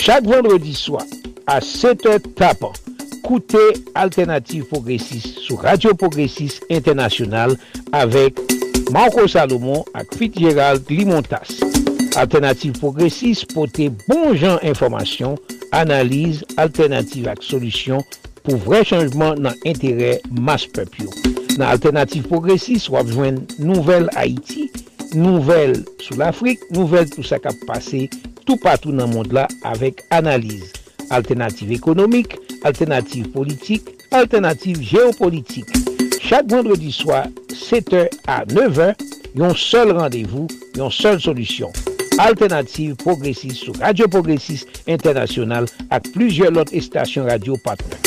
Chaque vendredi soir, à 7h tapant, écoutez Alternative Progressiste sur Radio Progressiste International avec Marco Salomon et Fitzgerald Limontas. Alternative Progressiste porte bon genre information, analyse, alternative et solution pour vrai changement dans l'intérêt masse peuple. Dans Alternative Progressiste, on va joindre nouvelle Haïti, nouvelle sur l'Afrique, nouvelle tout ça qui a passé tout partout dans le monde là avec analyse, alternative économique, alternative politique, alternative géopolitique. Chaque vendredi soir, 7h à 9h, il y a un seul rendez-vous, il y a une seule solution. Alternative Progressiste sur Radio Progressiste International avec plusieurs autres stations radio partenaires.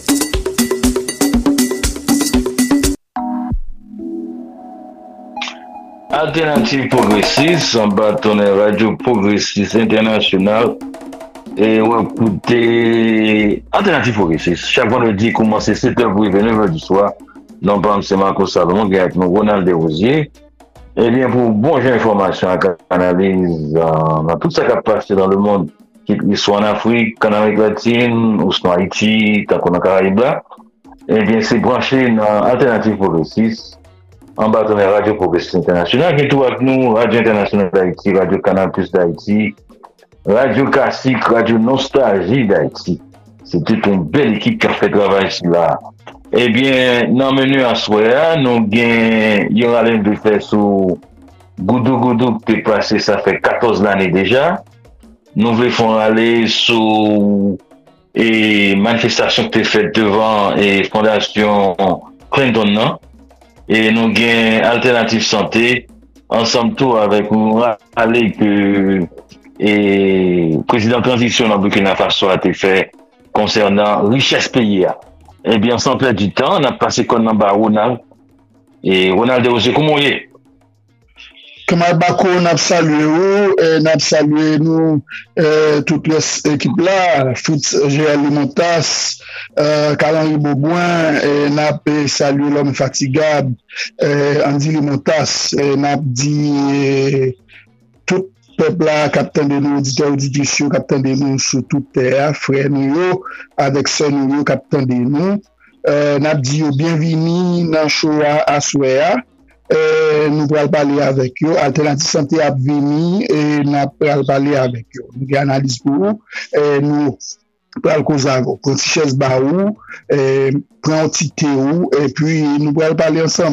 Alternative Progressiste, en bâtonnet Radio Progressiste International. Et on écoutez Alternative Progressiste. Chaque vendredi, commence 7h pour 9h du soir. Non, pas c'est Marco Salomon, qui est avec nous, Ronald Desrosiers. Eh bien, pour bonne information, analyse dans tout ça qui a passé dans le monde, qu'il soit en Afrique, en Amérique latine, ou soit en Haïti, tant qu'on a Caraïbes, eh bien, c'est branché dans Alternative Progressiste. En bâtonnet Radio Progressiste International, qui est tout avec nous, Radio Internationale d'Haïti, Radio Canal Plus d'Haïti, Radio Classique, Radio Nostalgie d'Haïti. C'est toute une belle équipe qui a fait travail ici là. Eh bien, dans le menu à soir, nous avons de faire sur Goudou Goudou qui est passé, ça fait 14 années déjà. Nous voulons aller sur et manifestation qui est faite devant et Fondation Clinton, non? Et nous avons Alternative Santé, ensemble tout avec nous, aller que et président transition dans Burkina Faso a été fait concernant richesse pays. Eh bien, sans perdre du temps, on a passé comme number Ronald. Et Ronald Desrosiers, comment il est? Comme Bako, on a salué nous, toute l'équipe là, Fitzgerald Limontas, Calan Bobouin, on a salué l'homme fatigable, Andy Limontas, on a dit tout peuple là, capitaine de nous, auditeurs, auditrices, capitaine de nous sur toute terre, frère nous, avec sœur nous, capitaine de nous. On a dit bienvenue dans le show à Souéa. Nous allons parler avec eux. Alternative Santé a venu et nous allons parler avec eux. Nous allons analyser pour vous. Nous allons causer avec eux. Prendre une chaise baou, prendre un petit thé et puis nous allons parler ensemble.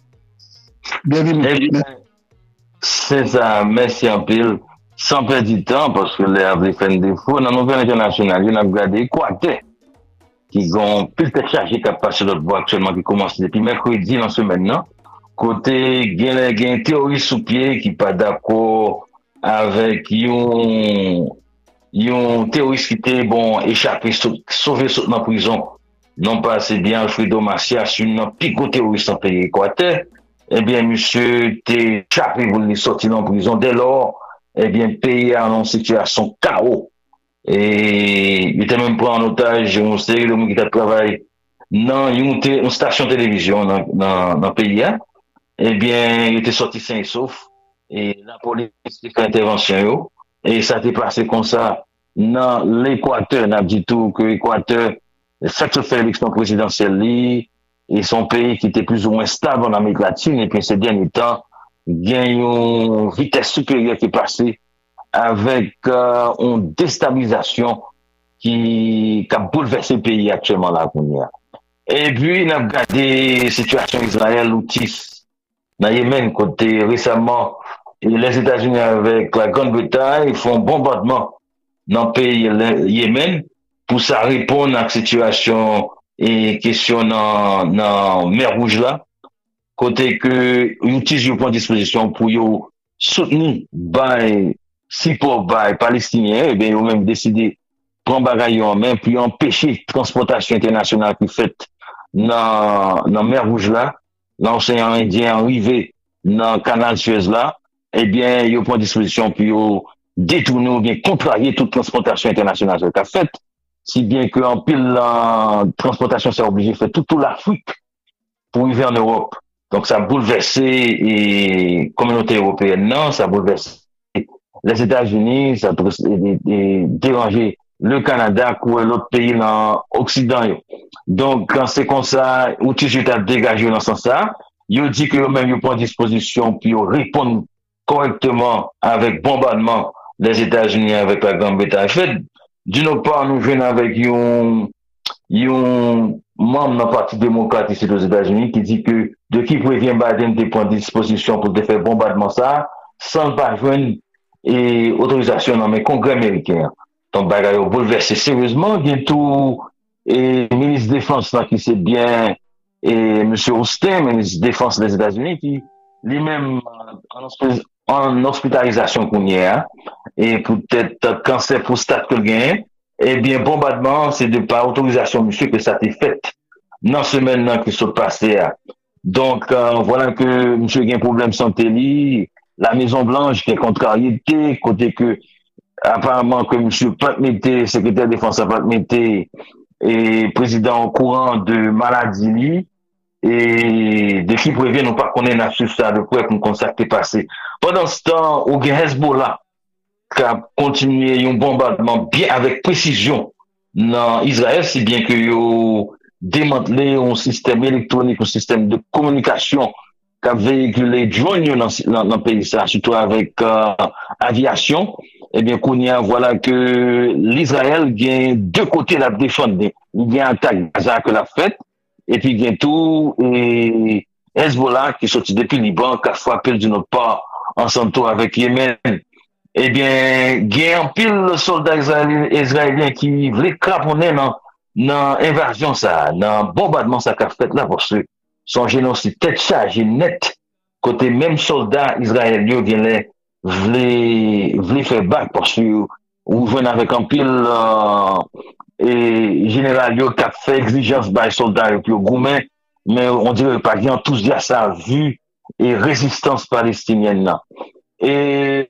Bienvenue. C'est ça, merci en pile. Sans perdre du temps, parce que les avaient fait un défaut, dans la nouvelle internationale, on a regardé Équateur, qui ont plus de chargé qui a passé l'autre bois actuellement, qui commence depuis mercredi dans ce maintenant. Côté, il y a un théoriste sous pied qui n'est pas d'accord avec un théoriste qui était bon, échappé, sauvé dans la prison. Non pas assez bien, Alfredo Macias, un pico terroriste en pays Équateur. Eh bien, monsieur, t'es échappé, vous l'avez sorti dans la prison. Dès lors, eh bien, le pays est en situation chaos. Et il était même pris en otage, on sait, le monde qui a travaillé dans une station de télévision dans le pays. Eh bien, il était sorti sain et sauf. Et la police a fait intervention. Et ça s'est passé comme ça dans l'Équateur. On a dit tout que l'Équateur, ça se fait l'élection présidentielle, et son pays qui était plus ou moins stable en Amérique latine. Et puis ces derniers temps, il y a une vitesse supérieure qui est passée avec une déstabilisation qui a bouleversé le pays actuellement là. Et puis, on a regardé la situation Israël outil dans Yémen, côté récemment, les États-Unis avec la Grande-Bretagne font bombardement dans le pays Yémen pour ça répondre à la situation et question dans la mer Rouge là. Côté que ils prennent disposition pour soutenir si pour les Palestiniens, et bien ils ont même décidé de prendre bagaille en main puis empêcher la transportation internationale qui est faite dans la mer Rouge là. L'océan Indien arrivé dans le canal Suez là, eh bien, ils prennent disposition pour détourner ou bien contrarier toute transportation internationale qu'a faite. Si bien qu'en pile, la transportation s'est obligée de faire toute l'Afrique pour arriver en Europe. Donc, ça a bouleversé la communauté européenne, non, ça a bouleversé les États-Unis, ça peut déranger le Canada ou l'autre pays dans l'Occident. Donc, quand c'est comme ça, ou tu as dégagé dans ce sens-là, il dit que eux-mêmes, ils prennent disposition pour répondre correctement avec bombardement les États-Unis avec la Grande-Bretagne. En fait, d'une part, nous venons avec un membre d'un parti démocrate ici aux États-Unis qui dit que de qui prévient Biden de prendre disposition pour faire bombardement ça, sans pas joindre et autorisation dans le Congrès américain. Donc, bagaille bouleversé sérieusement, bientôt, et le ministre de la Défense là, qui sait bien, et M. Austin, ministre de la Défense des États-Unis, qui lui-même en hospitalisation qu'on y a, et peut-être cancer prostate que le gain, eh bien, bombardement, c'est de par autorisation, monsieur, que ça a été fait dans ce semaine qui sont passées. Donc, voilà que monsieur a un problème santé, la Maison-Blanche qui est contrariété, côté que, apparemment, que monsieur Pat Mété, secrétaire de défense à Pat Mété, et président au courant de maladie, et de qui prévient, nous pas qu'on est sur ça, de quoi qu'on consacre passé. Pendant ce temps, au Hezbollah, qui a continué un bombardement bien avec précision dans Israël, si bien que yo démantelé un système électronique, un système de communication qui a véhiculé drone dans le pays, ça, surtout avec aviation. Eh bien, qu'on y a, voilà que l'Israël gagne deux côtés la défendre. Il y a un attaque Gaza que l'a fait, et puis il y a tout, et Hezbollah qui est sorti depuis Liban, qui a frappé d'une autre part ensemble avec Yémen. Eh bien, il y a un pile de soldats israéliens qui voulaient craponner dans l'invasion, ça, dans le bombardement, ça qu'a fait là, parce que son génocide tête chargée net, côté même soldats israéliens, qui voulaient faire back, parce que, ou venez avec un pile, et général, qui a fait exigence par les soldats, et puis au Goumen, mais on dirait pas bien tous dire ça, vu, et résistance palestinienne, là. Et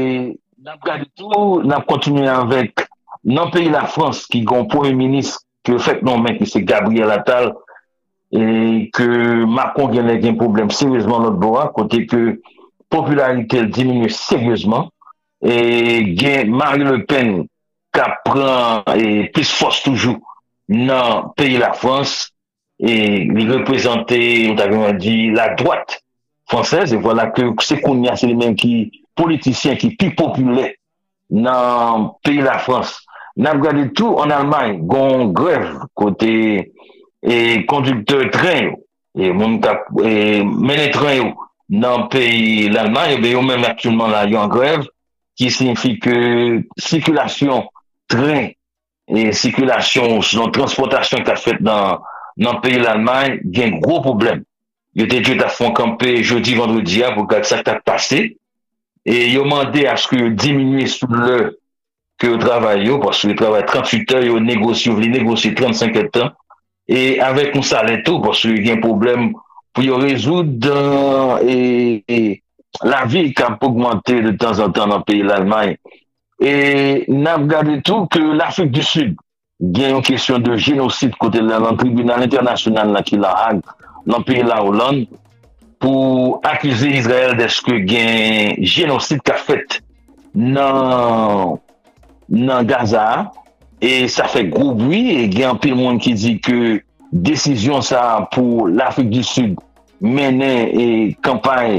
n'a continué avec non pays la France qui a un premier ministre que fait non mais qui c'est Gabriel Attal et que Macron a un problème sérieusement notre bois côté que popularité diminue sérieusement et Marine Le Pen qui prend et plus force toujours dans pays la France et il représentait on a dit la droite française et voilà que c'est qu'on y a c'est les mêmes qui politiciens qui plus populaires dans le pays de la France. N'a regardé tout en Allemagne, gon grève côté et conducteur train et mon cap et mener train dans le pays l'Allemagne ben même actuellement là en grève qui signifie que circulation train et circulation selon transportation qu'a fait dans le pays l'Allemagne, il y a un gros problème. Il était dû à fond camper jeudi, vendredi, pour que ça t'a passé. Et ils ont demandé à ce que diminuer sous l'heure que vous travaillez, parce que vous travaillez 38 heures, vous négociez 35 heures. Et avec un salaire tout, parce qu'il y a un problème pour résoudre et la vie qui a augmenté de temps en temps dans le pays de l'Allemagne. Et nous avons regardé tout que l'Afrique du Sud, il y a une question de génocide côté de le tribunal international là, qui l'a Hague, dans le pays de la Hollande, pour accuser Israël de ce que il y a un génocide qu'a fait dans Gaza. Et ça fait gros bruit. Et il y a un peu de monde qui dit que décision ça pour l'Afrique du Sud mener et campagne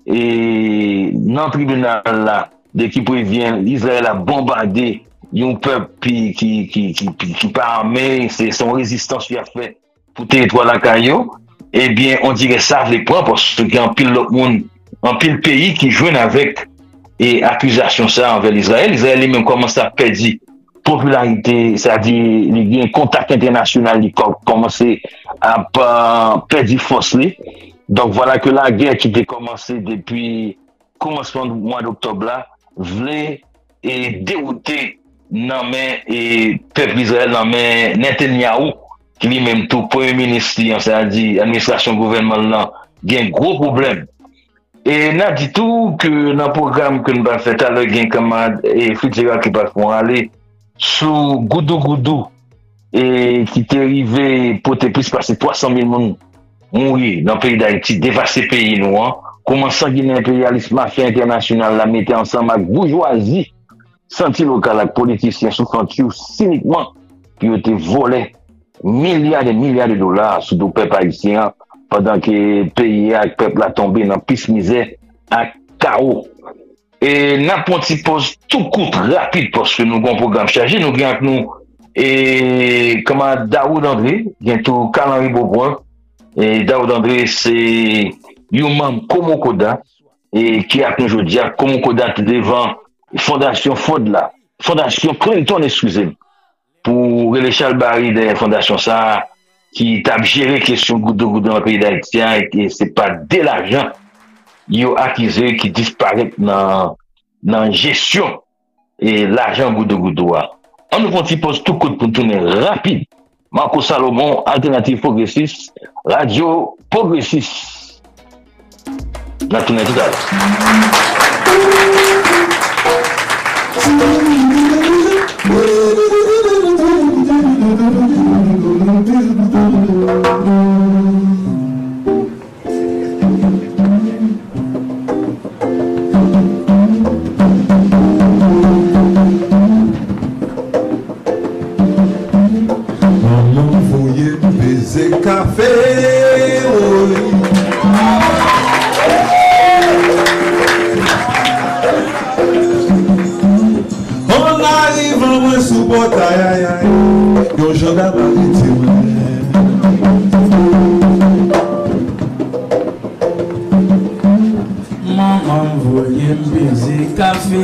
et dans le tribunal là, de qui prévient l'Israël a bombardé un peuple qui pas armé, c'est son résistance qui a fait pour territoire la caillou. Eh bien, on dirait ça les points parce qu'il y a un pile l'autre monde, un pile pays qui joue avec et accusation ça envers l'Israël. L'Israël lui-même commence à perdre popularité, c'est-à-dire il y a un contact international qui commence à perdre force. Donc voilà que la guerre qui a commencé depuis commencement du mois d'octobre là, voulait et dérouter dans et peuple Israël dans Netanyahou qui lui-même tout premier ministre, c'est-à-dire administration gouvernementale, il y a un gros problème. Et n'a dit tout que dans le programme que nous avons fait à l'heure, il y a un camarade et Fitzgerald qui va aller sous Goudou et qui est arrivé pour te plus passer 300 000 personnes mourir dans le pays d'Haïti, dévasser le pays nous, comment sanguinaire impérialisme mafia international la mettait ensemble avec bourgeoisie, senti local avec politiciens sous frontière cyniquement, qui ont été volés milliards et milliards de dollars sous le peuple haïtien pendant que le pays et le peuple a tombé dans piste misère à chaos. Et n'importe pose tout coûte rapide parce que nous avons un programme chargé, nous avons nous et comment Daoud André, bientôt Calendrier Beaubrun. Et Daoud André, c'est un membre Komokoda et qui a aujourd'hui Komokoda devant Fondation Fodla, Fondation Clinton, excusez-moi, pour les Charles Barry de la Fondation ça, qui t'a géré question goutte de goutte dans le pays d'Haïtien et c'est pas de l'argent, ils ont accusé qui disparaît dans la gestion et l'argent goutte de goutte. On nous pose tout coup pour tourner rapide. Marco Salomon, Alternative Progressiste, Radio Progressiste. La tournée tout à café, on arrive en moins sous portail, yon gendarme arrêté. Maman voyait me baiser café.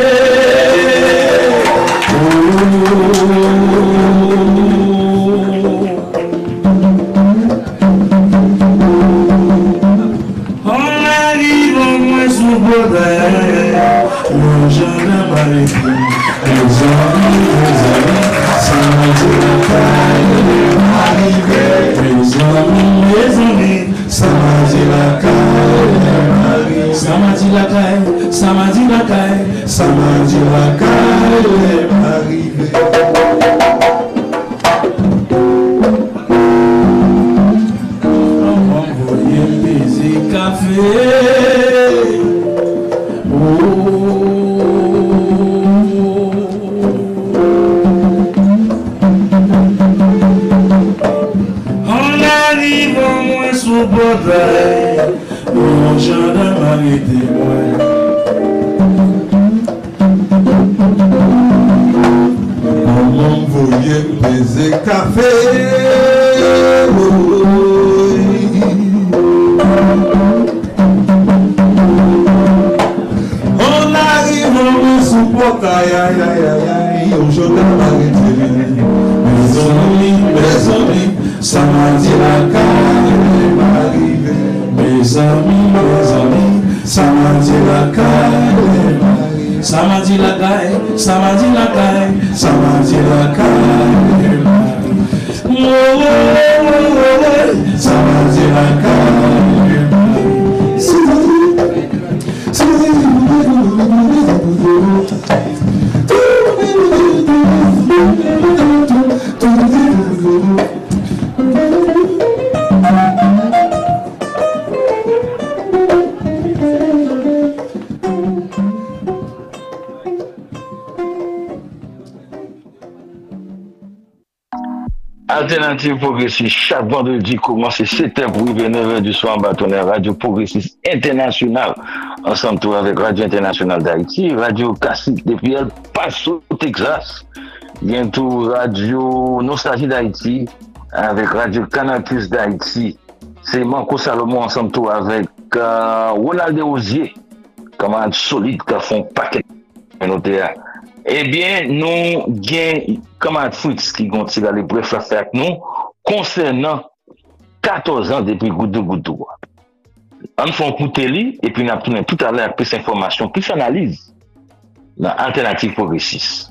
Alternative Progressiste, chaque vendredi commence 7h pour 9h du soir en partenaire Radio Progressiste International, ensemble tout avec Radio Internationale d'Haïti, Radio Classique depuis El Paso, Texas, bientôt Radio Nostalgie d'Haïti, avec Radio Canal Plus d'Haïti. C'est Marco Salomon ensemble tout avec Ronald Osier, camarade solide qui font paquet de eh bien, nous avons camarade Fritz qui continue à les brefs avec nous concernant 14 ans depuis goutte de goutte. On fait un coup de et puis on a tout à l'heure plus d'informations, plus d'analyse dans Alternative Progressiste.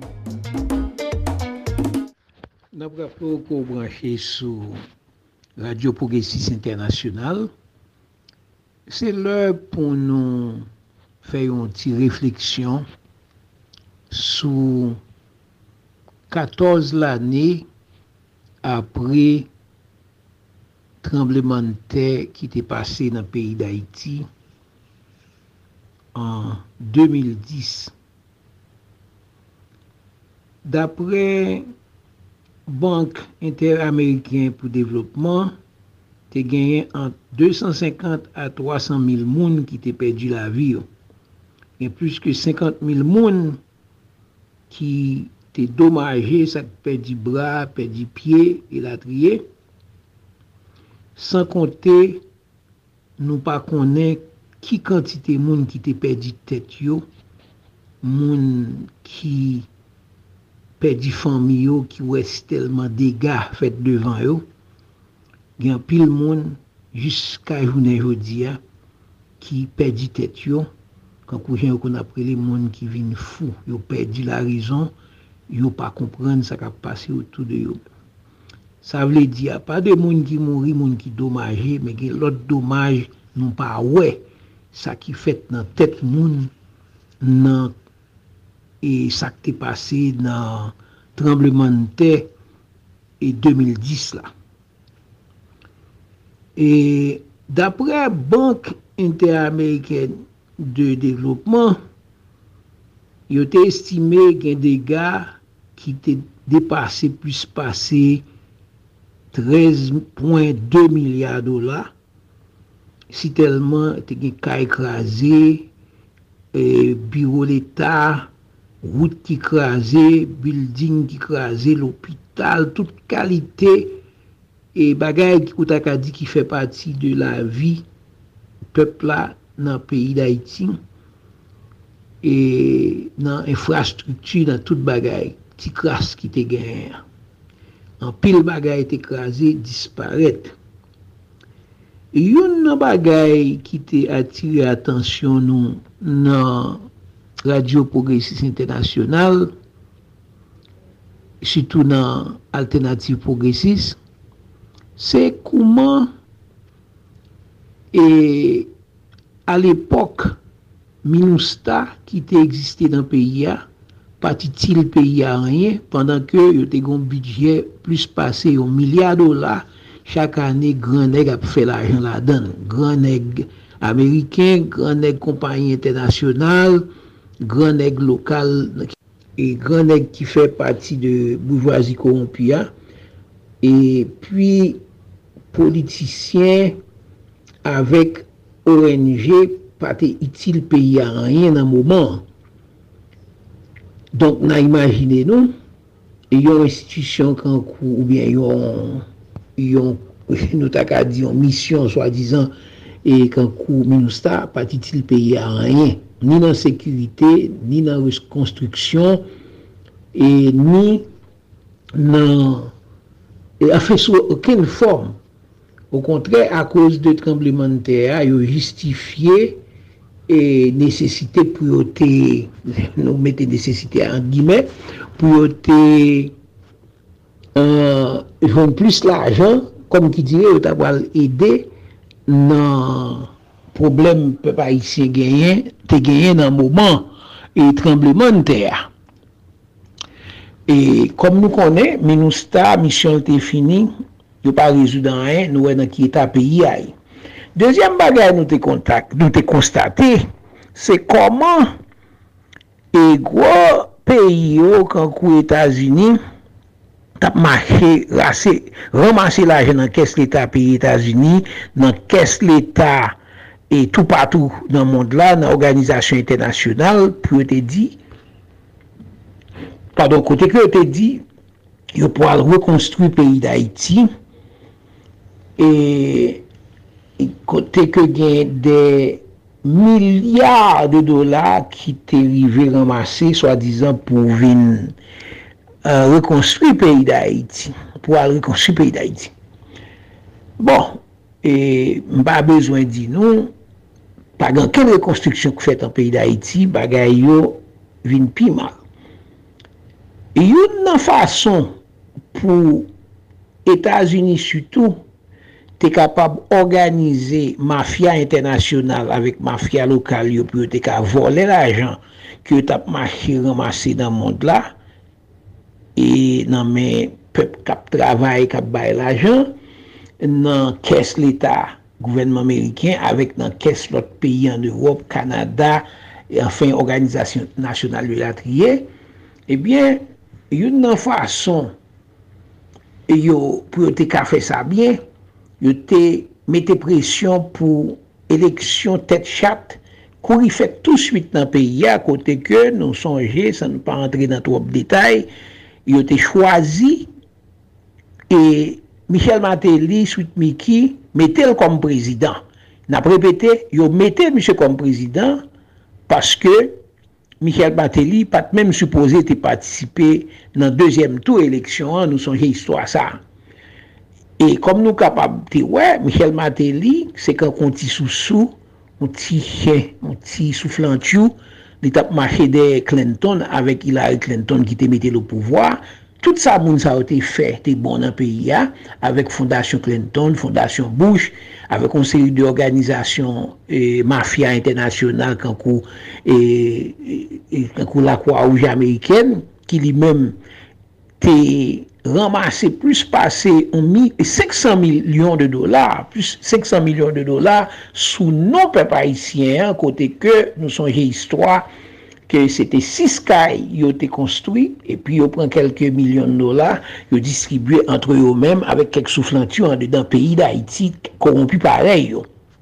Nous avons branché sur Radio Progressiste International. C'est l'heure pour nous faire une petite réflexion sur 14 l'année après tremblement de terre qui était passé dans le pays d'Haïti en 2010. D'après Banque interaméricaine pour développement, tu as gagné entre 250 à 300 000 personnes qui t'ont perdu la vie. Il y a plus que 50 000 personnes qui t'ont dommagé, ça perdu bras, perdu pied et la trier. Sans compter, nous pas connaît qui quantité de monde qui t'ont perdu tête yo, monde qui perdu famille qui reste tellement dégâts faits devant eux. Il y a pile monde jusqu'à journée aujourd'hui qui perdu tête yo quand qu'on après les monde qui viennent fou, ils perdu la raison, ils pas comprendre ça qui passé autour de eux. Ça veut dire pas de monde qui mourit, monde qui dommagé, mais que l'autre dommage non pas ouais, ça qui fait dans tête monde dans et ça qui est passé dans tremblement de terre et 2010 là. Et d'après Banque interaméricaine de développement, il a estimé qu'il y a des gars qui étaient dépassé plus passé 13,2 milliards de dollars. Si tellement il y a cas écrasé, bureau l'État, route qui écrasé, building qui écrasé, l'hôpital, toute qualité et bagaille qui fait partie de la vie peuple là dans le pays d'Haïti et dans l'infrastructure, dans toute bagaille, petit crasse qui te gagne. En pile bagaille est écrasé, disparaît. Et une bagaille qui te attiré attention nous dans Radio Progressiste International, surtout dans Alternative Progressiste, c'est comment et à l'époque MINUSTA qui était existé dans le pays partit le pays à rien pendant que il y a un budget plus passé $1 milliard chaque année grand nèg a fait l'argent là-dedans, grand nèg américain, grand nèg compagnie internationale, grand nèg local et grand nèg qui fait partie de bourgeoisie corrompue et puis politiciens avec ONG pas utile pays à rien dans le moment. Donc n'a imaginé nous il y a une institution ou bien nous t'a dit une mission soi-disant et quand MINUSTA pas utile pays à rien ni dans sécurité ni dans reconstruction et ni dans a fait sous aucune forme. Au contraire, à cause de tremblement de terre, il a justifié et nécessité pour nous mettre nécessité en guillemets pour joindre plus l'argent, comme qui dirait, il va aider dans problème peuple haïtien gagné dans le moment et tremblement de terre. Et comme nous connaissons, MINUSTA, mission était finie, nous pas résoudre rien, nous dans qui état pays aille. Deuxième bagage nous te constaté, c'est comment et gros pays comme les États-Unis t'a marché ramasser l'argent dans caisse l'État pays États-Unis, dans caisse l'État et tout partout dans le monde là, dans l'organisation internationale pour te dire pardon, côté que te dit, il pourra reconstruire le pays d'Haïti et côté que il y a des milliards de dollars qui étaient arrivés ramasser, soi-disant, pour venir reconstruire le pays d'Haïti, pour reconstruire le pays d'Haïti. Bon, et pas besoin de dire nous, pas dans quelle reconstruction que fait en pays d'Haïti, bagaille yo vin pi mal. Et une façon pour États-Unis surtout, tu es capable d'organiser mafia internationale avec mafia locale pour te voler l'argent que tu as ramassé dans le monde là. Et dans mes peuples qui travaillent, qui baillent l'argent, dans caisse l'État, gouvernement américain, avec dans caisse l'autre pays en Europe, Canada, et enfin Organisation nationale de la trier, eh bien, une façon pour te faire ça bien, yo te mette pression pour élection tête chatte qu'on y fait tout de suite dans le pays à côté que nous songeons, sans ne pas entrer dans trop de détails, yo te choisi et Michel Martelly suite Miki mettez-le comme président. N'a répété, yo mettez monsieur comme président parce que Michel Martelly pas même supposé te participer dans deuxième tour élection, nous songeons histoire ça. Et comme nous capables de ouais, Michel Martelly, c'est quand on petit sous un petit soufflantiou, il a marché de Clinton avec Hillary Clinton qui te mettait le pouvoir. Tout ça, ça a été fait, t'es bon dans le pays, avec Fondation Clinton, Fondation Bush, avec une série d'organisations mafia internationale, quand la Croix-Rouge américaine, qui lui-même t'est ramassé plus passé 500 millions de dollars, plus 500 millions de dollars sous nos peuples haïtiens, côté que nous sommes histoire que c'était 6 cailles qui ont été construits et puis ils prennent quelques millions de dollars, ils distribuent entre eux-mêmes avec quelques soufflantures dans le pays d'Haïti corrompu pareil.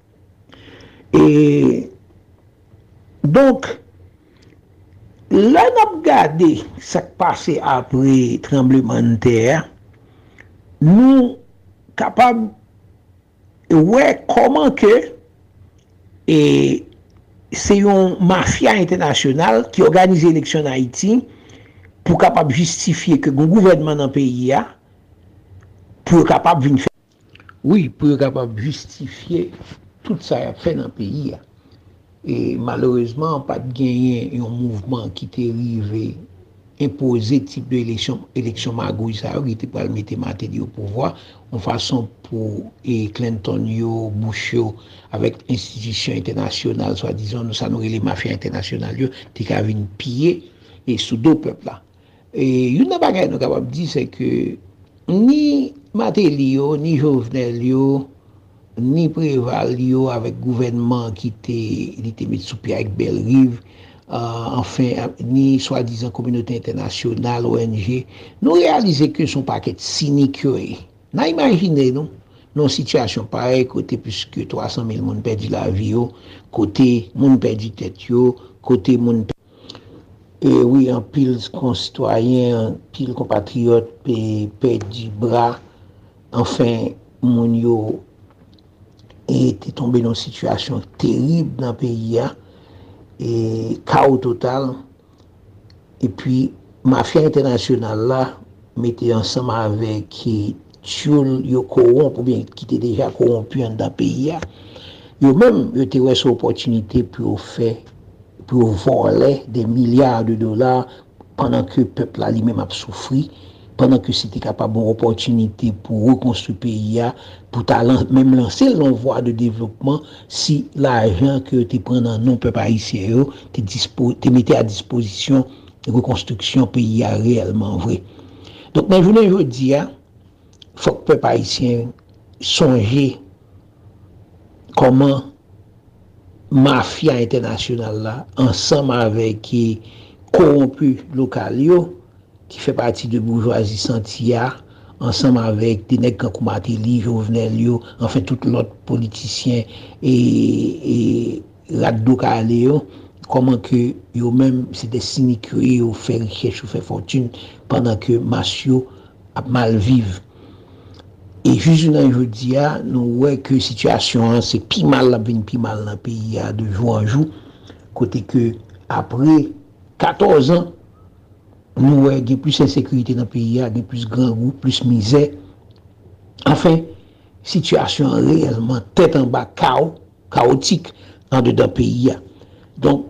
Et donc, là, on a regardé ce qui passé après le tremblement de terre, nous capables de voir comment que c'est une mafia internationale qui organise l'élection en Haïti pour capable justifier que le gouvernement dans le pays a pour capable venir faire. Oui, pour capable justifier tout ça fait dans le pays. Et malheureusement, pas de gagner un mouvement qui t'est arrivé imposer type d'élection magouille, ça aurait été pour le mettre Martelly au pouvoir, en façon pour Clinton, Bush, avec institutions internationales, soi-disant, nous savons les mafias internationales, qui ont venir piller et sous deux peuples là. Et une chose nous capable de dire, c'est que ni Martelly, ni Jovenel, ni Préval, avec le gouvernement qui était mis sous pied avec Belle-Rive, enfin, ni soi-disant communauté internationale, ONG, nous réalisons que son paquet cynique. Nous imaginons, nous, une situation pareille, côté plus que 300 000 personnes perdu la vie, côté moun perdu tête, côté moun et oui, en pile concitoyens, en pile compatriotes perdu bras, enfin, moun yo était tombé dans une situation terrible dans le pays, et chaos total. Et puis, mafia internationale là, mettait ensemble avec qui corrompu, ou bien qui était déjà corrompu dans le pays. Yo même, yo te eu cette opportunité pour faire, pour voler des milliards de dollars pendant que le peuple là lui-même a souffert, pendant que c'était capable d'une opportunité pour reconstruire le pays, pour même lancer une voie de développement si l'argent que tu prends dans non peuple haïtien, tu mettais à disposition de reconstruction pays réellement vrai. Donc, dans le jour dis, il faut que le peuple haïtien songe comment mafia internationale là, ensemble avec les corrompus locaux, qui fait partie de bourgeoisie Santia, ensemble avec des nègres comme Martelly, Jovenel, enfin tout l'autre politicien et Raddo Kaléo, comment que yo même c'est des cyniques qui ont fait richesse ou fait fortune pendant que Massio a mal vivre. Et juste dans le dis, nous voyons que la situation c'est plus mal dans le pays de jour en jour, côté que après 14 ans, nous avons plus d'insécurité dans le pays, plus grand goût, plus misère. Enfin, situation réellement tête en bas, chaotique dans le pays. Donc,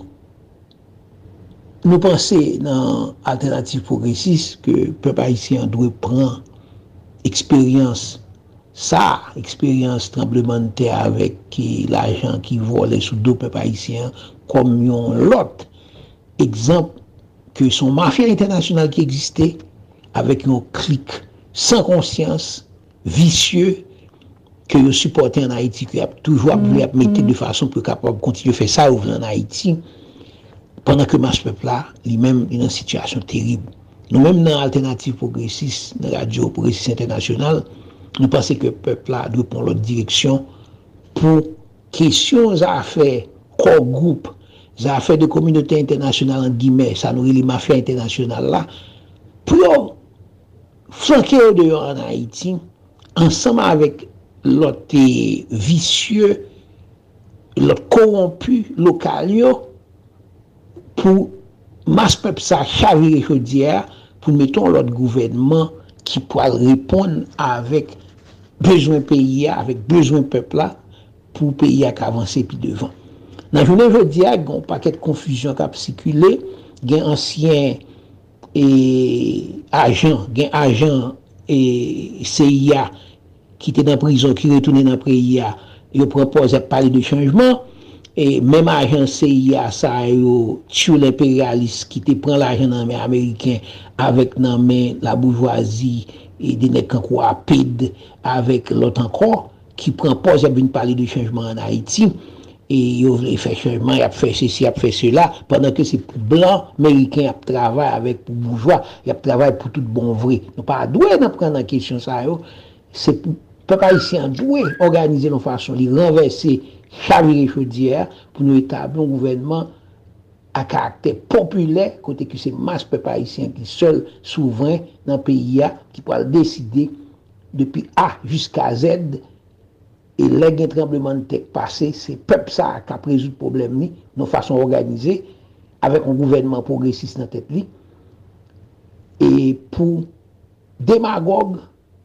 nous pensons dans l'alternative progressiste que le peuple haïtien doit prendre expérience tremblement de terre avec l'argent qui vole sous deux peuples haïtiens comme l'autre exemple que son mafia internationale qui existait avec un clic sans conscience, vicieux, que vous supportez en Haïti, qui a toujours voulu mettre de façon pour capable continuer à faire ça en Haïti. pendant que masse peuple là, lui-même est dans une situation terrible. Nous-mêmes dans Alternative Progressiste, dans la Radio Progressiste Internationale, nous pensons que le peuple là doit prendre l'autre direction pour questions affaires, corps groupe, les affaires de communauté internationale en guillemets, ça nous les mafias internationales là, pour flanquer au dehors en Haïti, ensemble avec l'autre vicieux, l'autre corrompu local, pour masse peuple ça chavirer chaudière, pour mettre l'autre gouvernement qui pourra répondre avec besoin pays, avec besoin peuple là, pour le pays à avancer puis devant. Dans la journée jeudi, il y a un paquet de confusion qui a circulé, il y a ancien agent et CIA qui était dans la prison, qui retourné dans la prison, il propose de parler de changement. Et même agent CIA, ça a tué l'impérialiste qui te prend l'argent dans les Américains avec la bourgeoisie et des nègres rapides avec l'autre encore, qui prend pause, il parler de changement en Haïti. Et il a fait changement, il a fait ceci, il a fait cela, pendant que c'est pour blancs américains qui travaillent avec pour bourgeois, il travaille pour tout bon vrai. Nous pas doué de prendre en question ça, c'est pour peuple haïtien doué organiser de façon de renverser chavirer chaudière pour nous établir un gouvernement à caractère populaire, côté que c'est masse peuple haïtien qui seul souverain dans le pays qui pourra décider depuis A jusqu'à Z. Et les tremblements de terre passé, c'est le peuple ça qui a résoudre le problème de façon organisée, avec un gouvernement progressiste dans la tête. Et pour démagogues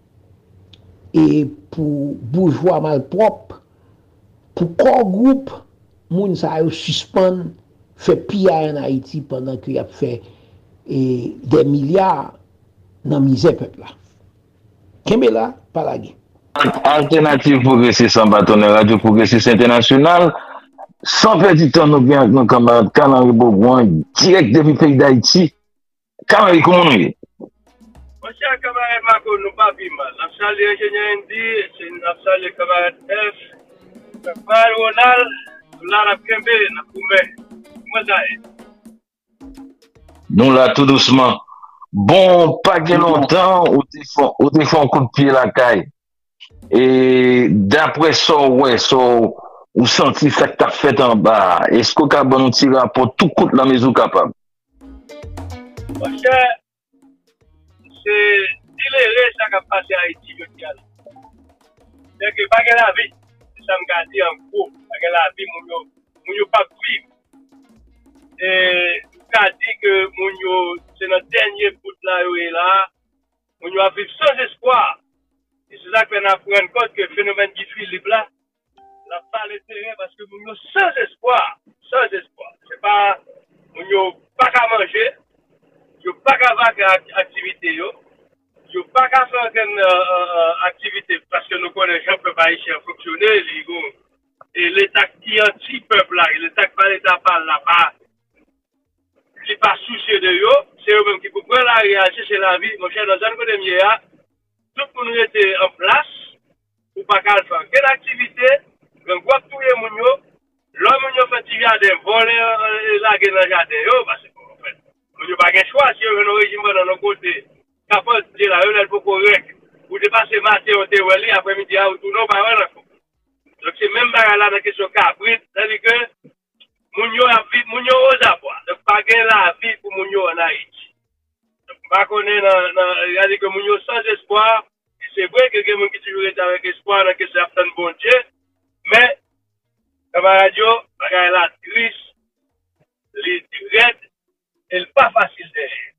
et pour bourgeois malpropres, pour corps groupe, moun sa yo suspend fait pire en Haïti pendant qu'il a fait des milliards dans misère peuple là. Kembe là, pas la guerre. Alternative Progressiste en bâtonnet Radio Progressiste International. Sans perdre du temps, nous bien avec nos camarades Calanri Bourgoin, direct depuis le pays d'Haïti. Calanri, comment nous y? Mon cher camarade Marco, nous pas plus mal. Nous saluons l'ingénieur Andy, nous saluons le camarade F, le camarade Ronald, nous l'avons Kembe, nous pouvons. Comment ça est? Nous là, tout doucement. Bon, pas que longtemps, au te font un coup de pied la caille. Et d'après ça, ouais, ça, ou senti ça que t'as fait en bas, est-ce qu'on a bon petit rapport tout coûte la maison capable? Mon cher, c'est diléré ça qui a passé à Haïti, je dis. C'est que pas que la vie, ça me dit en gros, pas que la vie, mon pas vivre. Et on a dit que c'est notre dernier bout là, et là, on a vécu sans espoir. Et c'est ça qu'on a pris en compte que le phénomène qui Philippe là, n'a pas l'intérêt parce que nous sommes sans espoir. Sans espoir. C'est pas, nous n'avons pas qu'à manger, nous n'avons pas qu'à faire activité, nous n'avons pas qu'à faire une activité parce que nous connaissons un peu pas ici à fonctionner, et l'État qui est anti-peuple là, l'État qui pas l'État parle là-bas, il n'est pas soucieux de eux, c'est eux-mêmes qui peuvent la réagir, c'est la vie. Mon cher, dans un côté de tout le monde était en place pour pas qu'à faire quelle activité, donc quoi tout le monde, l'homme fait du jardin, voler la gueule dans le jardin, parce que en fait, on n'a pas de choix si on a un régime dans nos côtés, capable de dire là, on est pour correct, ou dépasser matin, on est relé, après-midi, ou tout, non, pas vraiment. Donc c'est même là la question caprite, c'est-à-dire que Mounio a vie, Mounio ose avoir, donc pas gagner la vie pour Mounio en Haïti. Pas connaître il a dit que Mounio sans espoir, c'est vrai que quelqu'un qui toujours est avec espoir dans que c'est un bon Dieu, mais camarade yo, bagaille la triste, les directs, et pas facile derrière.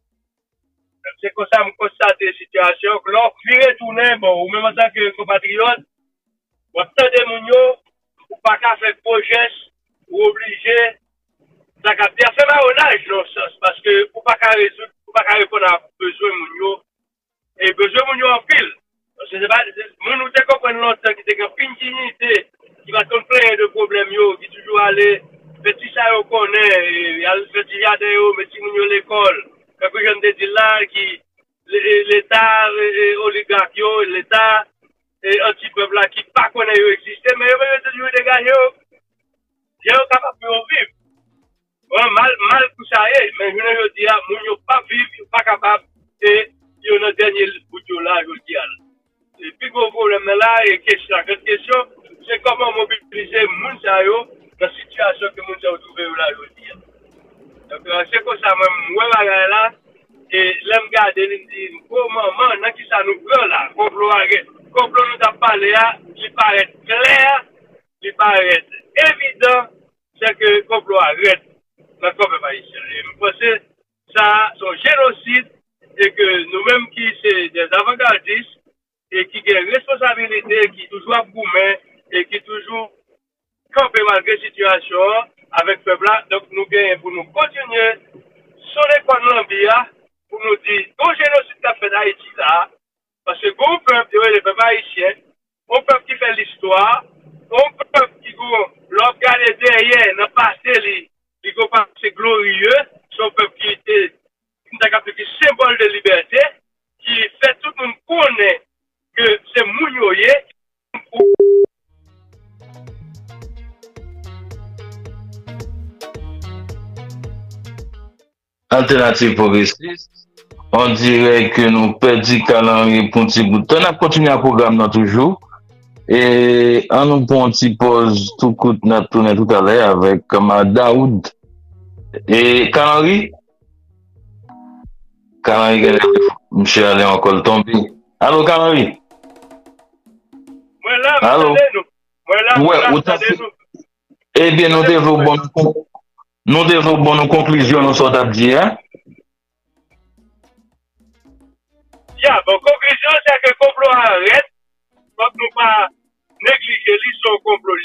C'est comme ça, je constate la situation, que l'on fait retourner, bon, ou même en tant que compatriote, ou tant de Mounio, ou pas qu'à faire projet, ou obligé, ça a bien fait marronnage dans ce sens, parce que pour pas qu'à résoudre, pour pas qu'à répondre à besoin Mounio, et besoin Mounio en pile. Parce que c'est pas, nous te comprenons longtemps, qui était une dignité, qui va tomber plein de problèmes, qui toujours aller, petit ça, on connaît, il a le petit jardin, mais si Mounio l'école, quelque chose de dire là, qui, l'État, oligarque, l'État, anti-peuple là, qui pas connaît exister, mais il y a toujours des gars, ils sont capables de vivre. Mal pour ça, mais je veux dire, nous ne pas vivre, pas capable, et il y a un dernier bout de là, je dis. Et puis, le problème là, et la question, c'est comment mobiliser les gens dans la situation que nous avons trouvée là, je dis. Donc, c'est comme ça, moi, là, et l'aime garder, il dit, oh maman, dans qui ça nous prend là, complot nous a parlé là, il paraît clair, il paraît évident, c'est que le complot arrête dans le peuple haïtien. Et je pense que ça, c'est un génocide, et que nous-mêmes qui sommes des avant-gardistes, et qui ont une responsabilité, qui toujours gourmet, et qui toujours campé malgré la situation avec le peuple là. Donc nous gagnons pour nous continuer sur les Colombia, pour nous dire, au génocide qu'a fait d'Haïti là, parce que bon peuple, le peuple haïtien, un peuple qui fait l'histoire, un peuple qui l'a regardé derrière, n'a pas passé, il a passé glorieux, son peuple qui était symbole de liberté, qui fait tout le monde connaître que c'est Mounioye. Alternative progressiste, on dirait que nous perdons calendrier pour un petit bout de temps. On a continué le programme là, toujours. Et on nous prend un petit pause tout coup de tourner tout à l'heure avec Daoud. Et calendrier, monsieur allez encore tomber. Allô, calendrier? Voilà, allô? Eh bien, nous développons nos conclusions, nous sommes à dire. Bon, conclusion, c'est que le complot arrête. Donc, nous ne pas négliger son complot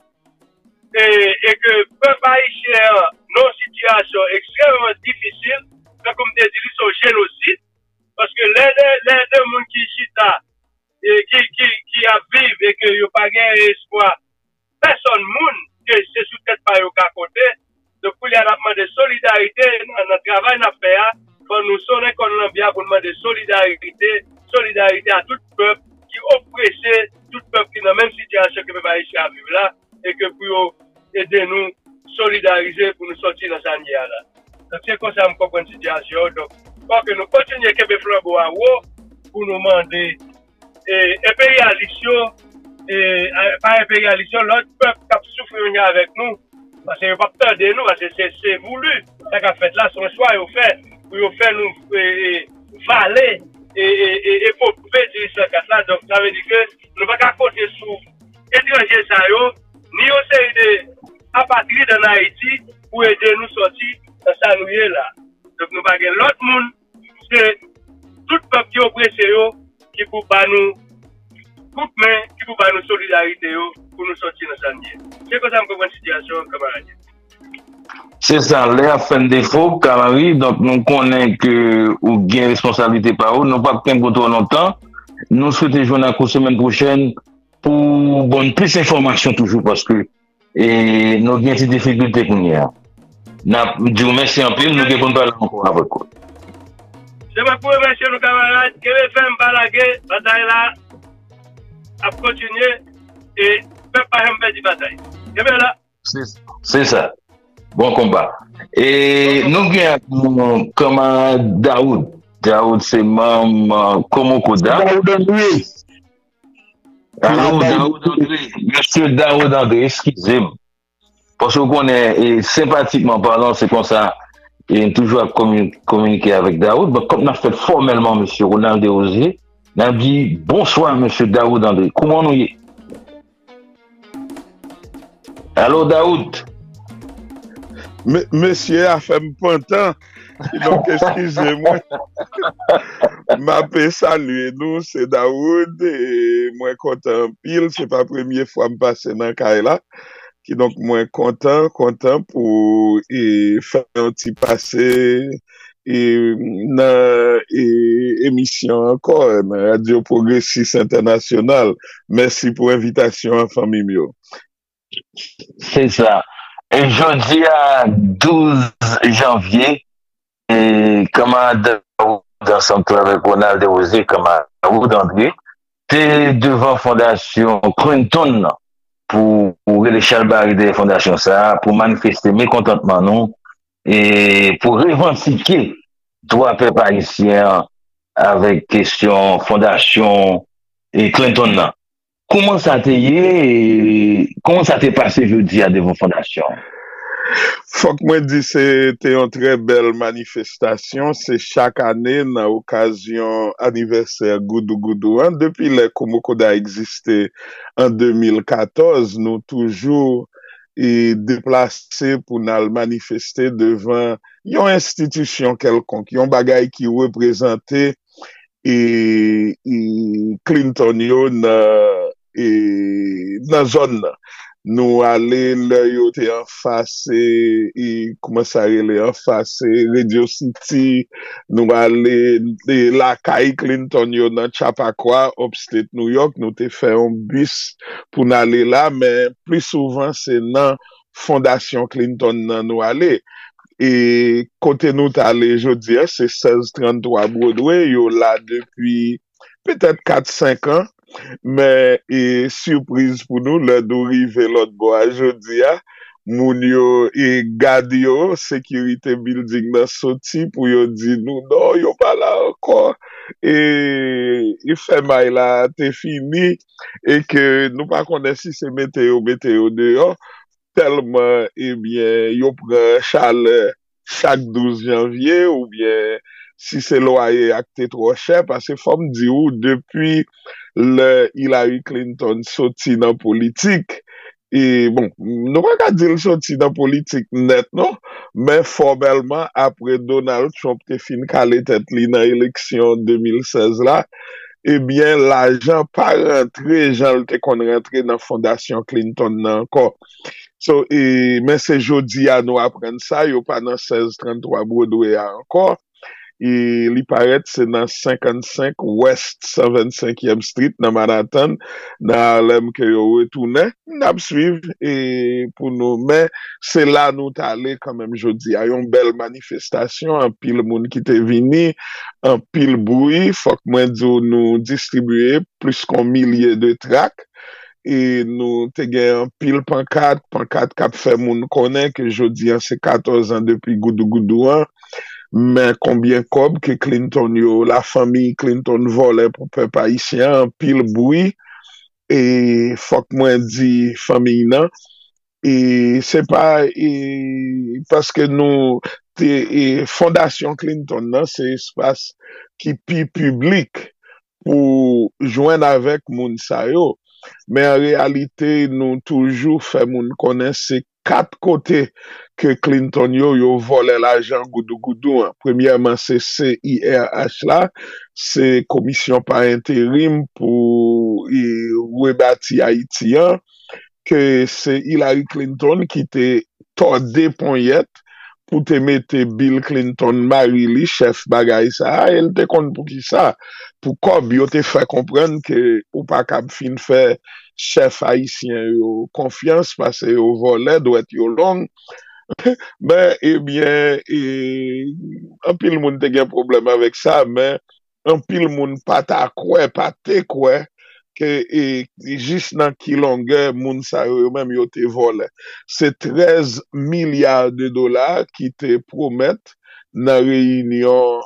et que le peuple haïtien, nos situations extrêmement difficiles, comme tu dis, sont génocide. Parce que les gens qui chita et qui a vivre et que n'y a pas espoir, personne que c'est sous tête par au côté. Donc, il y a demandé de solidarité dans notre travail à faire. Quand nous sommes bien pour demander solidarité à tout peuple qui oppressé, tout peuple qui est dans la même situation que le peuple haïtien vivre là, et que pour aider nous solidariser pour nous sortir dans cette là. Donc, c'est comme ça que je comprends la situation. Donc, pour que nous continuions à faire flambeau à haut pour nous demander impérialisation, et pas impérialisation, l'autre peuple qui a souffert avec nous. Parce qu'il n'y a pas peur de nous, parce que c'est voulu. Ça qu'a fait là, son choix, il fait nous valer et pour dire ça là. Donc, ça veut dire que nous ne pouvons pas compter sur étrangers, ni au sein de apatrides en Haïti pour aider nous sortir dans sa nouille là. Donc, nous ne pouvons pas gagner l'autre monde, c'est tout peuple qui est oppressé, qui peut pas nous coupe main, qui peut pas nous solidarité pour nous sortir dans sa nouille. C'est comme ça que une situation, camarade. C'est ça, les affaires de défaut, Calendrier, donc nous connaissons que ou bien responsabilité par eux, nous pas pour trop longtemps. Nous souhaitons jouer la semaine prochaine pour bonne plus d'informations toujours parce que nous avons des difficultés pour nous. Je vous remercie un peu, nous devons parler encore avec vous. Je vous remercie nos camarades, que les femmes balaguer, bataille là, à continuer et ne pas faire de bataille. Et bien là. C'est ça. Bon combat. Et nous avons comme Daoud. Daoud, c'est membre Komokoda. Daoud André. Daoud André. Monsieur Daoud André, excusez-moi. Parce qu'on est sympathiquement parlant, c'est comme ça. Et toujours à communiquer avec Daoud. Mais comme on a fait formellement monsieur Ronald Desrosiers, on a dit bonsoir monsieur Daoud André. Comment nous y est? Allô Daoud? Monsieur a fait me pantant, donc excusez-moi. M'a salué nous, c'est Daoud, et moi content pile, c'est pas la première fois me passer dans Kaila, qui donc moi content pour faire un petit passé et dans émission encore, Radio Progressiste International. Merci pour l'invitation en famille mio. C'est ça. Et jeudi à 12 janvier, et camarade ensemble avec Ronald Desrosiers, camarade Daoud André, t'es devant Fondation Clinton pour les Charles Barry de Fondation ça, pour manifester mécontentement nous et pour revendiquer droit peuple haïtien avec question fondation et Clinton là. Comment ça comment ça t'est passé jeudi à devant fondation? Faut que moi dis c'était une très belle manifestation. C'est chaque année dans occasion anniversaire Goudou Goudou. Hein. Depuis le Komokoda existé en 2014, nous toujours déplacés pour nous manifester devant une institution quelconque, une bagaille qui représentait et Clinton yo dans zone là. Nous aller là yo te en face comment ça relait en face Radio City, nous aller la caille Clinton yo dans Chappaqua upstate New York, nous te fait un bus pour aller là, mais plus souvent c'est dans Fondation Clinton nan nous aller. Et côté nous allé jeudi, c'est 1633 Broadway, yo là depuis peut-être 4-5 ans. Mais surprise pour nous, le d'arriver l'autre bois jeudi, moun yo et garde yo, sécurité building dans sorti pour yo dire nous non, yo pas là encore. Et il fait mal là, t'es fini et que nous pas connaître si c'est météo dehors tellement eh bien yo prend chaleur chaque 12 janvier ou bien si c'est loyer acté trop cher parce que faut me dire ou depuis le Hillary Clinton sorti dans politique et bon nous pas dire sorti dans politique net non mais formellement après Donald Trump te fin calé tête li dans élection 2016 là eh bien l'argent pas rentré Jean te kon rentré dans fondation Clinton encore. So, mais c'est jeudi à nous apprendre ça, yo pas dans 1633 Broadway encore. Et il paraît c'est dans 55 West 125e Street dans Manhattan, dans Harlem que yo retourné. N'a suivre et pour nous, mais c'est là nous t'aller quand même jeudi. Il y a une belle manifestation, un pile monde qui t'est venu, un pile bruit, faut que moi nous distribuer plus qu'un millier de tracts. Et nous te gen un pile pancarte qui fait moun connaît que jodi c'est 14 ans depuis Goudou Goudou an, mais combien cob que Clinton yo, la famille Clinton volait pour peuple haïtien, un pile bruit, et faut que moi dit famille nan, et c'est pas, parce que nous, Fondation Clinton nan, c'est espace qui pi public pour joindre avec moun sa yo. Mais en réalité, nous toujours fait moun connaître ces 4 côtés que Clinton yo volé l'argent goudou goudou. Hein. Premièrement, c'est CIRH là, c'est commission par intérim pour rebâtir Haïti, hein, que c'est Hillary Clinton qui te tordé poignette pour te mettre Bill Clinton Marily, chef bagay ça, elle te compte pour qui ça? Pour Kobe, yo te fait comprendre que ou pas cap fin faire chef haïtien yo confiance parce que au volet doit être yo long. Mais, eh bien, un pile moun te gen problème avec ça, mais un pile moun pas ta pas te quoi, que, juste dans qui longueur, moun sa yo même yo te volé. C'est 13 milliards de dollars qui te promettent dans réunion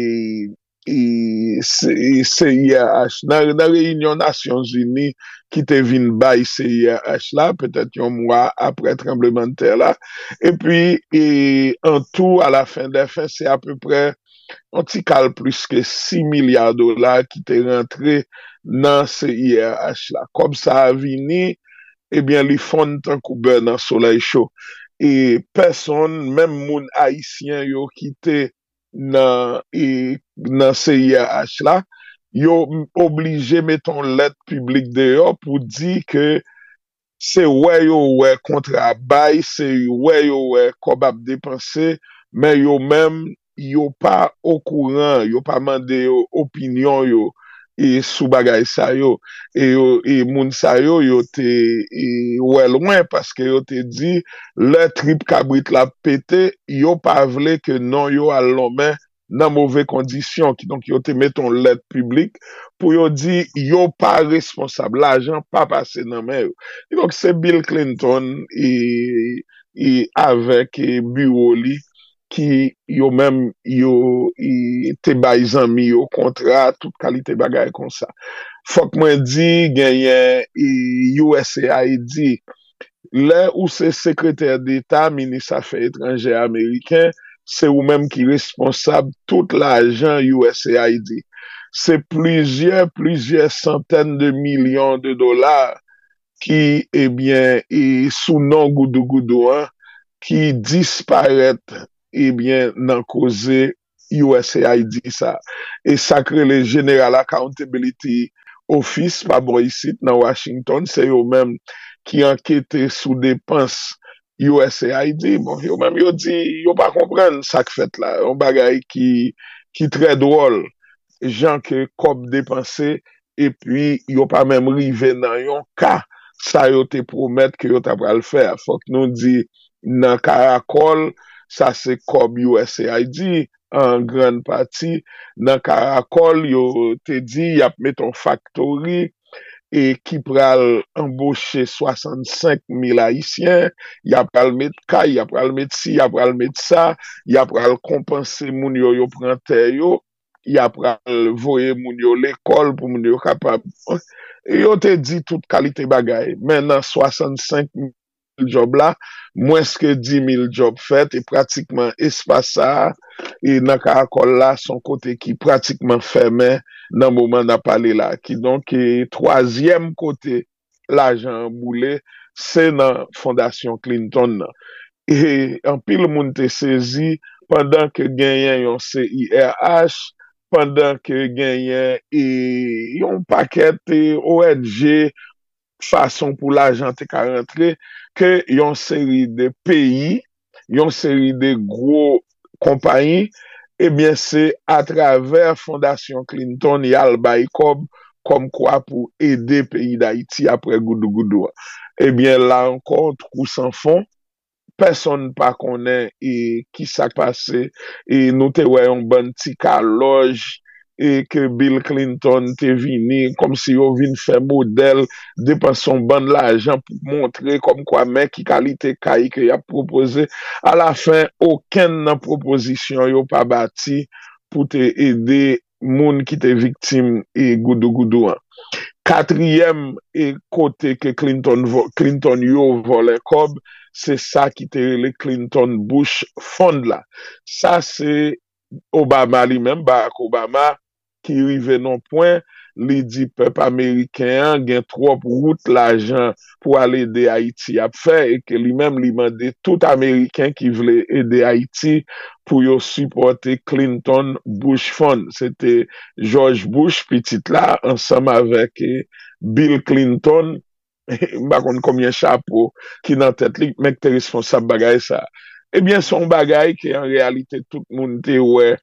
CIRH, dans réunion Nations Unies qui te vin bay CIRH là, peut-être un mois après tremblement de terre là. Et puis, en tout, à la fin des fins, c'est à peu près, on t'y cale plus que 6 milliards de dollars qui te rentré dans CIRH là. Comme ça a vini, eh bien, les fonds tant coup dans le soleil chaud. Et personne, même moun haïtien yo qui te dans CIRH là, yo obligé mettre une lettre publique dehors pour dire que c'est ouais contrat bail, c'est ouais kobab dépenser, mais yo même yo pas au courant, yo pas mandé opinion yo et sous bagay sa yo et moun sa yo te ouais loin parce que yo te dit le trip cabrit la pété yo pas vle que non yo à l'homme dans mauvais conditions donc yo te met ton lettre publique pour yo dire yo pas responsable l'argent pas passé dans main yo. Donc c'est Bill Clinton et avec bureau li qui yo même yo te bay zanmi yo contrat toute qualité bagay comme ça. Faut que moi dit gagné USAID là où c'est secrétaire d'État ministre affaires étrangères américain, c'est ou même qui responsable tout l'argent USAID. C'est plusieurs centaines de millions de dollars qui eh bien et sous nom goudou hein, qui disparaissent eh bien dans cause USAID ça et ça crée le General Accountability Office pas bon ici dans Washington c'est eux même qui enquête sous dépenses USAID bon yo même yo dit yo pas comprendre ça que fait là un bagage qui très drôle gens que comme dépensé et puis yo pas même rivé dans yon cas ça yo te promettre que yo t'a pas le faire faut que nous dit dans Caracol ça c'est comme USAID en grande partie dans Caracol yo te dit y a mettre un factory et qui pral embaucher 65 000 haïtiens y a pral mettre caille y a pral mettre ci y a pral mettre ça y a pral compenser moun yo prend terre yo y a pral voyer moun yo l'école pour moun yo capable yo te dit toute qualité bagay maintenant 65 000 job là moins que 10 000 jobs faits et pratiquement espace ça et dans Caracol là son côté qui pratiquement fermé dans moment n'a parlé là qui donc troisième côté l'argent boulé c'est dans fondation Clinton et en pile monde te saisi pendant que gagné un CIRH pendant que gagné et un paquet ONG façon pour l'argent te rentrer que yon série de pays, yon série de gros compagnies, eh bien c'est à travers Fondation Clinton yal bay comme quoi pour aider pays d'Haïti après goudou. Eh bien là encore trou sans fond, personne pas connaît et qui ça passé et nous te voyons bon petit loge et que Bill Clinton te vini comme si yo vin faire modèle dépense son bon l'argent pour montrer comme quoi mec qui qualité caille que y a proposé à la fin aucune proposition yo pas bâti pour te aider moun qui te victime et goudou. Quatrième et côté que Clinton yo volé cob c'est ça qui te le Clinton Bush Fund là ça c'est Obama lui-même Barack Obama qui rive non point li dit peuple américain gen trop route l'argent pour aller aider Haïti à faire et que lui-même lui mandé tout américain qui voulait aider Haïti pour yo supporter Clinton Bush Fund c'était George Bush petit là ensemble avec Bill Clinton pas connait combien chapeau qui dans tête li mec t'es responsable bagay ça eh bien son bagay qui en réalité tout le monde te ouais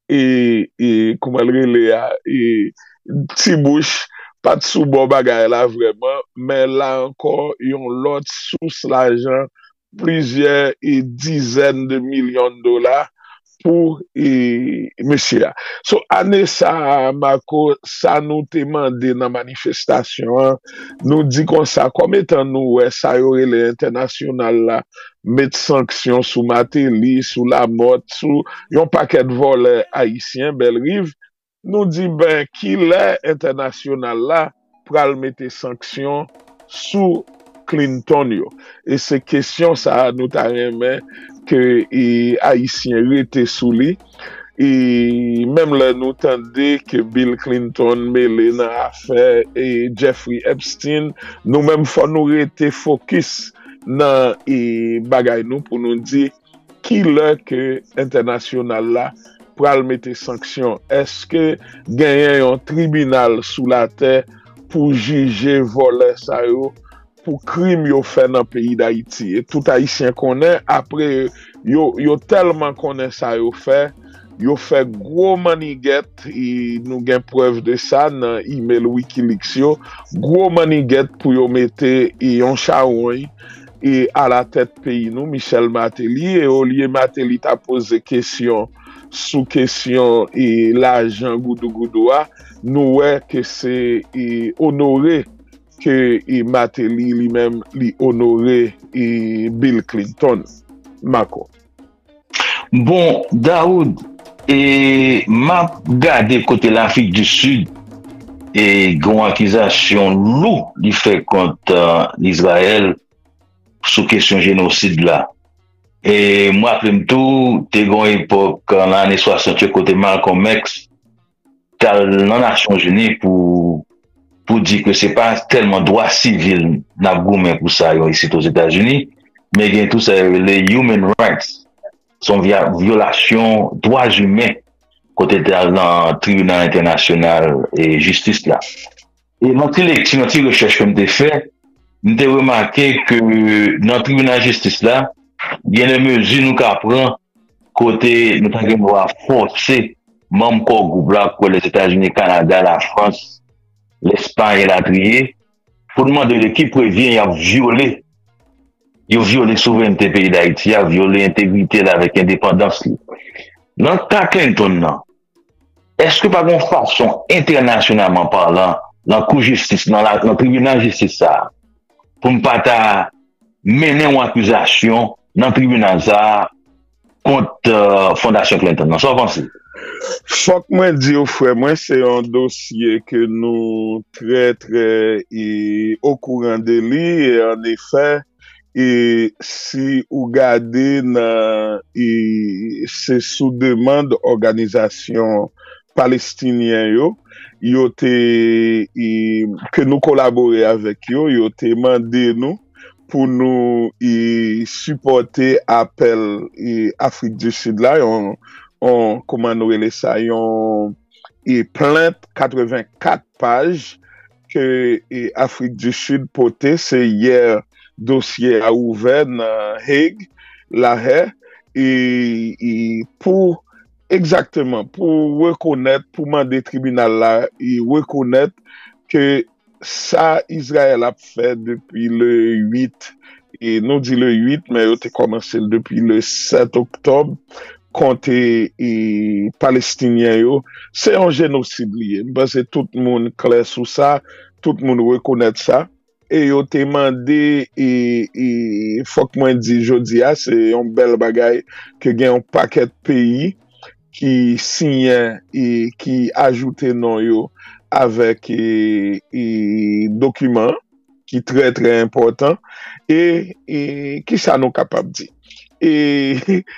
et comment le relais et petit bouche pas de sous bon bagay là vraiment mais là encore yon l'autre source l'argent plusieurs et dizaines de millions de dollars pour monsieur so année ça Marco ça nous demandé dans manifestation nous dit comme ça comme étant nous ouais ça y aurait l'international là mettre sanctions sous Matéli sous la mode sous un paquet de voleurs haïtiens Belle-Rive nous dit ben qui l'est international là pour mettre sanctions sous Clinton yo et ces questions ça nous t'a remet que haïtien était sous lui et même là nous tendait que Bill Clinton mêlé dans affaire et Jeffrey Epstein nous même faut nous rester focus dans bagay nous pour nous dire qui là que international là pour mettre sanctions est-ce que gagner un tribunal sous la terre pour juger voler ça yo pour crime yo fait dans le pays d'Haïti et tout haïtien connaît après yo tellement connaît ça yo fait gros maniguet et nous gain preuve de ça dans email WikiLeaks yo gros maniguet pour yo mettre un chaouin et à la tête pays nous Michel Matéli et Olivier Matéli t'a posé question sous question et l'argent goudou nous ouais que c'est honoré que Matéli lui-même lui honoré et Bill Clinton Marco. Bon, Daoud, et m'a gardé côté l'Afrique du Sud et une accusation lourde qui fait contre l'Israël sur question génocide là. Et moi, après tout, t'es une époque, dans l'année 60, côté Malcolm X, t'as dans les Nations Unies pour dire que c'est pas tellement droit civil n'a goumé pour ça ici aux États-Unis, mais il y a tout ça, les human rights, sont violation droits humains côté dans le tribunal international et justice là. Et dans les recherches que j'ai fait, j'ai remarqué que dans le tribunal de justice là, il y a des mesures nous prend côté nous avons forcer même groupe là que les États-Unis, le Canada, la France, l'Espagne et la trier pour demander qui prévient à violer. Il a violé la souveraineté du pays d'Haïti, il a violé l'intégrité avec l'indépendance. Dans le cas Clinton, est-ce que par une façon, internationalement parlant, dans la Cour de justice, dans le tribunal de justice, ça, pour ne pas mener une accusation dans le tribunal ça, contre Fondation Clinton? Non, ça va penser. Faut que moi dis au frère, moi c'est un dossier que nous très au courant de lui et en effet et si vous regardez c'est sous demande organisation palestinienne que nous collaborer avec yo te demandé nous pour nous supporter appel Afrique du Sud là comment nous relais ça et plainte 84 pages que Afrique du Sud portait c'est hier dossier a ouvert dans Hague la Haye et pour exactement pour reconnaître pour demander tribunal là et reconnaître que ça Israël a fait depuis le 8 et nous dit le 8 mais il a commencé depuis le 7 octobre contre les Palestiniens, c'est un génocide lié. Parce que tout le monde clair sur ça, tout le monde reconnaît ça. Et il a demandé, et faut que moi dise, jodi a, c'est un bel bagay que y a un paquet de pays qui signent et qui ajoutent non yo avec documents qui très important et qui ça nous capable dire. Et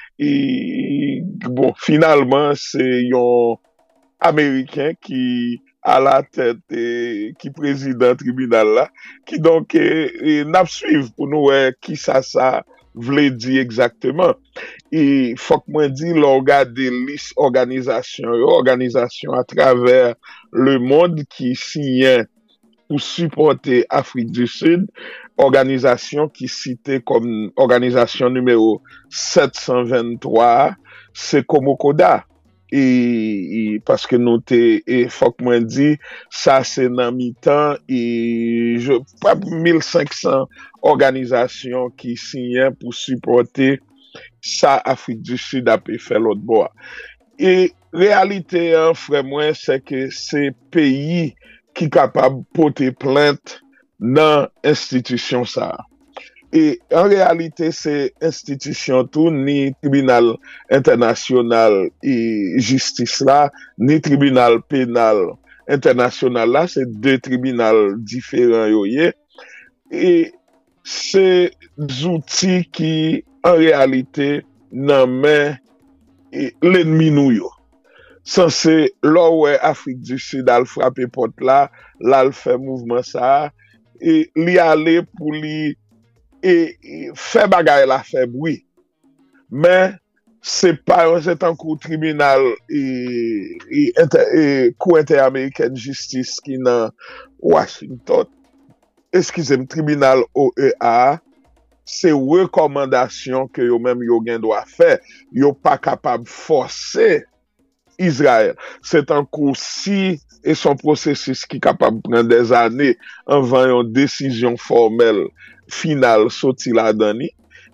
bon, finalement, c'est un Américain qui à la tête qui président tribunal là, qui donc n'a suivre pour nous qui ça voulait dire exactement. Et faut que moi dit regarder liste organisation à travers le monde qui signe pour supporter Afrique du Sud, organisation qui citée comme organisation numéro 723, c'est Komokoda. Et parce que nous faut que moi dit, ça c'est dans mi-temps et pas 1500 organisations qui signent pour supporter ça Afrique du Sud a pu faire l'autre bord. Et réalité, frère moi, c'est que ces pays qui capable de porter plainte dans l'institution ça. Et en réalité, c'est institution tout, ni tribunal international et justice là, ni tribunal pénal international là, c'est deux tribunaux différents yoye. Et c'est des outils qui, en réalité, n'en met l'ennemi nous yo. Censé là où Afrique du Sud a frappé porte là le fait mouvement ça et li aller pour li et fait bagaille la fait bruit mais c'est un coup tribunal et cour interaméricaine justice qui dans Washington excusez-moi tribunal OEA c'est recommandation que yo même yo gen doit faire yo pas capable forcer Israël. C'est un coup si et son processus qui est capable de prendre des années avant une décision formelle finale sortie là-dedans.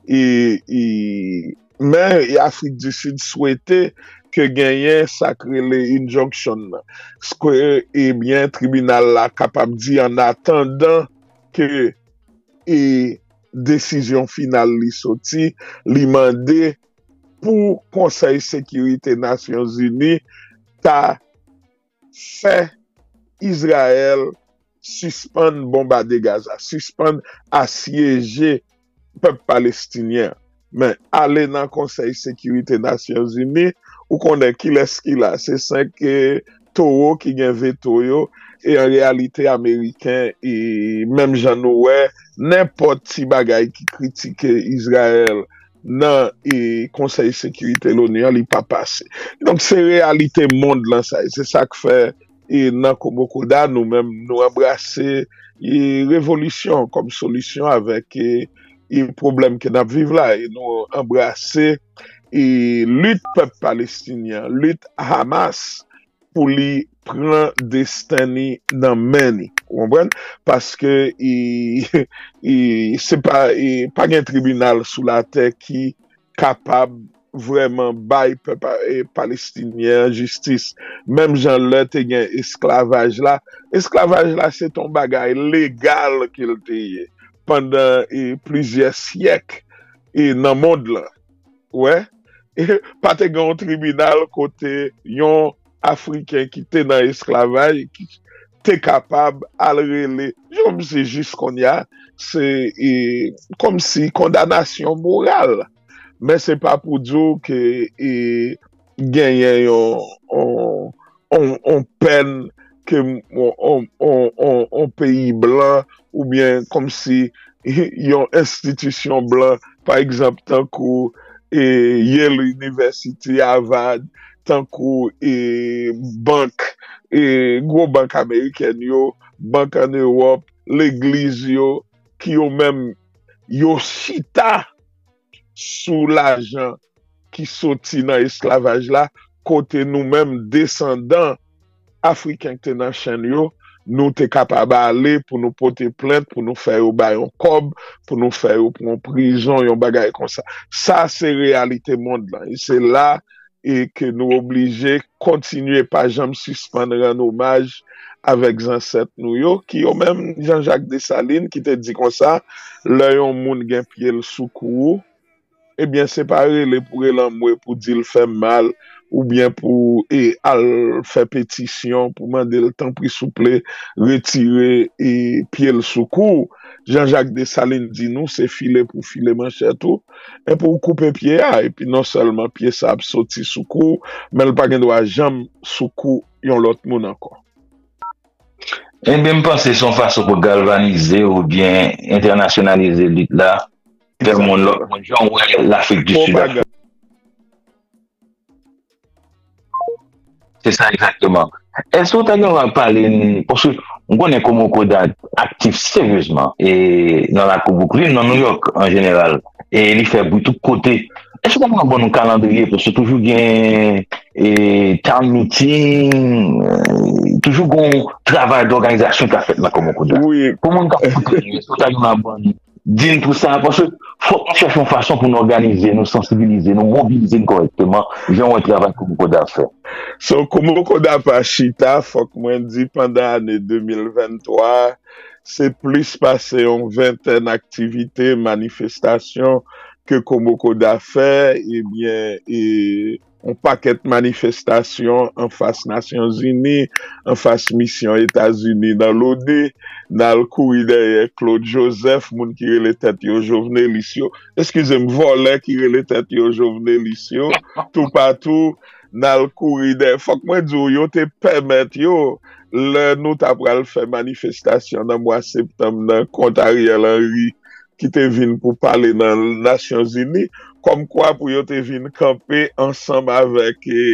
Mais l'Afrique du Sud souhaitait que gagne sacré les injunctions. Ce que eh bien tribunal là capable de dire en attendant que décision finale li sorti, li mandé pour Conseil Sécurité Nations Unies t'a fait Israël suspendre bombarder Gaza, suspendre assiéger peuple palestinien. Mais aller dans le Conseil Sécurité Nations Unies, ou qu'on est qui laisse qui là, c'est 5 taureaux qui gagnent veto yo, et en réalité américain et même Jean Noël, n'importe qui bagaille qui critique Israël dans le Conseil Sécurité l'ONU, il pas passé. Donc c'est réalité monde là ça, c'est ça que fait et dans Komokoda nous-mêmes nous embrasser révolution comme solution avec le problème que nous vivons là et nous embrasser et lutte peuple palestinien, lutte Hamas pour lui prendre destin dans main. Vous comprenez? Parce que c'est pas un tribunal sous la terre qui capable vraiment bail peuple palestinien justice. Même Jean le te gen esclavage là c'est ton bagage légal qu'il te pendant plusieurs siècles et dans le monde là. Ouais. Et pas te gen un tribunal côté yon africain qui était dans l'esclavage qui t'es capable à le relever. Comme c'est juste qu'on y a, c'est comme si condamnation morale. Mais c'est pas pour dire que gagner on peine que on pays blanc ou bien comme si y a une institution blanc par exemple tant que Yale University Harvard tant que banque gros banque américaine yo banque en Europe l'église yo qui ont même yo chita sous l'argent qui sorti dans l'esclavage là, côté nous-mêmes descendants africains qui dans chaîne yo, nous t'es capable d'aller pour nous porter plainte, pour nous faire au bail cob, pour nous faire pour en prison, yon bagay comme ça. Ça c'est réalité monde là. Et c'est là et que nous obligés continuer pas jamais suspendre un hommage avec ancêtres nous yo qui ont même Jean-Jacques Dessalines qui te dit comme ça, là yon moun gen pied le soukou. Eh bien, séparer les pour l'envoyer pour dire le fait mal ou bien pour faire pétition pour demander le temps pris souple retirer et pied le secours. Jean-Jacques Dessalines dit nous c'est filet pour filer manchette tout et pour couper pied et puis non seulement pied ça a sorti secours mais le pas doit jamais secours yon l'autre monde encore. Et bien, penser son façon pour galvaniser ou bien internationaliser l'île là. Vers l'Afrique du Sud. C'est ça exactement. Est-ce que tu as parlé, parce qu'on connaît comment Koda actif sérieusement et dans la Brooklyn, dans New York en général, et il fait beaucoup de côtés. Est-ce que tu as un bon calendrier parce que toujours bien town meeting, toujours un travail d'organisation qui a fait dans Komokoda. Oui. Comment tu as un bon dis tout ça parce que faut qu'on cherche une façon pour nous organiser, nous sensibiliser, nous mobiliser correctement. J'ai un travail comme Koda fait. So, comme Koda Pachita, faut que moi dis pendant l'année 2023, c'est plus passé en 20 activités, manifestations que Komokoda fait, eh bien, un paquet de manifestations en face Nations Unies, en face Mission États-Unis dans l'OD, dans le courrier derrière Claude Joseph, moun qui relè tête yo Jovenel Lissio, excusez-moi, volet qui relè tête yo Jovenel Lissio, tout partout, dans le courrier derrière, faut que moi dis yo te permettre yo, le nous t'a pral faire manifestation dans mois septembre contre Ariel Henry, qui te vin pour parler dans les Nations Unies, comme quoi pour yo te vin camper ensemble avec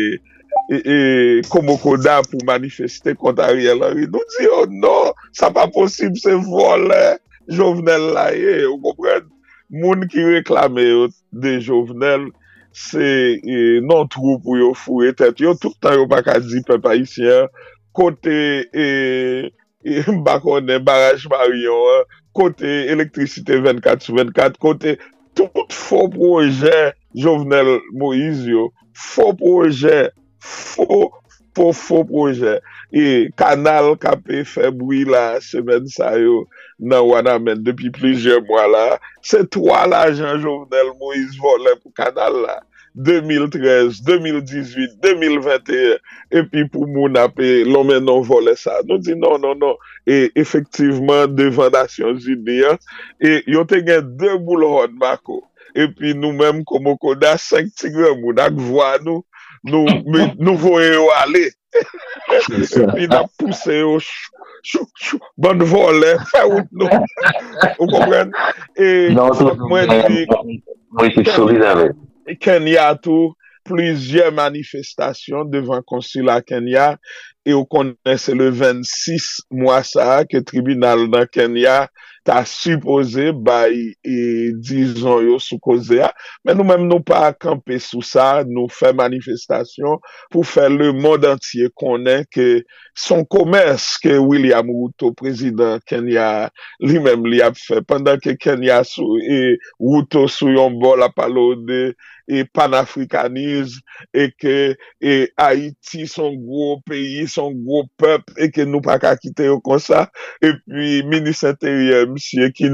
Komokoda pour manifester contre Ariel Henry. Nous disons oh non, ça pas possible, c'est voler Jovenel là, vous comprenez? Moun qui réclame de Jovenel, c'est non trou pour yo fouer tête yo, tout le temps yo pas ka di peuple haïtien côté Bakone barrage Marion, côté électricité 24/24, côté tout faux projet Jovenel Moïse yo, faux projet, faux projet et canal qui fait bruit la semaine ça yo dans Wanamen depuis plusieurs mois là, c'est toi l'argent Jovenel Moïse volé pour canal là. 2013, 2018, 2021, et puis pour moun apé, l'on non volé ça. Nous dit non, non, non. Et effectivement, devant Nations Unies, et yon te gen 2 boulons, Marco. Et puis nous-mêmes, comme au Koda, 5 tigres, moun ak voix nous voyons aller. Et puis nous poussé au bonne volée, fait route nous. Vous comprenez? Et moi, je dis, solide avec. Kenya tout, plusieurs manifestations devant le consulat Kenya, et on connaît c'est le 26 mois ça, que le tribunal dans Kenya t'a supposé, et disons, yo sous cause, mais nous-mêmes, nous pas camper sous ça, nous faire manifestation pour faire le monde entier connaît que son commerce que William Ruto, président Kenya, lui-même, lui a fait, pendant que Kenya et Ruto sous yon bol a parlé de et panafricanisme et que Haïti son gros pays, son gros peuple et que nous pas qu'à quitter comme ça. Et puis ministre intérieur monsieur qui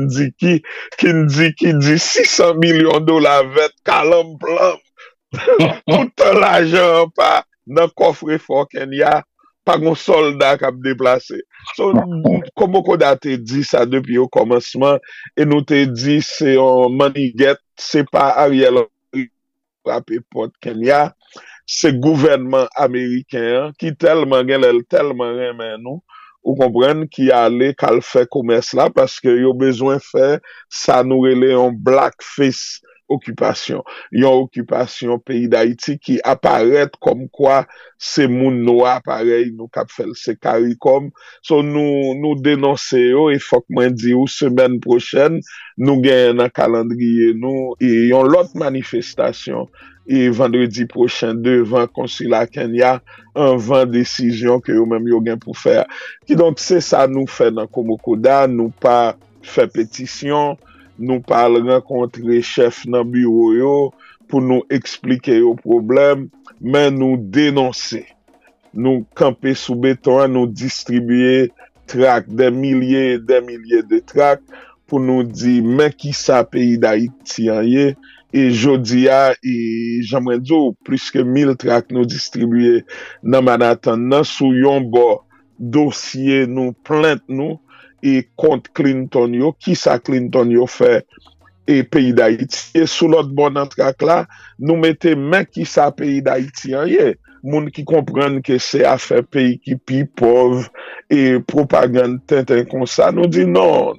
dit 600 millions de dollars avec calam blanc. Tout l'argent pas dans coffre fort Kenya, pas un soldat qui a déplacé. So, comme on a dit ça depuis au commencement et nous te dit c'est un money get, c'est pas Ariel frappé porte Kenya, c'est gouvernement américain qui tellement remet nous, vous comprenez, qui allait qu'à faire commerce là parce que y a besoin de faire ça nous relève en blackface occupation. Une occupation pays d'Haïti qui apparaît comme quoi c'est moun noir pareil nous cap fait c'est CARICOM. So nous dénoncer et faut que moi dire semaine prochaine nous gagnons un calendrier nous et yon l'autre manifestation et vendredi prochain devant consulat Kenya avant décision que yo même yo gain pour faire. Qui donc c'est ça nous fait dans Komokoda, nous pas fait pétition, nous parlons rencontrer chef dans bureau yo pour nous expliquer le problème, mais nous dénoncer. Nous camper sous béton, nous distribuer tracts, des milliers de tracts pour nous dire mais qui ça pays d'Haïti y et jodia et j'aimerais dire plus que 1000 tracts nous distribuer dans Manhattan nan sous yon bord dossier nous plainte nous et contre Clinton yo qui ça Clinton yo fait et pays d'Haïti et sous l'autre bon tract là nous mettez mais qui ça pays d'Haïti y moun qui comprennent que c'est affaire pays qui pi pauvre et propagande tintin comme ça nous dit non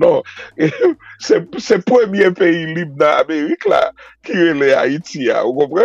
c'est premier pays libre dans l'Amérique là qui est le Haïti vous comprenez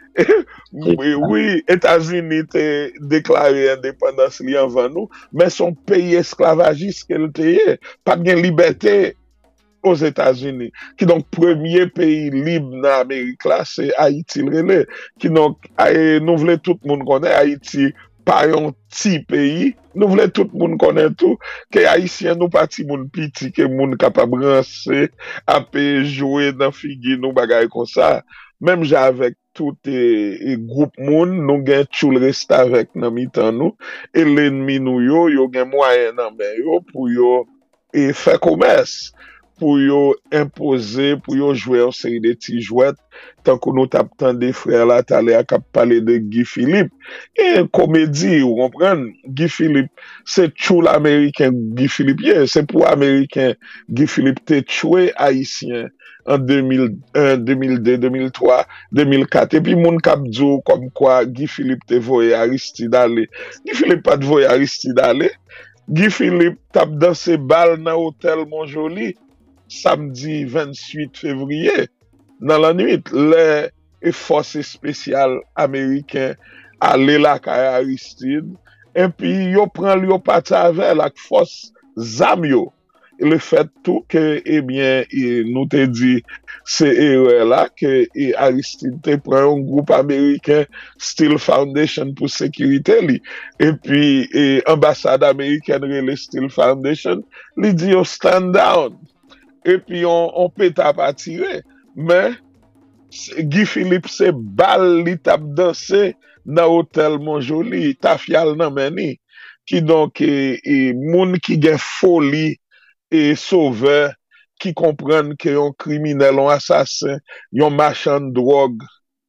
oui, États-Unis ont déclaré indépendance avant nous, mais son pays esclavagiste qu'elle était, pas de liberté aux États-Unis. Qui donc premier pays libre dans l'Amérique là, c'est Haïti qui donc nous voulons tout le monde connaître Haïti pas un petit pays, nous voulons tout le monde connaître tout que haïtien nous pas petit monde petit que monde capable rancer à jouer dans figure nous bagaille comme ça. Même avec tout groupe moun nous gain tout le reste avec nan mitan nous et l'ennemi nous yo gain moyen nan ben yo pour yo et faire commerce pour yo imposer pour yo jouer en série de petits jouets tant que nous t'attend des frères là t'aller à parler de Guy Philippe et comédie vous comprenez Guy Philippe c'est tout l'américain Guy Philippe c'est pour américain Guy Philippe t'es tué haïtien en 2001, 2002, 2003, 2004. Et puis, moun kap djou comme quoi Guy Philippe te voye Aristide aller. Guy Philippe pas te voye Aristide aller. Guy Philippe tap dansé bal dans hôtel Montjoli samedi 28 février. Dans la nuit, les forces spéciales américaines allaient là à Aristide. Et puis, yo prend yo parti avec la force Zamio. Le fait tout que, eh bien, nous te dit, c'est erreur là, que Aristide te prend un groupe américain, Steel Foundation pour sécurité, li. Et puis, ambassade américaine, le Steel Foundation, li dit, oh, stand down. Et puis, on peut pas tirer. Mais, Guy Philippe, c'est balle, li tap dansé dans l'hôtel Montjoli, tafial nan meni. Qui donc, moun qui gen folie, et sauveurs qui comprennent que un criminel, un assassin, un marchand de drogue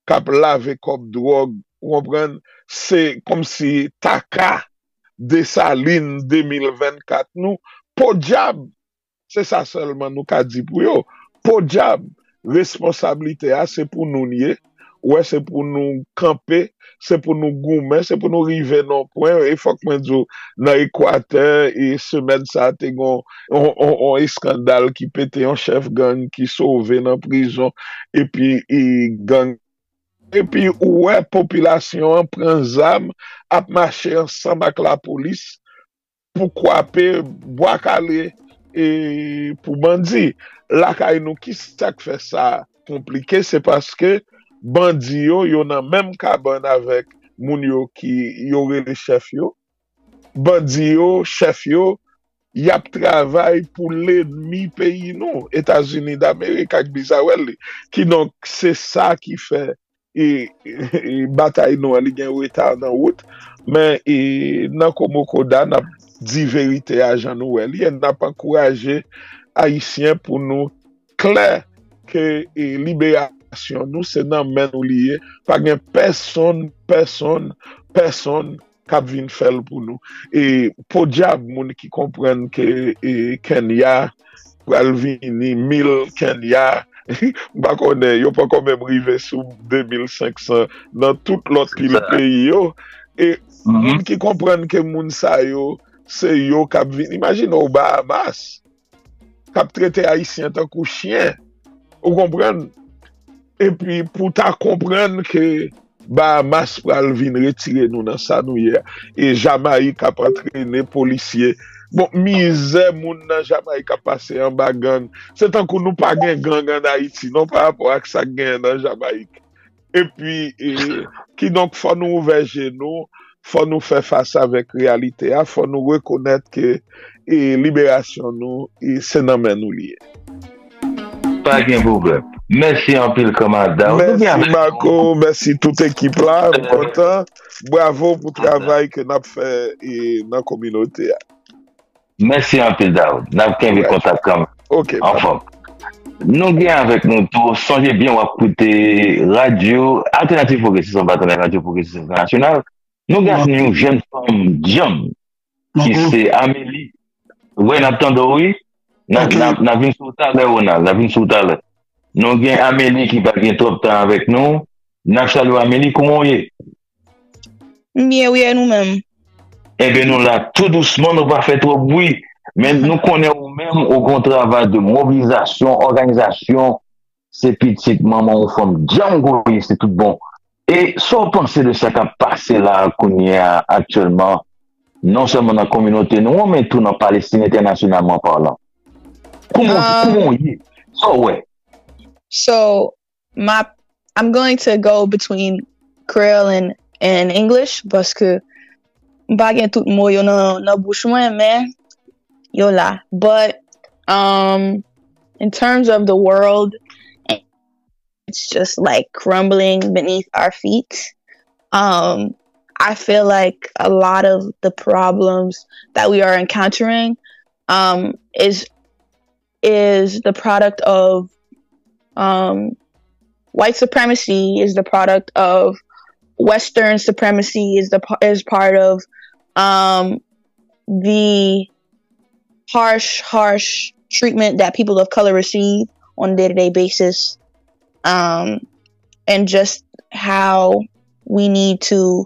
kap lave kop drog, kompren, c'est comme si taka Desaline 2024 nous, po diable, c'est ça seulement nous qu'a dit pour yo, po diable, responsabilité c'est pour nous nier, ouais, c'est pour nous camper, c'est pour nous goumer, c'est pour nous river non point, il faut que moi dis dans Équateur et semaine ça te gon on scandale qui pétait un chef gang qui sauvé dans prison et puis gang. Et puis, ouais, population prend zam, a marché ensemble avec la police pour couper, bois calé et pour bandit. Là, quand nous, qui ça fait ça compliqué, c'est parce que bandit yo nan même cabane avec moun yo qui aurait les chefs yo. Bandit yo, chef yo, y a travail pour l'ennemi pays nous, États-Unis d'Amérique avec Bizarre, qui donc c'est ça qui fait et bataille nous ali gen retard dans route mais nan Komokoda n'a dit vérité à Jean Noël il n'a pas encouragé haïtien pour nous clair que libération nous c'est dans main nous lié pas gen personne cap vinn faire pour nous et pour diable moun qui comprennent que Kenya pral vini 1000 Kenya bah connaît yo pas quand même rivé sous 2500 dans tout l'autre pays yo et moun qui comprennent que moun sa yo c'est yo k'ap vinn imagine au Bahamas k'ap traiter haïtien tant que chien vous comprenez et puis pour ta comprendre que Bahamas pral vinn retirer nous dans ça nous hier et Jamaïque a entraîné policier. Bon, misère, moun nan Jamaïque a passé en bas gang. C'est tant que nous pas gen gang en Haïti, non par rapport à ça gang dans Jamaïque. Et puis, qui donc faut nous ouvrir genoux, faut nous faire face avec réalité, faut nous reconnaître que libération nous, c'est dans main nous lié. Pas de problème. Merci en pile, commandant. Merci Marco, merci toute équipe là, content. Bravo pour le travail que nous avons fait dans la communauté. Merci un peu, Daoud. Nous avons contact comme. Ok. Enfin, nous avons avec nous tous. Songez bien à écouter Radio Alternative Progressiste, son partenaire Radio Progressiste International. Nous avons une jeune femme, John, qui c'est Amélie. Oui, nous avons oui. Nous avons sous talent. Nous avons Amélie qui va gagner trop de temps avec nous. Nous saluons Amélie, comment est? Bien, oui, nous-mêmes. Eh bien, nous là, tout doucement, nous pas fait trop de bruit, mais nous connaissons même au grand travail de mobilisation, organisation, c'est petit, maman ou femme, Django, c'est tout bon. Et sans penser de ça qui a passé là, qu'on y a actuellement, non seulement dans la communauté, nous, mais tout dans la Palestine internationalement parlant. Comment y est? So, I'm going to go between Creole and English, parce que pas gen tout mot yo nan bouche mwen mais yo la. But in terms of the world, it's just like crumbling beneath our feet. I feel like a lot of the problems that we are encountering is the product of white supremacy, is the product of Western supremacy, is part of the harsh treatment that people of color receive on a day-to-day basis, and just how we need to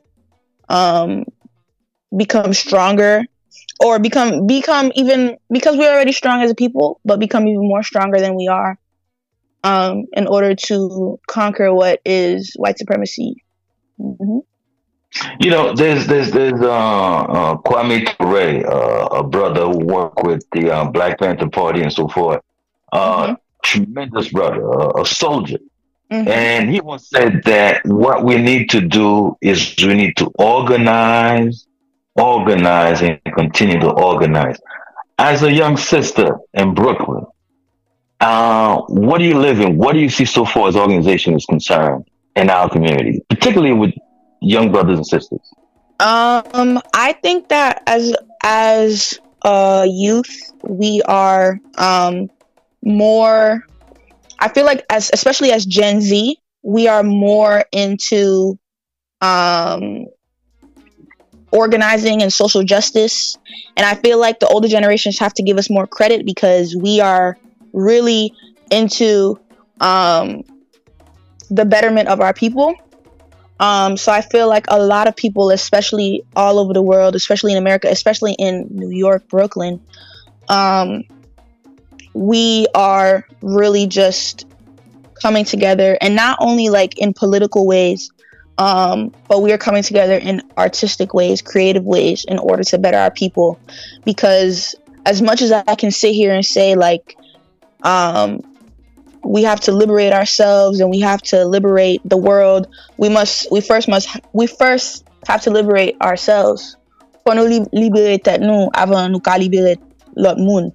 become stronger, or become even, because we're already strong as a people, but become even more stronger than we are, in order to conquer what is white supremacy. Mm-hmm. You know, there's Kwame Ture, a brother who worked with the Black Panther Party and so forth. Tremendous brother, a soldier. Mm-hmm. And he once said that what we need to do is we need to organize, and continue to organize. As a young sister in Brooklyn, what do you live in? What do you see so far as organization is concerned in our community, particularly with young brothers and sisters? I think that as youth, we are more. I feel like especially as Gen Z, we are more into organizing and social justice. And I feel like the older generations have to give us more credit because we are really into the betterment of our people. So I feel like a lot of people, especially all over the world, especially in America, especially in New York, Brooklyn, we are really just coming together, and not only like in political ways, but we are coming together in artistic ways, creative ways, in order to better our people. Because as much as I can sit here and say like, we have to liberate ourselves and we have to liberate the world, we first have to liberate ourselves. Pour nous libérer tête nous avant nous ka libérer l'autre monde.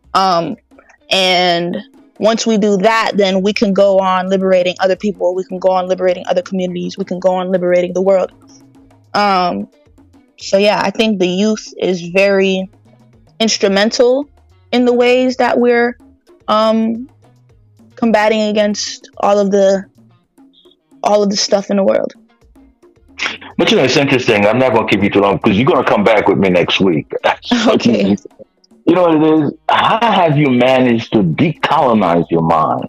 And once we do that, then we can go on liberating other people. We can go on liberating other communities. We can go on liberating the world. So yeah, I think the youth is very instrumental in the ways that we're combating against all of the stuff in the world. But it's interesting. I'm not going to keep you too long because you're going to come back with me next week. Okay. You know what it is? How have you managed to decolonize your mind?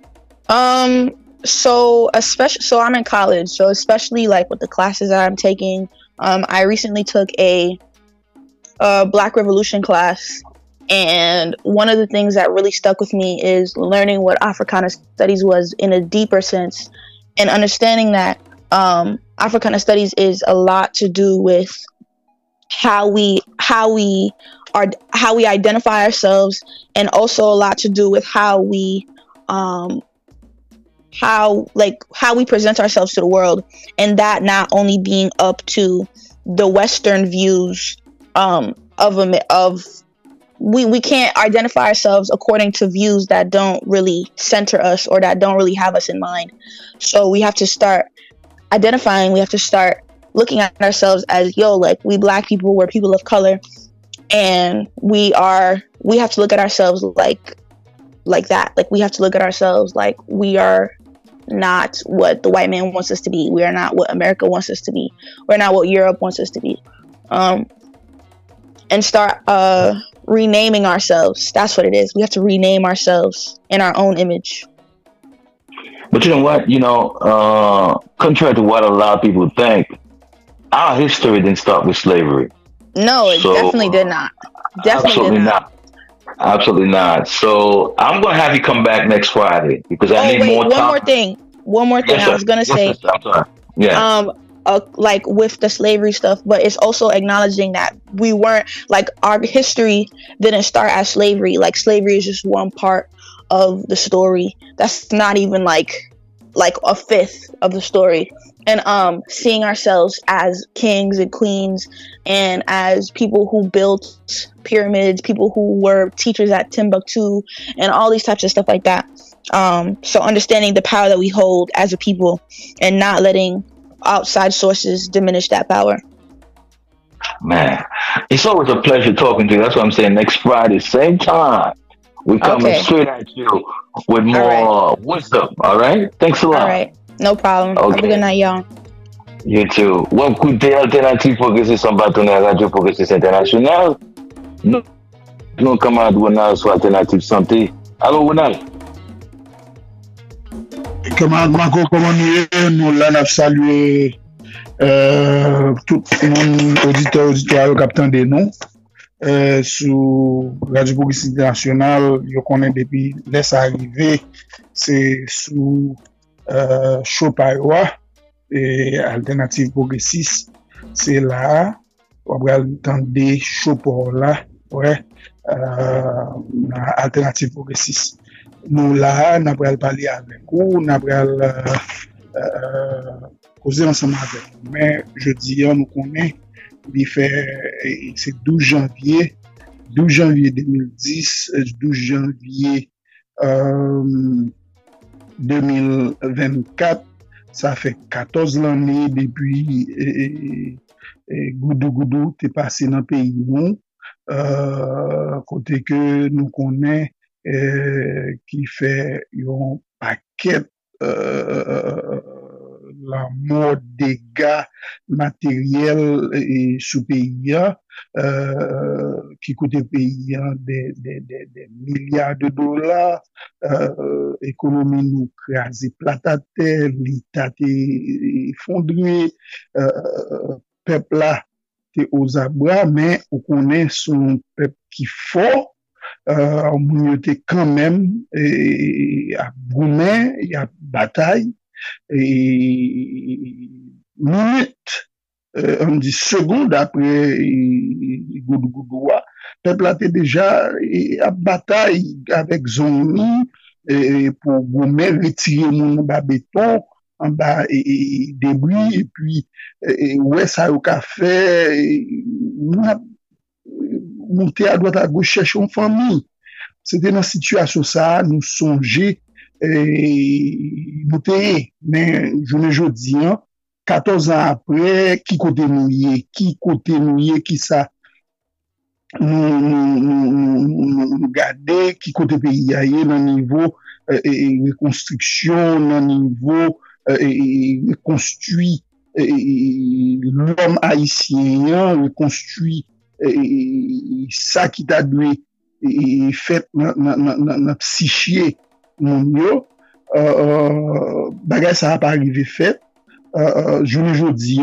So I'm in college. So especially like with the classes that I'm taking, I recently took a Black Revolution class, and one of the things that really stuck with me is learning what Africana Studies was in a deeper sense, and understanding that Africana Studies is a lot to do with how we identify ourselves, and also a lot to do with how we present ourselves to the world, and that not only being up to the Western views we can't identify ourselves according to views that don't really center us or that don't really have us in mind. So we have to start identifying, we have to start looking at ourselves as, like, we Black people, we're people of color, and we have to look at ourselves like that. Like, we have to look at ourselves like we are not what the white man wants us to be. We are not what America wants us to be. We're not what Europe wants us to be. And start renaming ourselves. That's what it is. We have to rename ourselves in our own image. But you know what? Contrary to what a lot of people think, our history didn't start with slavery. No, it definitely did not. Absolutely not. Absolutely not. So I'm going to have you come back next Friday because I need more time. One more thing. Yes, I was going to say. Yes, I'm sorry. Yeah. Like with the slavery stuff, but it's also acknowledging that we weren't, like, our history didn't start as slavery. Like, slavery is just one part of the story. That's not even like a fifth of the story. And seeing ourselves as kings and queens, and as people who built pyramids, people who were teachers at Timbuktu, and all these types of stuff like that. So understanding the power that we hold as a people, and not letting outside sources diminish that power. Man, it's always a pleasure talking to you. That's what I'm saying. Next Friday, same time, we coming straight at you with more wisdom. All right? Thanks a lot. All right. No problem. Okay. Have a good night, y'all. You too. Ou écoutez Alternative Progressiste en partenaire Radio Progressiste International. Nous camarades Ronald sur Alternative Santé. Allô, Ronald? Camarade Marco, comment nous l'avons salué tout le monde, auditeur, capitaine des noms, sur Radio Progressiste International. Je connais depuis laisse arriver, c'est sous Chopayoa et Alternative Progressiste. C'est là, on va entendre des Chopor là, Alternative Progressiste. Nous là, nous allons parler avec vous, nous allons causer ensemble avec vous. Mais jeudi, nous connaissons, c'est 12 janvier 2010, 12 janvier 2024. Ça fait 14 l'année depuis Goudou t'es passé dans le pays nous, côté que nous connaissons qui fait un paquet la mort des dégâts matériels et sous pays qui coûte pays des milliards de dollars, économie nous crasée plate à terre, l'État est effondré, peuple là est aux abras, mais on connaît son peuple qui fort. On était quand même à Broumen, il y a bataille et minutes, on dit secondes après Goudou-Goudoua, peuple était déjà à bataille avec Zoni pour Broumen retirer mon bas béton en bas et débris et puis ouais ça au café monter à droite à gauche chercher une famille. C'était dans cette situation ça, nous songer nous t'es mais je dis 14 ans après qui côté mouillé qui ça nous garder qui côté pays ailleurs dans niveau reconstruction dans niveau reconstruit l'homme haïtien reconstruit ça qui t'a dû fait notre psyché mon yo bagay ça a pas arrivé fait je dis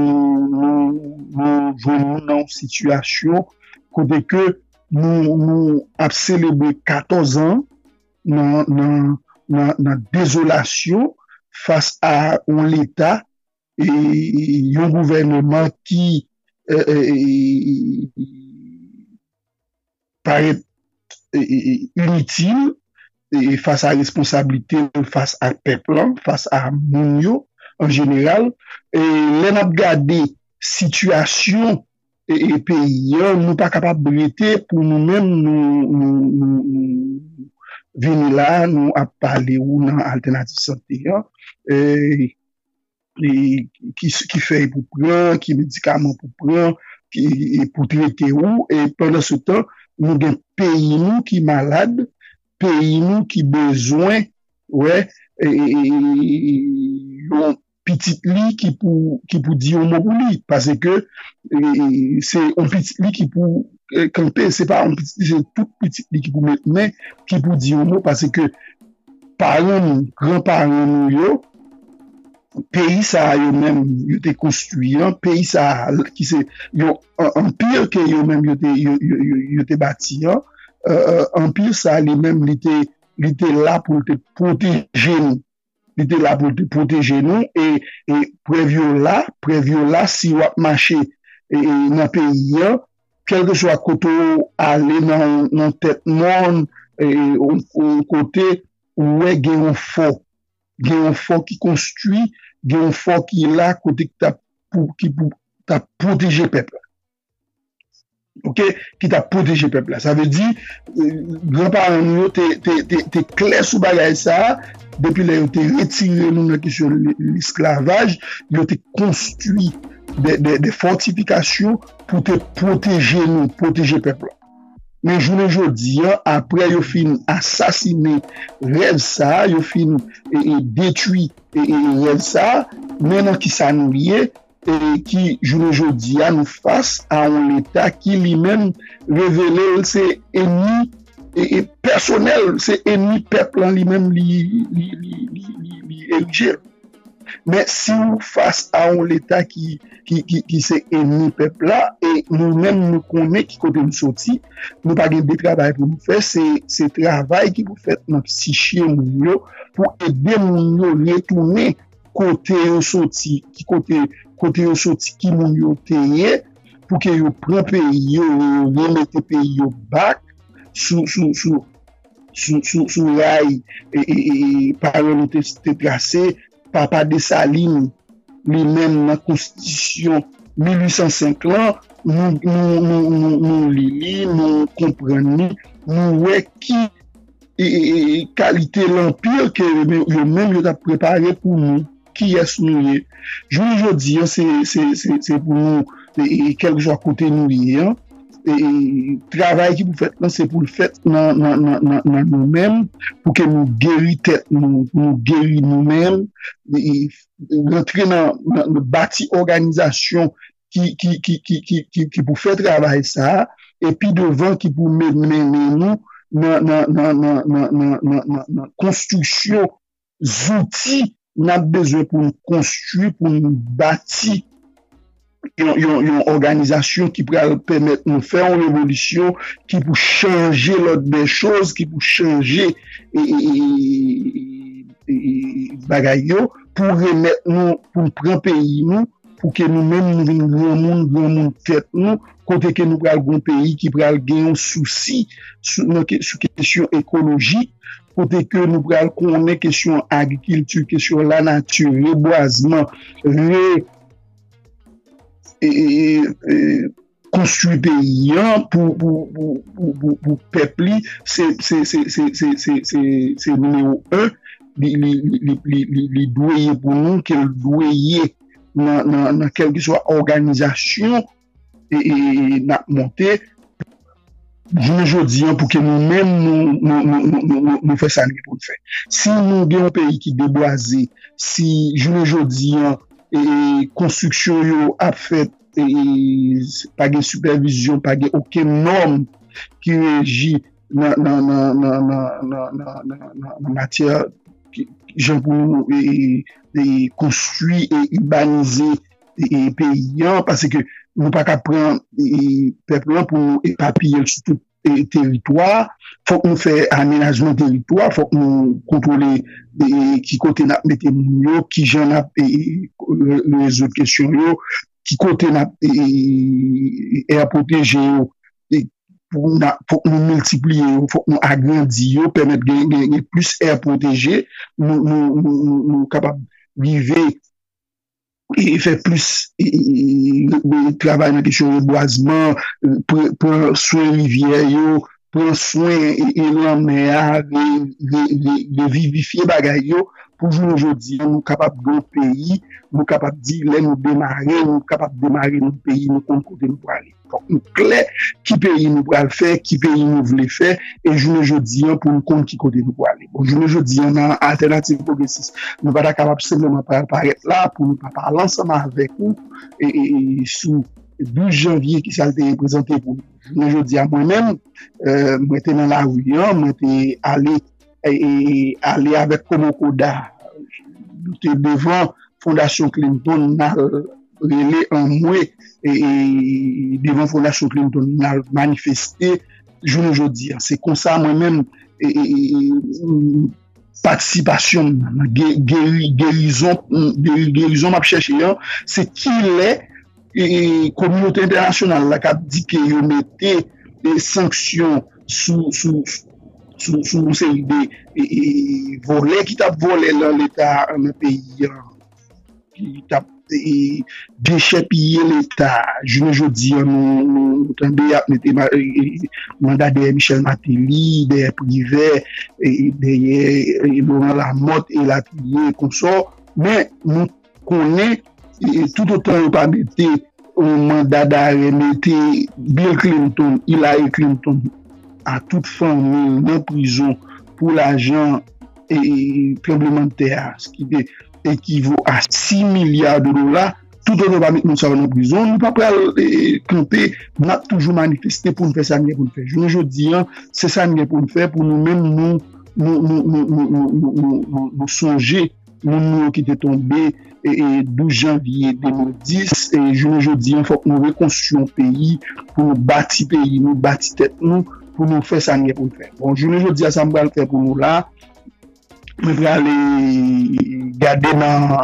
nous jouons dans une situation côté que nous a célébré 14 ans dans désolation face à l'État et un gouvernement qui paraît inutile et face à la responsabilité, face à peuple, face à Mounio en général. Et l'on a regardé situation et pays, nous pas capables de rester pour nous-mêmes nous venir là, nous à parler ou dans alternative santé, qui fait pour prendre, qui médicaments pour prendre, qui pour traiter ou, et pendant ce temps, nous avons pays nous qui malade, pays nous qui besoin, ouais, et un petit lit qui pour dire mot pour lui, parce que c'est un petit lit qui pour camper, c'est pas un petit lit, c'est tout petit lit qui pour mettre, mais qui pour dire mot, parce que parents, grands-parents nous, pays ça yo même yo te construit pays ça qui c'est yo empire que yo même yo te bâti empire ça lui même il était là pour te protéger nous il était là pour te protéger nous et prévieux là si on marcher dans pays quel que soit côté aller dans tête monde et au côté où est un fort qui construit, un fort qui est là côté qui t'a protégé peuple. OK, qui t'a protégé peuple là. Ça veut dire grand-parents nous t'es clair sous bagage ça depuis là t'es retiré nous sur l'esclavage, ils t'es construit des fortifications pour te protéger nous, protéger peuple. Mais aujourd'hui, après, ils fin assassiné rêve ça, ils fin détruit rêve ça, maintenant qui ça nous lié, et qui, aujourd'hui, nous face à un État qui lui-même révélé, c'est ennemi, et personnel, c'est ennemi peuple lui-même, érigé. Mais si nous face à un État qui c'est ennemi peuple là et nous-mêmes nous connaissons qui côté nous sorti, nous pas de travail pour nous faire, c'est travail qui vous fait notre psyché pour aider nous retourner côté sorti qui côté sorti qui nous téye pour que yo prend pays remettre pays back sous rail et par nous te tracé Papa Dessalines lui-même dans la Constitution 1805 là, nous lili, nous comprenons, nous voyons qui qualité l'empire que eux-mêmes ils ont préparé pour nous, qui est nous. Je dis c'est pour nous quelque chose à côté nous travail qui vous faites là, c'est pour le fait dans nous-mêmes, pour que nous guérissions nous guérir nous-mêmes, rentrer dans le bâti organisation qui pour faire travail ça, et puis devant qui pour mener nous dans construction outils n'a besoin pour nous construire, pour nous bâtir une organisation qui pourrait permettre de nous faire une révolution, qui pour changer l'ordre des choses, qui pour changer bagaille, pour remettre nous, pour prendre pays nous, pour que nous-mêmes nous venions grand monde tête nous, côté que nous prenons un pays qui pourrait gagner un souci sur question écologique, côté que nous prenons connaître question agriculture, question la nature, reboisement, construire pays pour peuple, c'est numéro 1, les doyer pour nous, quel doyer dans quelle que soit organisation et n'a monté je dis pour que nous-mêmes nous fassions ça pour le faire. Si nous avons un pays qui est déboisé, si je dis et construction yo a fait pas de supervision, pas de aucune norme qui régit dans matière gens pour construire et urbaniser les pays parce que nous pas qu'à prendre peuple pour éparpiller sur tout territoire, faut qu'on fait aménagement territoire, faut qu'on contrôler qui côté n'a mettre nous qui j'en a les autres questions qui côté n'a air protégé pour nous multiplier, faut nous agrandir, permettre gagner plus air protégé, nous capable vivre et faire plus de travail dans la question de boisement, prendre soin rivière, prendre soin et la mer, de vivifier bagaille pour jouer aujourd'hui, nous capables de pays, nous capables de dire, nous démarrer, nous capables de démarrer notre pays, nous compte côté nous pour aller. Donc, nous clair qui pays nous pour le faire, qui pays nous voulons faire, et jouer aujourd'hui pour nous compte qui côté nous pour aller. Bon, jouer aujourd'hui en alternative progressiste, nous pas capable simplement paraître là pour nous parler ensemble avec vous et sous 12 janvier qui s'est représenté pour nous. Aujourd'hui à moi-même, moi j'étais dans la rue, moi j'étais allé avec Komokoda, j'étais devant Fondation Clinton, relais en moi et devant Fondation Clinton, manifesté aujourd'hui. C'est comme ça moi-même participation, guérison m'a cherché, c'est qu'il est et communauté internationale la qui a dit que vous mettez des sanctions sous une série de volets qui t'a volé dans l'état dans le pays qui t'a déchépillé l'état je dis nous mandat de Michel Martelly des privés des Laurent Lamotte et la prière consort mais nous connaissons tout autant pas mettre un mandat d'arrêt mettre Bill Clinton, Hillary Clinton à toute famille en prison pour l'argent et tremblement de terre, ce qui équivaut à 6 milliards de dollars. Tout autant pas mettre nous ça en prison, nous pas prêt camper, nous a toujours manifesté pour nous faire ça pour nous faire. Je dis c'est ça pour nous faire pour nous-mêmes nous songer nous qui était tombé et 12 janvier 2010 et je dis il faut que nous reconstruisions le pays pour nous bâtir pays nous bâtir tête nous pour nous faire ça pour nous faire bon je dis ça me va le faire pour nous là je vais aller garder dans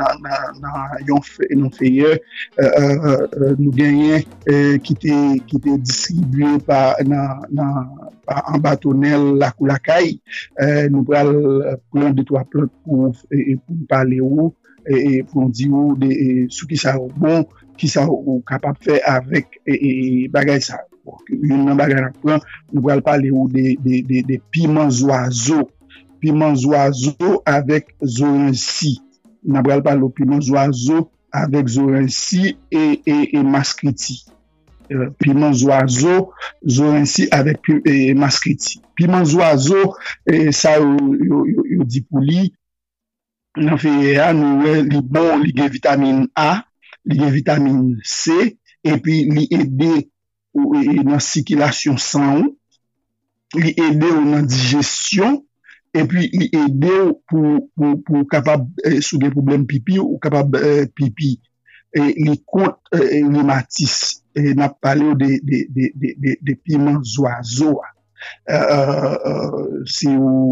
yon feuille nous gagner qui était distribué par en bâtonnel la Koulakaï nous allons prendre 2-3 plantes pour parler où et pour dire ce qui ça bon qui ça capable faire avec et bagage ça une bagage prend nous allons parler où des piments oiseaux avec zoranci nous allons parler aux piments oiseaux avec zoranci et mascriti piment zoazo, zorensi avec maskriti. Piment zoazo, ça yo dit pour lui, nan fait nous li bon, li gen vitamine A, li gen vitamine C, et puis li aider dans circulation sang, li aider dans digestion, et puis li aider pour capable sous des problèmes pipi ou capable pipi. Et li contre rhumatisme. Et n'a parlé de piment zoazo. Si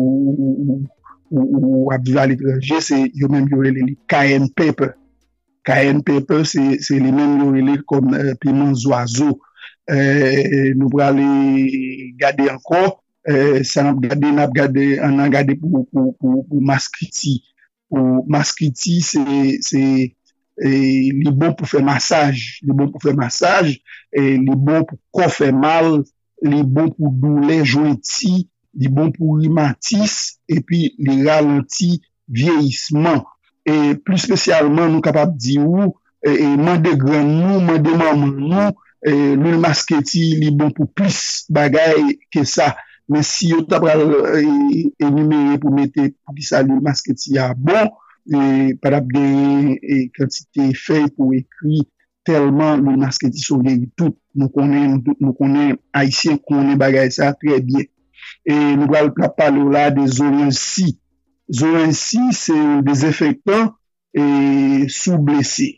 ou abdou à l'étranger, c'est yo même yo les cayenne pepper. Cayenne pepper, c'est les mêmes yo les comme piment zoazo. Nous allons aller garder encore. Ça n'a gardé, on a gardé pour maskriti. Pour maskriti, c'est li bon pour faire massage, li bon pour faire massage, li bon pour corps fait mal, li bon pour douleur jointi, li bon pour rhumatisme et puis li ralentit vieillissement. Et plus spécialement nous capable dire ou mande grand nous, mande maman nous, l'huile masqueti li bon pour plus bagay que ça. Mais si on t'a énuméré pour mettre pour qui ça l'huile masqueti a bon, et par exemple des quantité feuilles pour écrire tellement le masqueti sont tout nous connaît haïtien connaît bagay ça très bien et nous allons parler là des oranges-ci c'est des désinfectants et sous blessé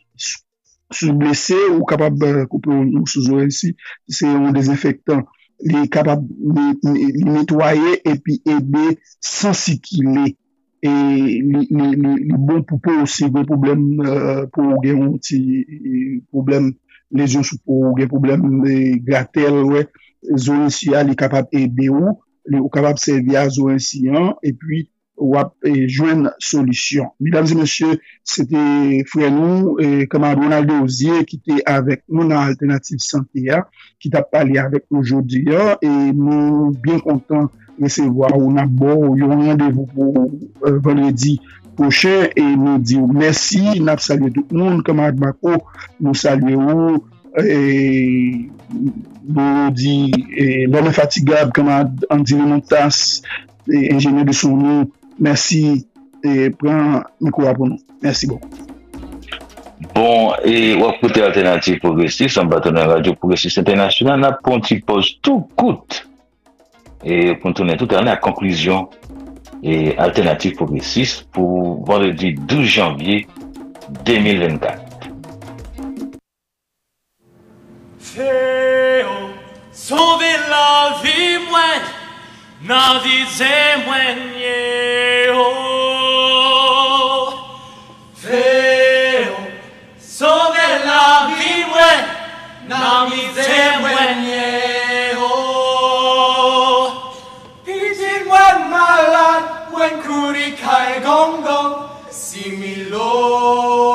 ou capable couper sous oranges-ci c'est un désinfectant les capable de nettoyer et puis aider sans circuler et les bons pour aussi des problèmes pour un petit problème lésions pour des problèmes de gratelle ouais zoncia les capable aider ou capable servir à zoncia et puis ou joindre solution. Mesdames et messieurs, c'était frère nous camarade Ronald Osier qui était avec nous dans Alternative Santé qui t'a parlé avec nous aujourd'hui et nous bien contents recevoir on a bon un rendez-vous pour vendredi prochain et nous disons merci n'a salué tout le monde camarade Bako nous saluons et nous dit l'homme infatigable camarade Andy Montas ingénieur de son nom merci et prends micro pour nous merci beaucoup. Bon, et on écoute Alternative Progressiste, en partenaire Radio Progressiste International, on a un petit pause tout coûte. Et pour tourner tout à l'heure à la conclusion et Alternative Progressiste pour vendredi 12 janvier 2024. Feo, sauver la vie moins, na vie moins oh. Feo, sauver la vie moins, na vie moins oh. Piti moins malade, when kuri kai gong gong, similo.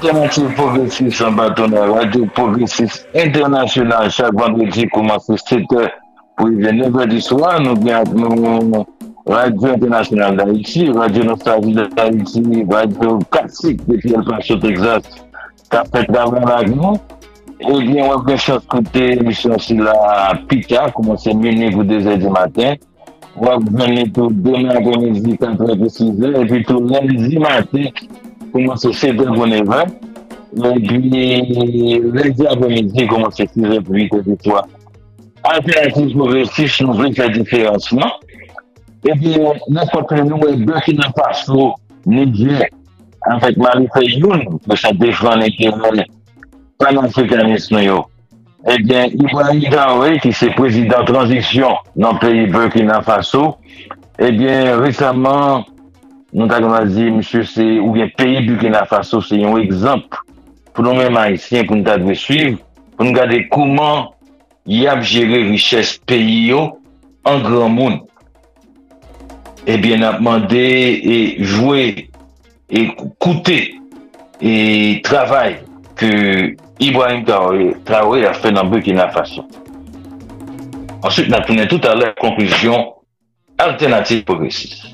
Alternative progressiste en partenariat, Radio Progressiste International, chaque vendredi commence à 7h pour y venir 9h du soir. Nous avons Radio Internationale d'Haïti, Radio Nostalgie d'Haïti, Radio Classique depuis El Paso, Texas, qui a fait travail avec nous. Et bien, on va faire écouter l'émission sur la Pika, commence à minuit pour 2h du matin. On va venir tout demain après-midi, 4h 6h, et puis tout lundi matin, commence à 7h pour 9h. Et puis, lundi après-midi, commence à 6h pour 8h du soir. Alternative progressiste, nous voulons faire différence, non? Et bien, n'importe nous, Burkina Faso, Niger, en fait, Mali fait une, pour ça défendre l'intérêt panafricanisme. Eh bien, Ibrahim Traoré, qui est président de transition dans le pays Burkina Faso, eh bien, récemment, nous avons dit, monsieur, c'est, ou bien, pays Burkina Faso, c'est un exemple pour nous-mêmes haïtiens, pour nous devons suivre, pour nous regarder comment il a géré richesse pays en grand monde. Eh bien, on a demandé et jouer et coûter et travail que Ibrahim Traoré a fait dans Burkina Faso. Ensuite, on a tourné tout à l'heure conclusion alternative progressiste.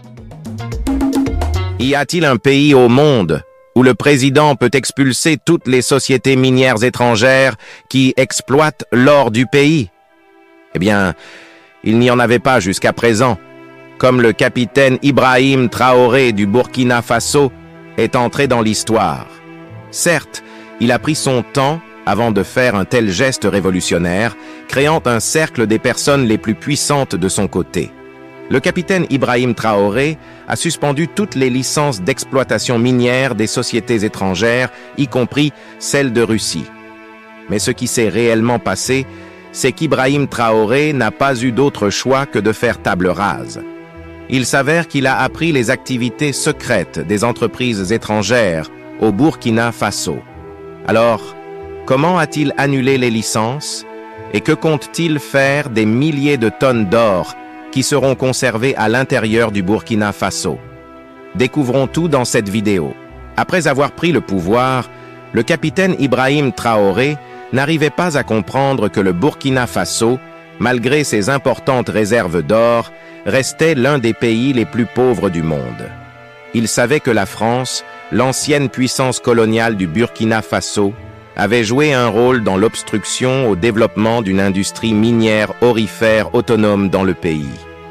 Y a-t-il un pays au monde où le président peut expulser toutes les sociétés minières étrangères qui exploitent l'or du pays? Eh bien, il n'y en avait pas jusqu'à présent, comme le capitaine Ibrahim Traoré du Burkina Faso est entré dans l'histoire. Certes, il a pris son temps avant de faire un tel geste révolutionnaire, créant un cercle des personnes les plus puissantes de son côté. Le capitaine Ibrahim Traoré a suspendu toutes les licences d'exploitation minière des sociétés étrangères, y compris celles de Russie. Mais ce qui s'est réellement passé, c'est qu'Ibrahim Traoré n'a pas eu d'autre choix que de faire table rase. Il s'avère qu'il a appris les activités secrètes des entreprises étrangères au Burkina Faso. Alors, comment a-t-il annulé les licences et que compte-t-il faire des milliers de tonnes d'or qui seront conservées à l'intérieur du Burkina Faso? Découvrons tout dans cette vidéo. Après avoir pris le pouvoir, le capitaine Ibrahim Traoré n'arrivait pas à comprendre que le Burkina Faso, malgré ses importantes réserves d'or, restait l'un des pays les plus pauvres du monde. Il savait que la France, l'ancienne puissance coloniale du Burkina Faso, avait joué un rôle dans l'obstruction au développement d'une industrie minière aurifère autonome dans le pays.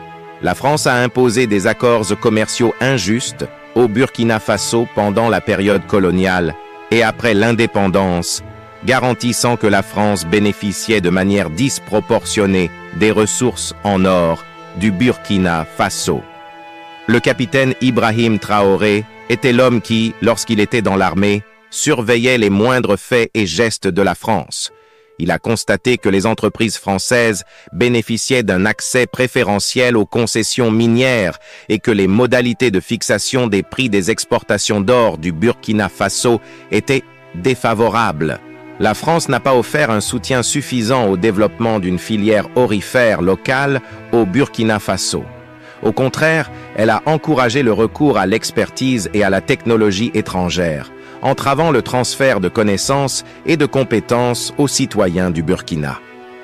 La France a imposé des accords commerciaux injustes au Burkina Faso pendant la période coloniale et après l'indépendance, garantissant que la France bénéficiait de manière disproportionnée des ressources en or du Burkina Faso. Le capitaine Ibrahim Traoré était l'homme qui, lorsqu'il était dans l'armée, surveillait les moindres faits et gestes de la France. Il a constaté que les entreprises françaises bénéficiaient d'un accès préférentiel aux concessions minières et que les modalités de fixation des prix des exportations d'or du Burkina Faso étaient défavorables. La France n'a pas offert un soutien suffisant au développement d'une filière aurifère locale au Burkina Faso. Au contraire, elle a encouragé le recours à l'expertise et à la technologie étrangère, entravant le transfert de connaissances et de compétences aux citoyens du Burkina.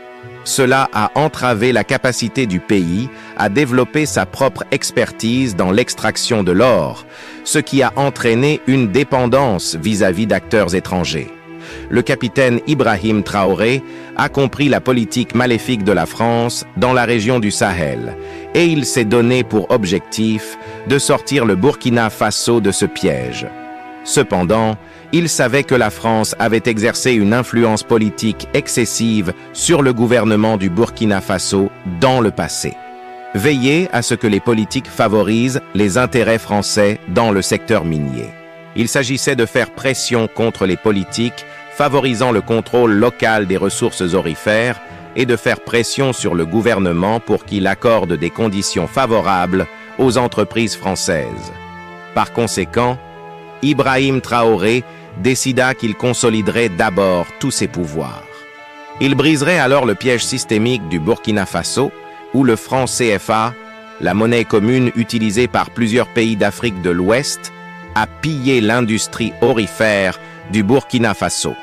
Cela a entravé la capacité du pays à développer sa propre expertise dans l'extraction de l'or, ce qui a entraîné une dépendance vis-à-vis d'acteurs étrangers. Le capitaine Ibrahim Traoré a compris la politique maléfique de la France dans la région du Sahel et il s'est donné pour objectif de sortir le Burkina Faso de ce piège. Cependant, il savait que la France avait exercé une influence politique excessive sur le gouvernement du Burkina Faso dans le passé. Veillez à ce que les politiques favorisent les intérêts français dans le secteur minier. Il s'agissait de faire pression contre les politiques favorisant le contrôle local des ressources aurifères et de faire pression sur le gouvernement pour qu'il accorde des conditions favorables aux entreprises françaises. Par conséquent, Ibrahim Traoré décida qu'il consoliderait d'abord tous ses pouvoirs. Il briserait alors le piège systémique du Burkina Faso, où le franc CFA, la monnaie commune utilisée par plusieurs pays d'Afrique de l'Ouest, a pillé l'industrie aurifère du Burkina Faso.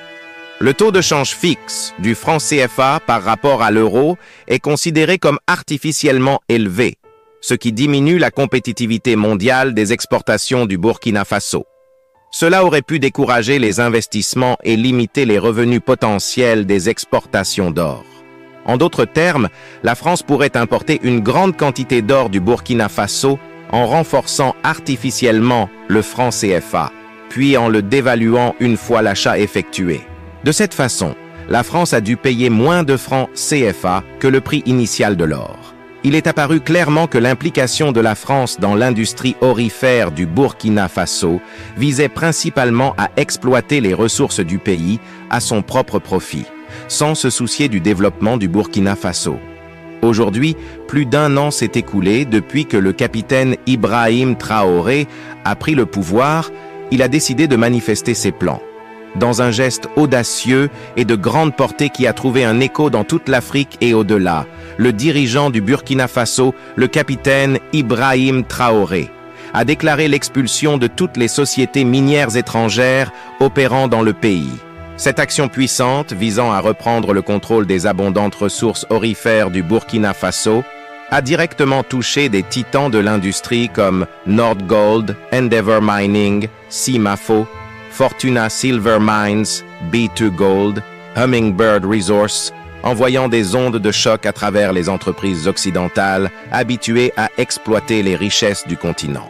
Le taux de change fixe du franc CFA par rapport à l'euro est considéré comme artificiellement élevé, ce qui diminue la compétitivité mondiale des exportations du Burkina Faso. Cela aurait pu décourager les investissements et limiter les revenus potentiels des exportations d'or. En d'autres termes, la France pourrait importer une grande quantité d'or du Burkina Faso en renforçant artificiellement le franc CFA, puis en le dévaluant une fois l'achat effectué. De cette façon, la France a dû payer moins de francs CFA que le prix initial de l'or. Il est apparu clairement que l'implication de la France dans l'industrie aurifère du Burkina Faso visait principalement à exploiter les ressources du pays à son propre profit, sans se soucier du développement du Burkina Faso. Aujourd'hui, plus d'1 an s'est écoulé depuis que le capitaine Ibrahim Traoré a pris le pouvoir. Il a décidé de manifester ses plans. Dans un geste audacieux et de grande portée qui a trouvé un écho dans toute l'Afrique et au-delà, le dirigeant du Burkina Faso, le capitaine Ibrahim Traoré, a déclaré l'expulsion de toutes les sociétés minières étrangères opérant dans le pays. Cette action puissante, visant à reprendre le contrôle des abondantes ressources aurifères du Burkina Faso, a directement touché des titans de l'industrie comme Nordgold, Endeavour Mining, Simafo, Fortuna Silver Mines, B2 Gold, Hummingbird Resource, envoyant des ondes de choc à travers les entreprises occidentales habituées à exploiter les richesses du continent.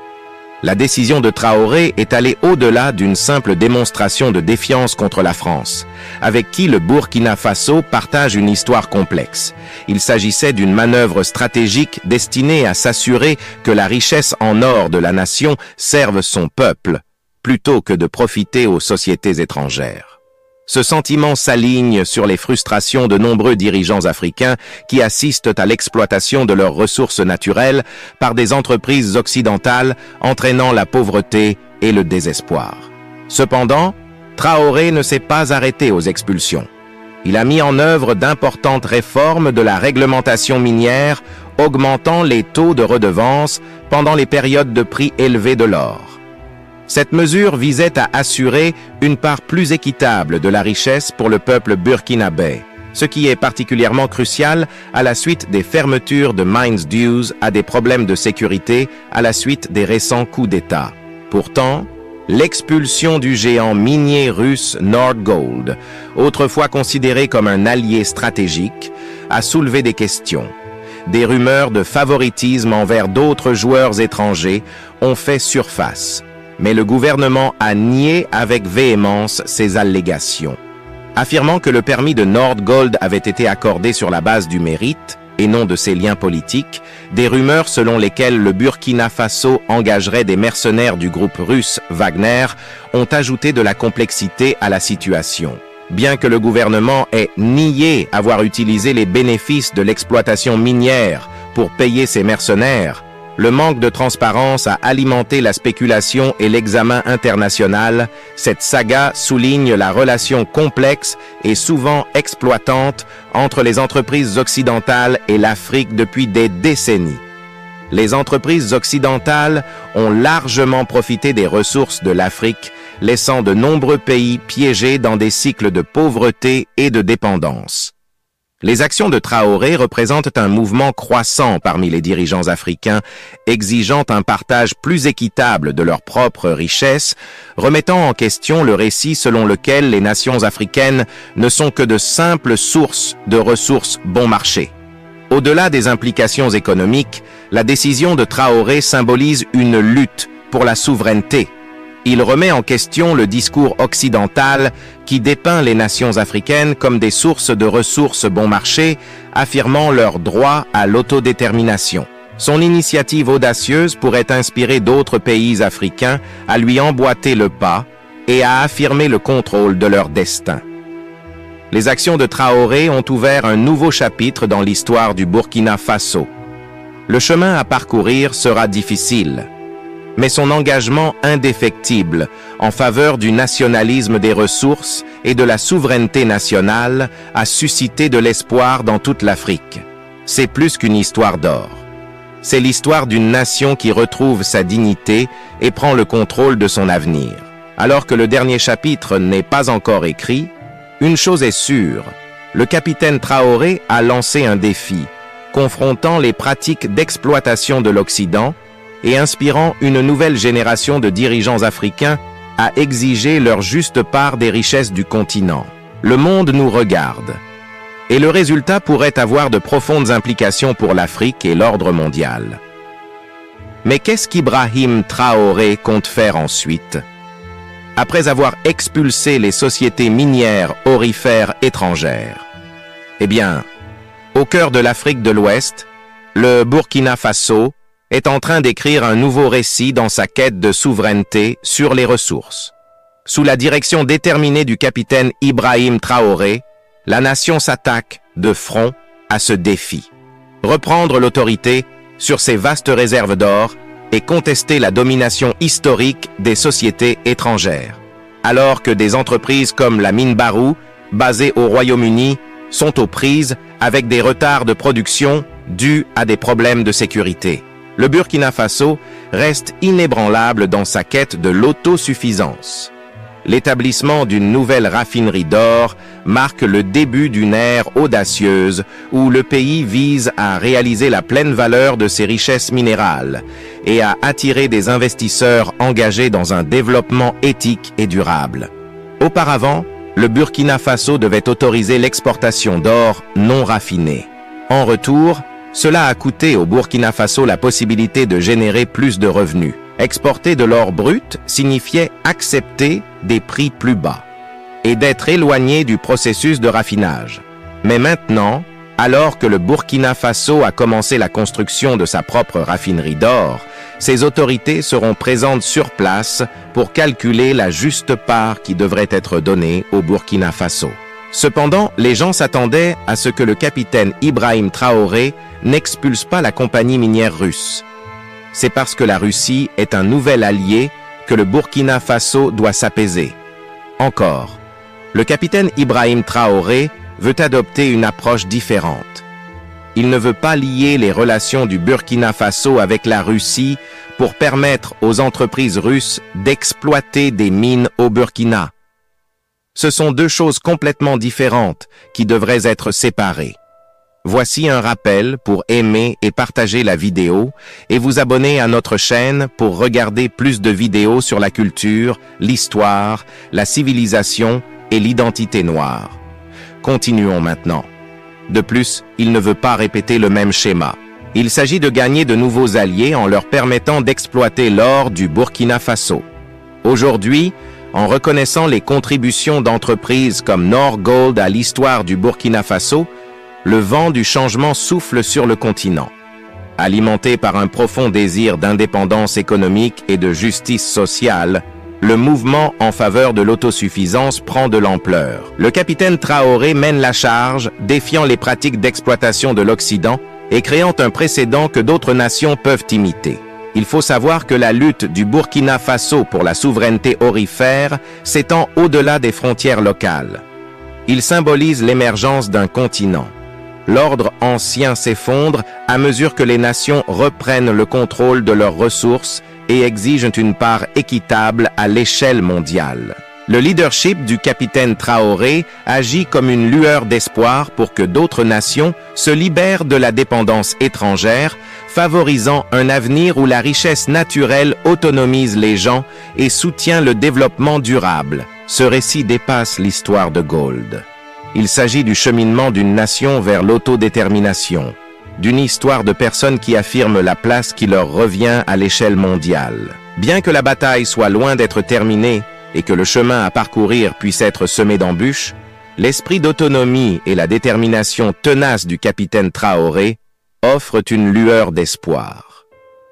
La décision de Traoré est allée au-delà d'une simple démonstration de défiance contre la France, avec qui le Burkina Faso partage une histoire complexe. Il s'agissait d'une manœuvre stratégique destinée à s'assurer que la richesse en or de la nation serve son peuple, plutôt que de profiter aux sociétés étrangères. Ce sentiment s'aligne sur les frustrations de nombreux dirigeants africains qui assistent à l'exploitation de leurs ressources naturelles par des entreprises occidentales, entraînant la pauvreté et le désespoir. Cependant, Traoré ne s'est pas arrêté aux expulsions. Il a mis en œuvre d'importantes réformes de la réglementation minière, augmentant les taux de redevance pendant les périodes de prix élevés de l'or. Cette mesure visait à assurer une part plus équitable de la richesse pour le peuple burkinabé, ce qui est particulièrement crucial à la suite des fermetures de mines dues à des problèmes de sécurité à la suite des récents coups d'État. Pourtant, l'expulsion du géant minier russe Nordgold, autrefois considéré comme un allié stratégique, a soulevé des questions. Des rumeurs de favoritisme envers d'autres joueurs étrangers ont fait surface. Mais le gouvernement a nié avec véhémence ces allégations. Affirmant que le permis de Nordgold avait été accordé sur la base du mérite et non de ses liens politiques, des rumeurs selon lesquelles le Burkina Faso engagerait des mercenaires du groupe russe Wagner ont ajouté de la complexité à la situation. Bien que le gouvernement ait nié avoir utilisé les bénéfices de l'exploitation minière pour payer ses mercenaires, le manque de transparence a alimenté la spéculation et l'examen international. Cette saga souligne la relation complexe et souvent exploitante entre les entreprises occidentales et l'Afrique depuis des décennies. Les entreprises occidentales ont largement profité des ressources de l'Afrique, laissant de nombreux pays piégés dans des cycles de pauvreté et de dépendance. Les actions de Traoré représentent un mouvement croissant parmi les dirigeants africains, exigeant un partage plus équitable de leurs propres richesses, remettant en question le récit selon lequel les nations africaines ne sont que de simples sources de ressources bon marché. Au-delà des implications économiques, la décision de Traoré symbolise une lutte pour la souveraineté. Il remet en question le discours occidental qui dépeint les nations africaines comme des sources de ressources bon marché, affirmant leur droit à l'autodétermination. Son initiative audacieuse pourrait inspirer d'autres pays africains à lui emboîter le pas et à affirmer le contrôle de leur destin. Les actions de Traoré ont ouvert un nouveau chapitre dans l'histoire du Burkina Faso. Le chemin à parcourir sera difficile, mais son engagement indéfectible en faveur du nationalisme des ressources et de la souveraineté nationale a suscité de l'espoir dans toute l'Afrique. C'est plus qu'une histoire d'or. C'est l'histoire d'une nation qui retrouve sa dignité et prend le contrôle de son avenir. Alors que le dernier chapitre n'est pas encore écrit, une chose est sûre, le capitaine Traoré a lancé un défi, confrontant les pratiques d'exploitation de l'Occident et inspirant une nouvelle génération de dirigeants africains à exiger leur juste part des richesses du continent. Le monde nous regarde, et le résultat pourrait avoir de profondes implications pour l'Afrique et l'ordre mondial. Mais qu'est-ce qu'Ibrahim Traoré compte faire ensuite? Après avoir expulsé les sociétés minières aurifères étrangères? Eh bien, au cœur de l'Afrique de l'Ouest, le Burkina Faso est en train d'écrire un nouveau récit dans sa quête de souveraineté sur les ressources. Sous la direction déterminée du capitaine Ibrahim Traoré, la nation s'attaque de front à ce défi. Reprendre l'autorité sur ses vastes réserves d'or et contester la domination historique des sociétés étrangères. Alors que des entreprises comme la mine Barou, basée au Royaume-Uni, sont aux prises avec des retards de production dus à des problèmes de sécurité. Le Burkina Faso reste inébranlable dans sa quête de l'autosuffisance. L'établissement d'une nouvelle raffinerie d'or marque le début d'une ère audacieuse où le pays vise à réaliser la pleine valeur de ses richesses minérales et à attirer des investisseurs engagés dans un développement éthique et durable. Auparavant, le Burkina Faso devait autoriser l'exportation d'or non raffiné. En retour, cela a coûté au Burkina Faso la possibilité de générer plus de revenus. Exporter de l'or brut signifiait accepter des prix plus bas et d'être éloigné du processus de raffinage. Mais maintenant, alors que le Burkina Faso a commencé la construction de sa propre raffinerie d'or, ses autorités seront présentes sur place pour calculer la juste part qui devrait être donnée au Burkina Faso. Cependant, les gens s'attendaient à ce que le capitaine Ibrahim Traoré n'expulse pas la compagnie minière russe. C'est parce que la Russie est un nouvel allié que le Burkina Faso doit s'apaiser. Encore, le capitaine Ibrahim Traoré veut adopter une approche différente. Il ne veut pas lier les relations du Burkina Faso avec la Russie pour permettre aux entreprises russes d'exploiter des mines au Burkina. Ce sont deux choses complètement différentes qui devraient être séparées. Voici un rappel pour aimer et partager la vidéo et vous abonner à notre chaîne pour regarder plus de vidéos sur la culture, l'histoire, la civilisation et l'identité noire. Continuons maintenant. De plus, il ne veut pas répéter le même schéma. Il s'agit de gagner de nouveaux alliés en leur permettant d'exploiter l'or du Burkina Faso. Aujourd'hui, en reconnaissant les contributions d'entreprises comme Norgold à l'histoire du Burkina Faso, le vent du changement souffle sur le continent. Alimenté par un profond désir d'indépendance économique et de justice sociale, le mouvement en faveur de l'autosuffisance prend de l'ampleur. Le capitaine Traoré mène la charge, défiant les pratiques d'exploitation de l'Occident et créant un précédent que d'autres nations peuvent imiter. Il faut savoir que la lutte du Burkina Faso pour la souveraineté aurifère s'étend au-delà des frontières locales. Il symbolise l'émergence d'un continent. L'ordre ancien s'effondre à mesure que les nations reprennent le contrôle de leurs ressources et exigent une part équitable à l'échelle mondiale. Le leadership du capitaine Traoré agit comme une lueur d'espoir pour que d'autres nations se libèrent de la dépendance étrangère, favorisant un avenir où la richesse naturelle autonomise les gens et soutient le développement durable. Ce récit dépasse l'histoire de Gold. Il s'agit du cheminement d'une nation vers l'autodétermination, d'une histoire de personnes qui affirment la place qui leur revient à l'échelle mondiale. Bien que la bataille soit loin d'être terminée et que le chemin à parcourir puisse être semé d'embûches, l'esprit d'autonomie et la détermination tenace du capitaine Traoré offrent une lueur d'espoir.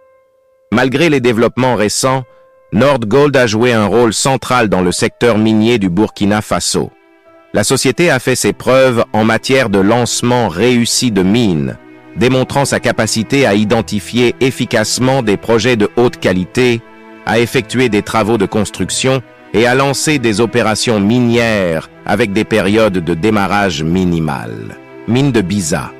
Malgré les développements récents, Norgold a joué un rôle central dans le secteur minier du Burkina Faso. La société a fait ses preuves en matière de lancement réussi de mines, démontrant sa capacité à identifier efficacement des projets de haute qualité, à effectuer des travaux de construction et à lancer des opérations minières avec des périodes de démarrage minimales. Mine de Biza.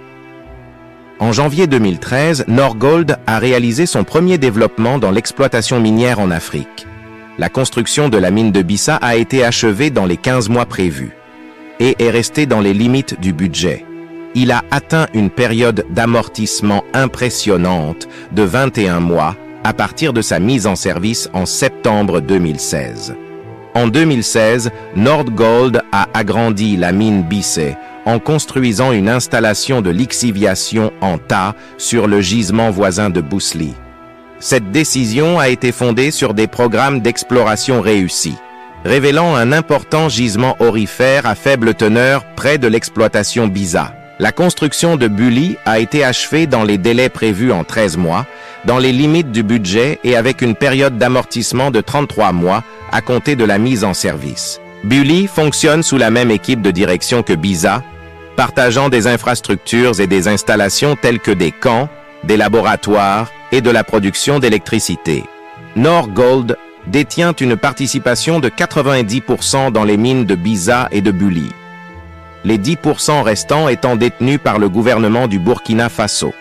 En janvier 2013, Norgold a réalisé son premier développement dans l'exploitation minière en Afrique. la construction de la mine de Bissa a été achevée dans les 15 mois prévus et est restée dans les limites du budget. Il a atteint une période d'amortissement impressionnante de 21 mois à partir de sa mise en service en septembre 2016. En 2016, Nordgold a agrandi la mine Bissey en construisant une installation de lixiviation en tas sur le gisement voisin de Bousli. Cette décision a été fondée sur des programmes d'exploration réussis, révélant un important gisement aurifère à faible teneur près de l'exploitation Bissa. La construction de Bully a été achevée dans les délais prévus en 13 mois, dans les limites du budget et avec une période d'amortissement de 33 mois à compter de la mise en service. Bully fonctionne sous la même équipe de direction que Bissa, partageant des infrastructures et des installations telles que des camps, des laboratoires et de la production d'électricité. Nordgold détient une participation de 90% dans les mines de Bissa et de Bully, les 10% restants étant détenus par le gouvernement du Burkina Faso.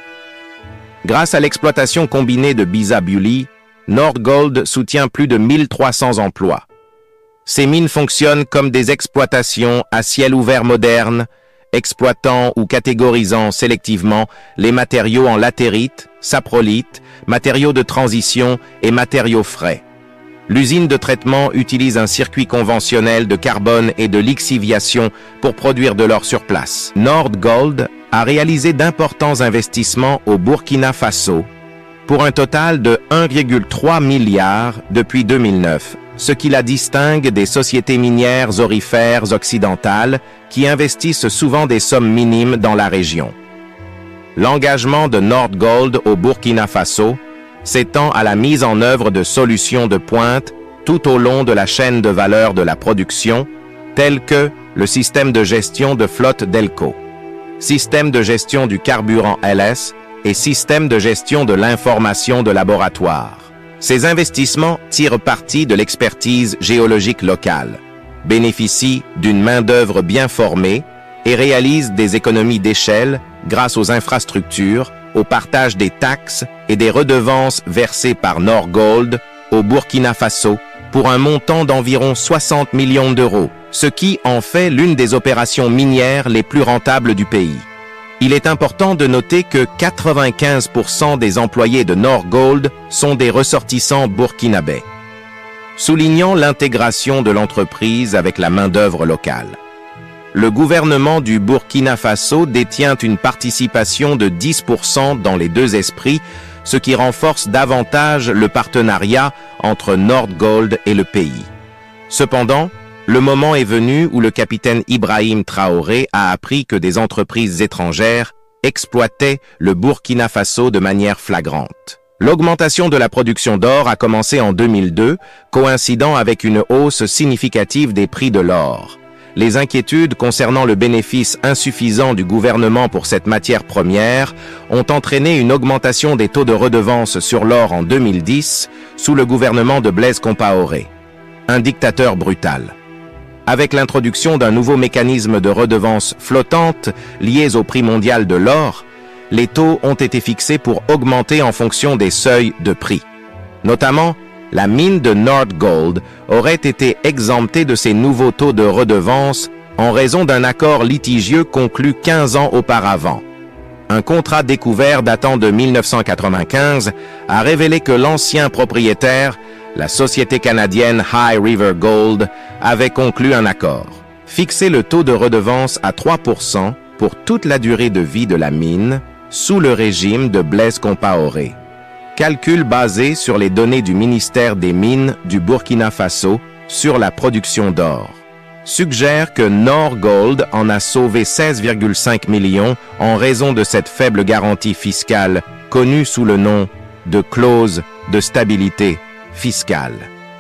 Grâce à l'exploitation combinée de Bissa-Bully, Nordgold soutient plus de 1300 emplois. Ces mines fonctionnent comme des exploitations à ciel ouvert modernes, exploitant ou catégorisant sélectivement les matériaux en latérite, saprolite, matériaux de transition et matériaux frais. L'usine de traitement utilise un circuit conventionnel de carbone et de lixiviation pour produire de l'or sur place. Nordgold a réalisé d'importants investissements au Burkina Faso pour un total de 1,3 milliard depuis 2009, ce qui la distingue des sociétés minières aurifères occidentales qui investissent souvent des sommes minimes dans la région. L'engagement de Nordgold au Burkina Faso s'étend à la mise en œuvre de solutions de pointe tout au long de la chaîne de valeur de la production, telles que le système de gestion de flotte Delco, système de gestion du carburant LS et système de gestion de l'information de laboratoire. Ces investissements tirent parti de l'expertise géologique locale, bénéficient d'une main-d'œuvre bien formée et réalisent des économies d'échelle grâce aux infrastructures, au partage des taxes et des redevances versées par Nordgold au Burkina Faso pour un montant d'environ 60 millions d'euros, ce qui en fait l'une des opérations minières les plus rentables du pays. Il est important de noter que 95% des employés de Nordgold sont des ressortissants burkinabés, soulignant l'intégration de l'entreprise avec la main-d'œuvre locale. Le gouvernement du Burkina Faso détient une participation de 10% dans les deux esprits, ce qui renforce davantage le partenariat entre Nordgold et le pays. Cependant, le moment est venu où le capitaine Ibrahim Traoré a appris que des entreprises étrangères exploitaient le Burkina Faso de manière flagrante. L'augmentation de la production d'or a commencé en 2002, coïncidant avec une hausse significative des prix de l'or. Les inquiétudes concernant le bénéfice insuffisant du gouvernement pour cette matière première ont entraîné une augmentation des taux de redevance sur l'or en 2010 sous le gouvernement de Blaise Compaoré, un dictateur brutal. Avec l'introduction d'un nouveau mécanisme de redevance flottante lié au prix mondial de l'or, les taux ont été fixés pour augmenter en fonction des seuils de prix. Notamment, la mine de Nordgold aurait été exemptée de ces nouveaux taux de redevance en raison d'un accord litigieux conclu 15 ans auparavant. Un contrat découvert datant de 1995 a révélé que l'ancien propriétaire, la société canadienne High River Gold, avait conclu un accord. Fixer le taux de redevance à 3% pour toute la durée de vie de la mine sous le régime de Blaise Compaoré. Calcul basé sur les données du ministère des Mines du Burkina Faso sur la production d'or suggère que Nordgold en a sauvé 16,5 millions en raison de cette faible garantie fiscale connue sous le nom de clause de stabilité fiscale.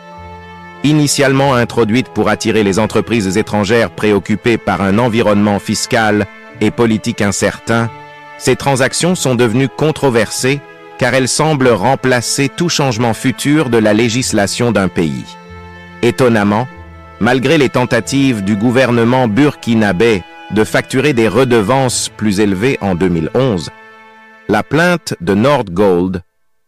Initialement introduite pour attirer les entreprises étrangères préoccupées par un environnement fiscal et politique incertain, ces transactions sont devenues controversées car elles semblent remplacer tout changement futur de la législation d'un pays. Étonnamment, malgré les tentatives du gouvernement burkinabé de facturer des redevances plus élevées en 2011, la plainte de Nordgold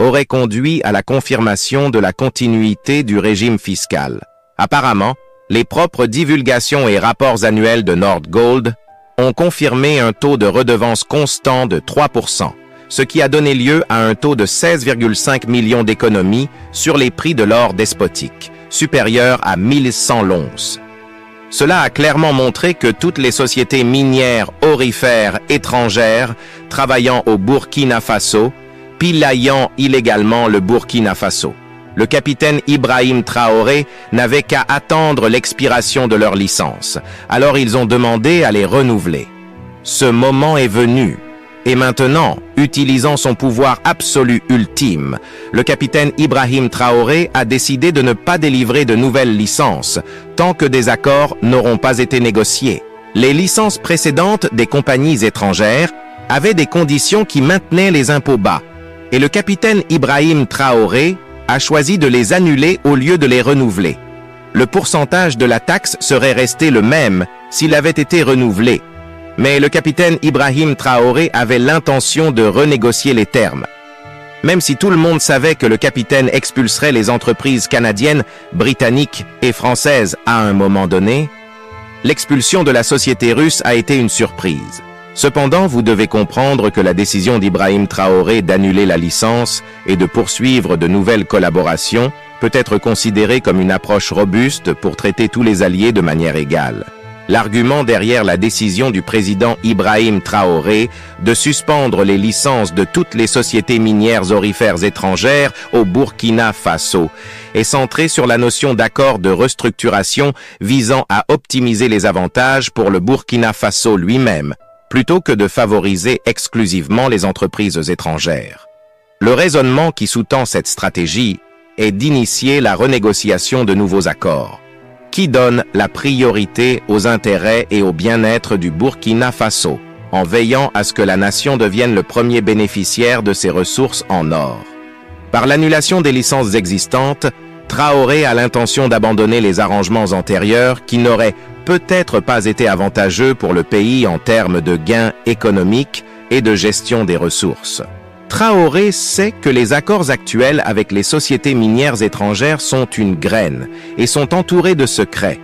aurait conduit à la confirmation de la continuité du régime fiscal. Apparemment, les propres divulgations et rapports annuels de Nordgold ont confirmé un taux de redevance constant de 3%, ce qui a donné lieu à un taux de 16,5 millions d'économies sur les prix de l'or despotique, supérieur à 1100 l'once. Cela a clairement montré que toutes les sociétés minières aurifères étrangères travaillant au Burkina Faso, pillaillant illégalement le Burkina Faso. Le capitaine Ibrahim Traoré n'avait qu'à attendre l'expiration de leur licence. Alors ils ont demandé à les renouveler. Ce moment est venu. Et maintenant, utilisant son pouvoir absolu ultime, le capitaine Ibrahim Traoré a décidé de ne pas délivrer de nouvelles licences tant que des accords n'auront pas été négociés. Les licences précédentes des compagnies étrangères avaient des conditions qui maintenaient les impôts bas, et le capitaine Ibrahim Traoré a choisi de les annuler au lieu de les renouveler. Le pourcentage de la taxe serait resté le même s'il avait été renouvelé. Mais le capitaine Ibrahim Traoré avait l'intention de renégocier les termes. Même si tout le monde savait que le capitaine expulserait les entreprises canadiennes, britanniques et françaises à un moment donné, l'expulsion de la société russe a été une surprise. Cependant, vous devez comprendre que la décision d'Ibrahim Traoré d'annuler la licence et de poursuivre de nouvelles collaborations peut être considérée comme une approche robuste pour traiter tous les alliés de manière égale. L'argument derrière la décision du président Ibrahim Traoré de suspendre les licences de toutes les sociétés minières aurifères étrangères au Burkina Faso est centré sur la notion d'accord de restructuration visant à optimiser les avantages pour le Burkina Faso lui-même, plutôt que de favoriser exclusivement les entreprises étrangères. Le raisonnement qui sous-tend cette stratégie est d'initier la renégociation de nouveaux accords, qui donne la priorité aux intérêts et au bien-être du Burkina Faso, en veillant à ce que la nation devienne le premier bénéficiaire de ses ressources en or. Par l'annulation des licences existantes, Traoré a l'intention d'abandonner les arrangements antérieurs qui n'auraient peut-être pas été avantageux pour le pays en termes de gains économiques et de gestion des ressources. Traoré sait que les accords actuels avec les sociétés minières étrangères sont une graine et sont entourés de secrets.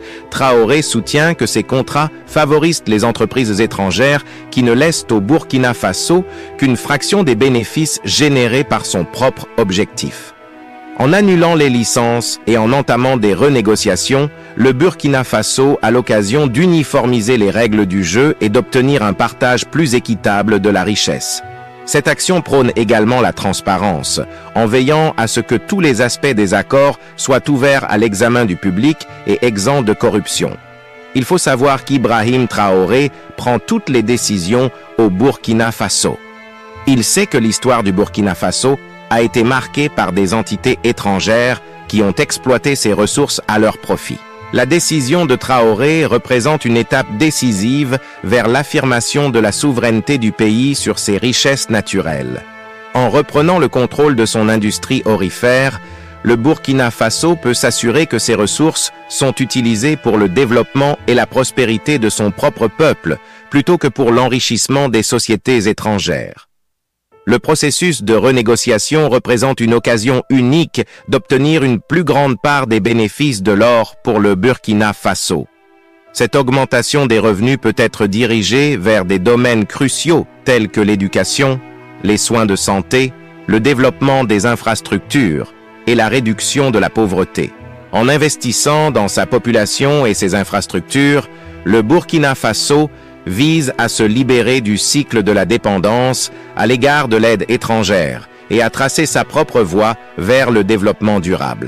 Traoré soutient que ces contrats favorisent les entreprises étrangères qui ne laissent au Burkina Faso qu'une fraction des bénéfices générés par son propre objectif. En annulant les licences et en entamant des renégociations, le Burkina Faso a l'occasion d'uniformiser les règles du jeu et d'obtenir un partage plus équitable de la richesse. Cette action prône également la transparence, en veillant à ce que tous les aspects des accords soient ouverts à l'examen du public et exempts de corruption. Il faut savoir qu'Ibrahim Traoré prend toutes les décisions au Burkina Faso. Il sait que l'histoire du Burkina Faso a été marquée par des entités étrangères qui ont exploité ses ressources à leur profit. La décision de Traoré représente une étape décisive vers l'affirmation de la souveraineté du pays sur ses richesses naturelles. En reprenant le contrôle de son industrie aurifère, le Burkina Faso peut s'assurer que ses ressources sont utilisées pour le développement et la prospérité de son propre peuple, plutôt que pour l'enrichissement des sociétés étrangères. Le processus de renégociation représente une occasion unique d'obtenir une plus grande part des bénéfices de l'or pour le Burkina Faso. Cette augmentation des revenus peut être dirigée vers des domaines cruciaux tels que l'éducation, les soins de santé, le développement des infrastructures et la réduction de la pauvreté. En investissant dans sa population et ses infrastructures, le Burkina Faso vise à se libérer du cycle de la dépendance à l'égard de l'aide étrangère et à tracer sa propre voie vers le développement durable.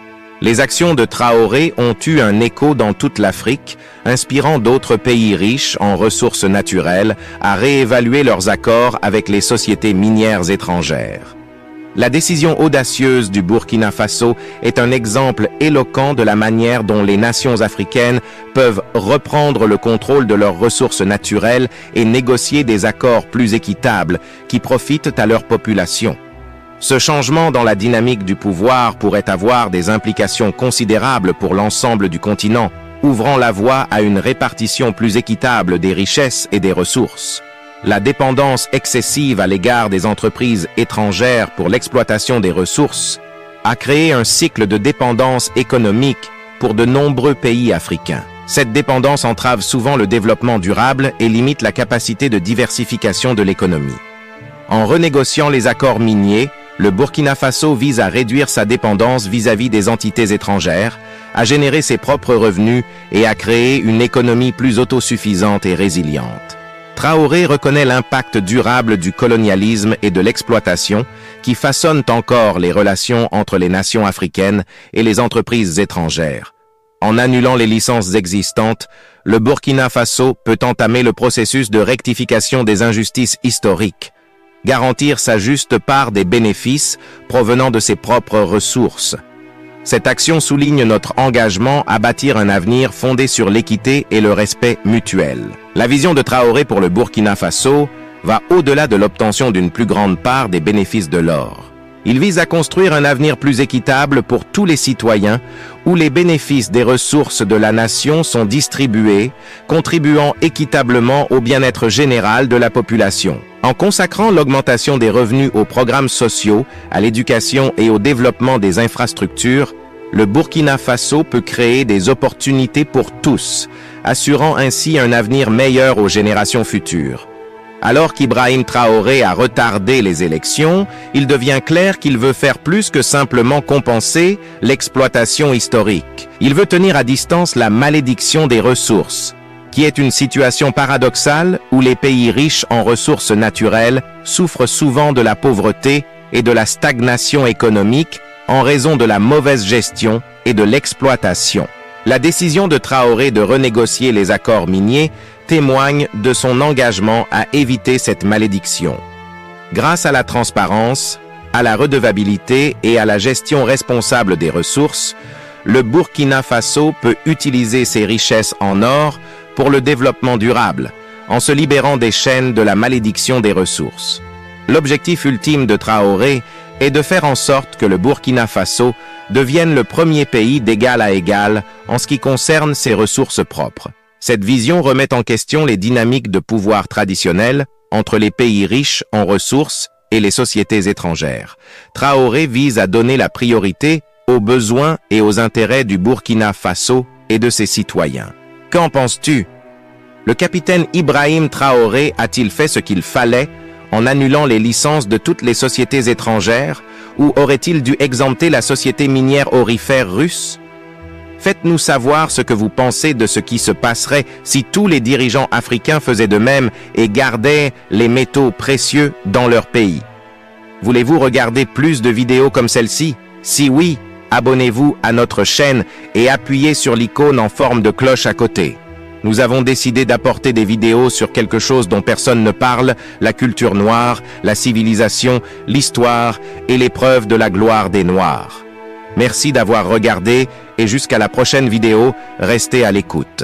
Les actions de Traoré ont eu un écho dans toute l'Afrique, inspirant d'autres pays riches en ressources naturelles à réévaluer leurs accords avec les sociétés minières étrangères. La décision audacieuse du Burkina Faso est un exemple éloquent de la manière dont les nations africaines peuvent reprendre le contrôle de leurs ressources naturelles et négocier des accords plus équitables qui profitent à leur population. Ce changement dans la dynamique du pouvoir pourrait avoir des implications considérables pour l'ensemble du continent, ouvrant la voie à une répartition plus équitable des richesses et des ressources. la dépendance excessive à l'égard des entreprises étrangères pour l'exploitation des ressources a créé un cycle de dépendance économique pour de nombreux pays africains. Cette dépendance entrave souvent le développement durable et limite la capacité de diversification de l'économie. En renégociant les accords miniers, le Burkina Faso vise à réduire sa dépendance vis-à-vis des entités étrangères, à générer ses propres revenus et à créer une économie plus autosuffisante et résiliente. Traoré reconnaît l'impact durable du colonialisme et de l'exploitation qui façonnent encore les relations entre les nations africaines et les entreprises étrangères. En annulant les licences existantes, le Burkina Faso peut entamer le processus de rectification des injustices historiques, garantir sa juste part des bénéfices provenant de ses propres ressources. Cette action souligne notre engagement à bâtir un avenir fondé sur l'équité et le respect mutuel. La vision de Traoré pour le Burkina Faso va au-delà de l'obtention d'une plus grande part des bénéfices de l'or. Il vise à construire un avenir plus équitable pour tous les citoyens, où les bénéfices des ressources de la nation sont distribués, contribuant équitablement au bien-être général de la population. En consacrant l'augmentation des revenus aux programmes sociaux, à l'éducation et au développement des infrastructures, le Burkina Faso peut créer des opportunités pour tous, assurant ainsi un avenir meilleur aux générations futures. Alors qu'Ibrahim Traoré a retardé les élections, il devient clair qu'il veut faire plus que simplement compenser l'exploitation historique. Il veut tenir à distance la malédiction des ressources, qui est une situation paradoxale où les pays riches en ressources naturelles souffrent souvent de la pauvreté et de la stagnation économique en raison de la mauvaise gestion et de l'exploitation. La décision de Traoré de renégocier les accords miniers témoigne de son engagement à éviter cette malédiction. Grâce à la transparence, à la redevabilité et à la gestion responsable des ressources, le Burkina Faso peut utiliser ses richesses en or pour le développement durable, en se libérant des chaînes de la malédiction des ressources. L'objectif ultime de Traoré est de faire en sorte que le Burkina Faso devienne le premier pays d'égal à égal en ce qui concerne ses ressources propres. Cette vision remet en question les dynamiques de pouvoir traditionnelles entre les pays riches en ressources et les sociétés étrangères. Traoré vise à donner la priorité aux besoins et aux intérêts du Burkina Faso et de ses citoyens. Qu'en penses-tu? Le capitaine Ibrahim Traoré a-t-il fait ce qu'il fallait en annulant les licences de toutes les sociétés étrangères ou aurait-il dû exempter la société minière aurifère russe? Faites-nous savoir ce que vous pensez de ce qui se passerait si tous les dirigeants africains faisaient de même et gardaient les métaux précieux dans leur pays. Voulez-vous regarder plus de vidéos comme celle-ci? Si oui, abonnez-vous à notre chaîne et appuyez sur l'icône en forme de cloche à côté. Nous avons décidé d'apporter des vidéos sur quelque chose dont personne ne parle, la culture noire, la civilisation, l'histoire et l'épreuve de la gloire des Noirs. Merci d'avoir regardé et jusqu'à la prochaine vidéo, restez à l'écoute.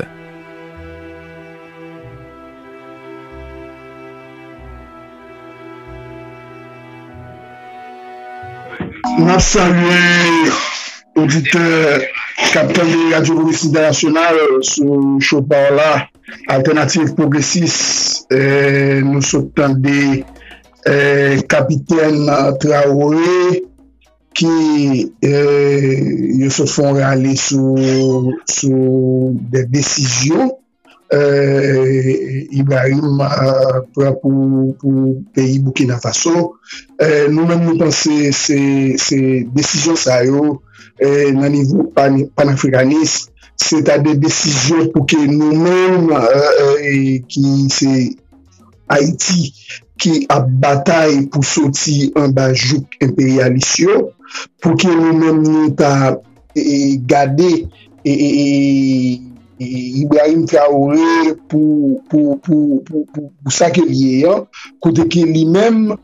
On salue auditeur capitaine de Radio Progressiste International sur show par là, Alternative Progressiste. Nous sommes des capitaine Traoré qui se font aller sur des décisions. Ibrahim pour le pays Burkina Faso. Nous-mêmes, nous pensons que ces décisions, ça y est, au niveau panafricaniste, c'est des décisions pour que nous-mêmes, qui c'est Haïti, qui a bataille pour sortir un bajouk impérialiste, pour que nous-mêmes nous ta garder Ibrahim Traoré pour ça qu'il y a, côté que lui-même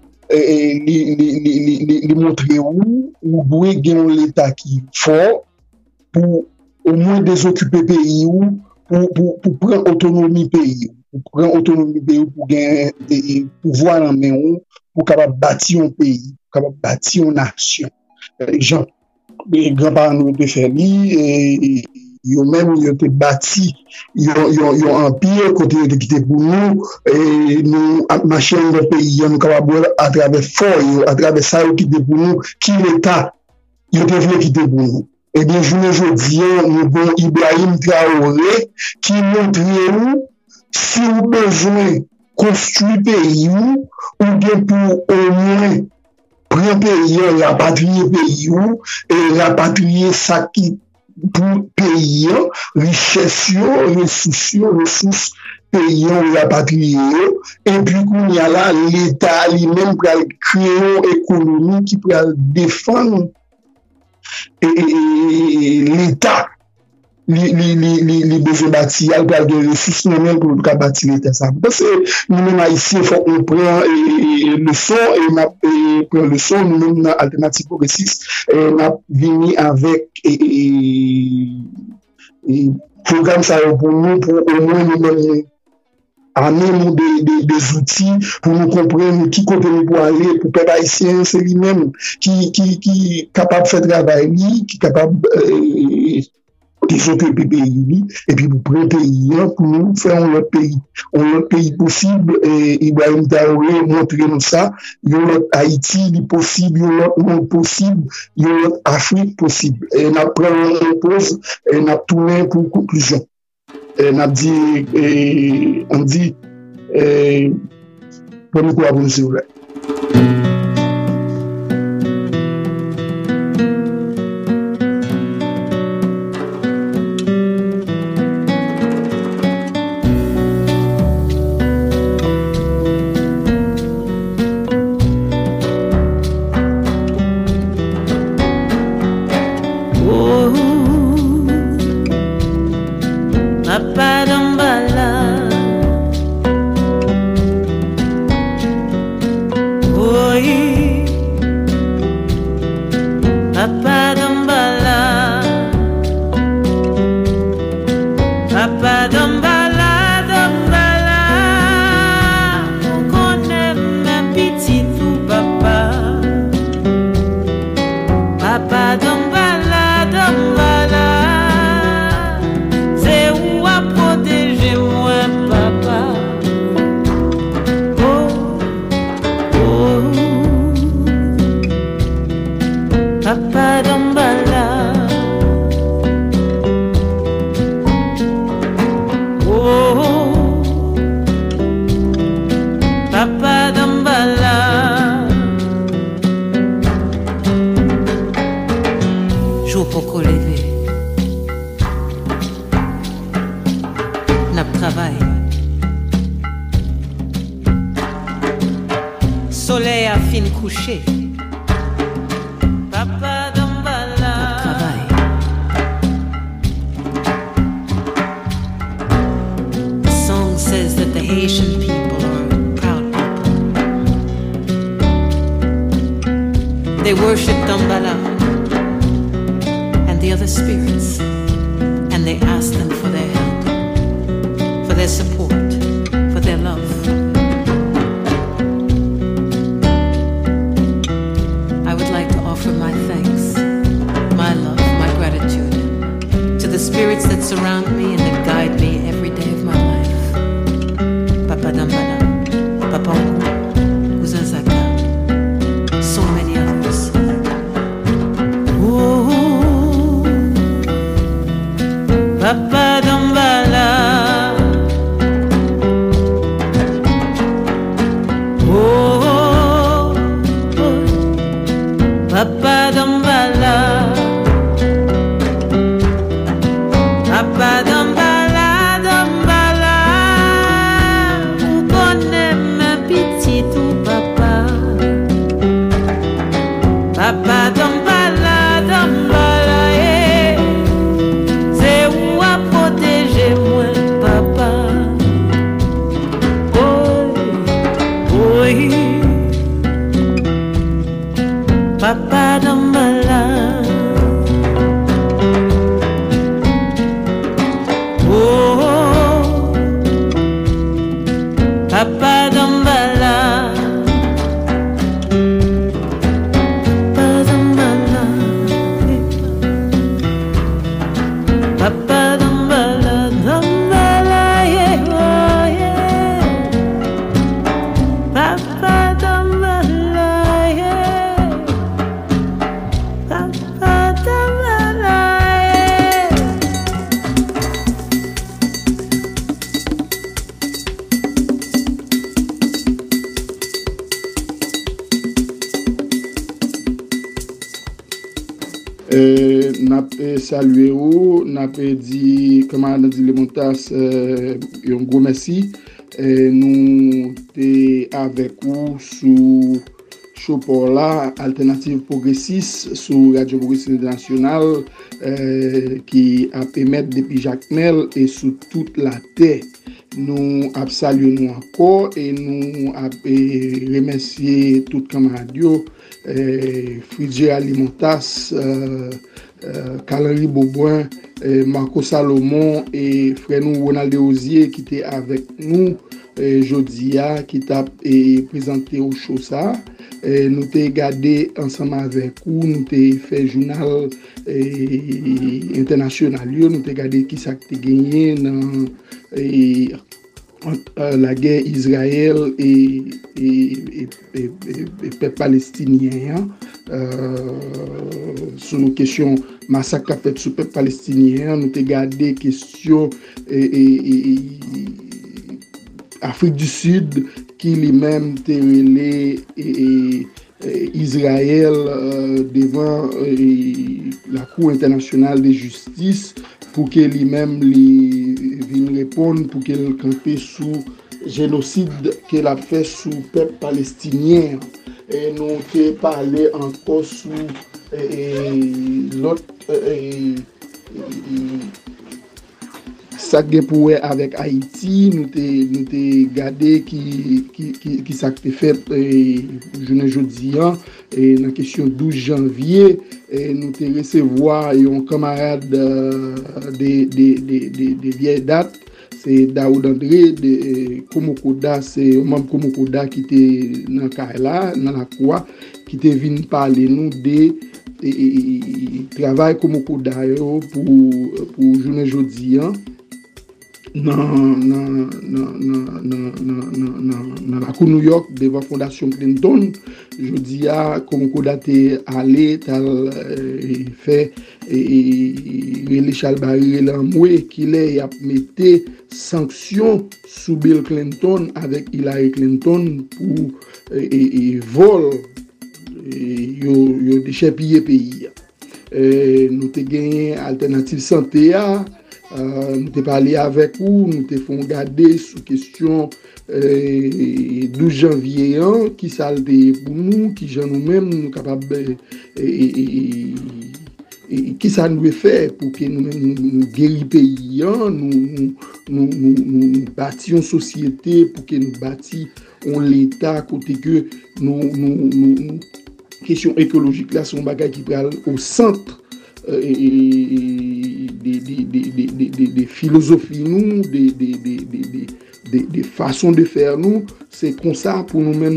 lui montrer où doit gagner l'État qui fort pour au moins désoccuper le pays pour prendre autonomie pays. Pour prendre autonomie pays, pour gagner pouvoir en main, pour capable bâtir un pays, pour capable bâtir une nation. Les grands-parents nous ont fait Eux-mêmes, ils ont été bâtis, ils ont un empire, côté de quitter pour nous, et nous, marcher dans le pays, nous capables à travers fort, à travers ça, ils quittent pour nous, qui l'État, ils devraient quitter pour nous. Et bien, je vous dis, nous avons Ibrahim Traoré, qui montre nous, si vous avez besoin de construire le pays, ou bien pour au moins prendre pays, rapatrier pays, et rapatrier ça qui pour pays, richesse, ressources pays, rapatrier, et puis qu'on y a là, l'État lui-même pour créer une économie qui peut défendre l'État. Les besoins bâtis, il y a des ressources nous-mêmes pour bâtir l'État. Parce que nous-mêmes ici, il faut qu'on prenne le son et prendre le son, nous-mêmes dans Alternative Progressiste, on a venu avec programme ça pour nous, pour au moins nous amener des outils pour nous comprendre qui côté nous pour aller, pour peuple haïtien, c'est lui-même qui est capable de faire travail, qui est capable de s'occuper du pays, et puis pour prendre le pays, pour nous faire un autre pays possible, et Ibrahim Traoré montrer nous ça, il y a l'autre Haïti possible, il y a l'autre monde possible, il y a l'autre Afrique possible. Et on a pris une pause, et on a tourné pour conclusion. Et on a dit, premier coup à vous, s'il vous plaît. They worship Dambala and the other spirits, and they ask them for their help, for their support, for their love. I would like to offer my thanks, my love, my gratitude to the spirits that surround me and that guide me every day of my life. Papa Dambala, Papa Ungu, Uzazaka, so many others. Ooh, Papa n'a salué ou n'a dit comment on dit les montas un gros merci. Nous t'es avec vous sous Chopola Alternative Progressiste sur Radio Progressiste Nationale qui a émettre depuis Jacques Mel et sur toute la terre. Nous saluons encore et nous remercier tout camarades Fridje Alimentas, Calary Beauboin, Marco Salomon et frère nous Ronald Osier qui était avec nous Jodia qui t'a présenté au show ça. Nous t'ai gardé ensemble avec vous, nous t'ai fait journal international, nous t'ai gardé qui ça t'ai gagné dans la guerre Israël et peuple palestinien sur nos questions massacre fait sur peuple palestinien, nous t'ai gardé question Afrique du Sud qui lui-même t'est relé Israël devant la Cour internationale de justice pour que lui-même vienne répondre pour qu'elle campe sous génocide qu'elle a fait sous peuple palestinien. Et nous t'ai parlé encore sous l'autre ça que pour avec Haïti, nous t'ai gardé qui ça que fait journée jeudi et dans question 12 janvier et nous t'ai recevoir un camarade des vieilles dates, c'est Daoud André de Komokoda, c'est un membre Komokoda qui était dans Kaila dans la croix qui était venu parler nous de travail Komokoda pour journée jeudi dans la cour New York devant Fondation Clinton. Je dis à Komokoda t'est allé fait les Chalbari l'amoué qu'il est a metté sanctions sous Bill Clinton avec Hillary Clinton pour vol yo déchets piller pays. Nous t'ai gagné alternative santé nous t'ai parlé avec vous, nous t'ai fait regarder sous question 12 janvier qui ça pour nous, qui gens nous-mêmes nous capables qui ça nous fait pour que nous-mêmes nous guérir pays, nous bâtir une société pour que nous bâtir l'état côté que nous question écologique là sont bagages qui prennent au centre des philosophies nous, des façons de faire nous, c'est comme ça pour nous-mêmes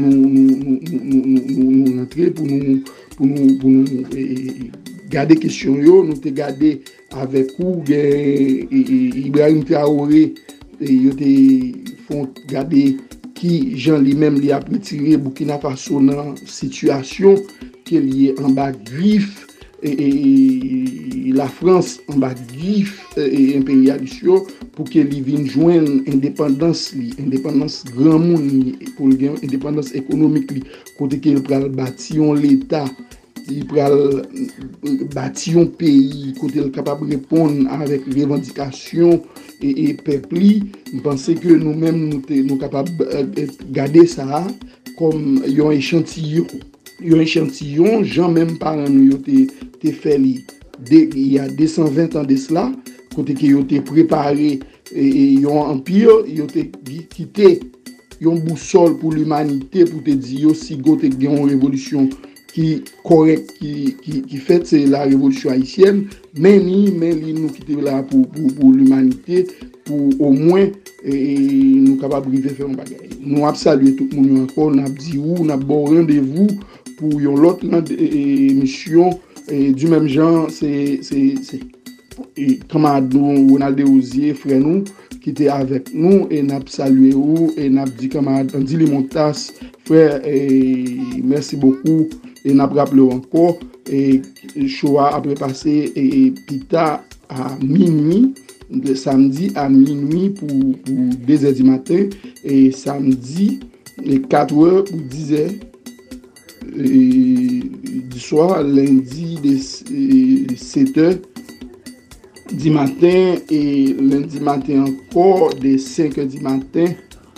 nous entrer, pour nous garder question yo, nous te garder avec vous, Ibrahim Traoré, yo te font garder qui Jean lui-même li a retiré Burkina Faso dans situation qu'il y est en bas griffe et la France en bas griffe et impérialiste pour qu'elle vienne joindre indépendance grand monde pour indépendance économique côté qu'elle pral bâtir l'état il pral bâtir un pays côté elle capable répondre avec revendications et peuple je pense que nous-mêmes nous capables garder ça comme un échantillon. Un échantillon, Jean même parents nous te fait il y a 220 ans de cela, côté que yo te préparé et un empire, yo te quitté une boussole pour l'humanité pour te dire si go te gagne une révolution qui correct qui fait c'est la révolution haïtienne, mais nous quitter là pour l'humanité pour au moins nous capable de faire un bagage. Nous avons salué tout le monde encore, nous avons dit nous avons bon rendez-vous pour une autre émission du même genre, c'est camarade nous Ronald Osier frère nous qui était avec nous et n'a salué ou et n'a dit camarade Andy Limontas frère merci beaucoup et n'a rappelé encore et choix après passer et pita à minuit le samedi à minuit pour 2h du matin et samedi les 4h pour 10h du soir, lundi de 7h du matin et lundi matin encore de 5h du matin.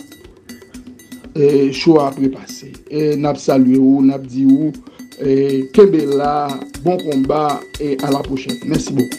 Show après passé. Et n'a salué ou n'a dit ou Kebela, bon combat et à la prochaine. Merci beaucoup.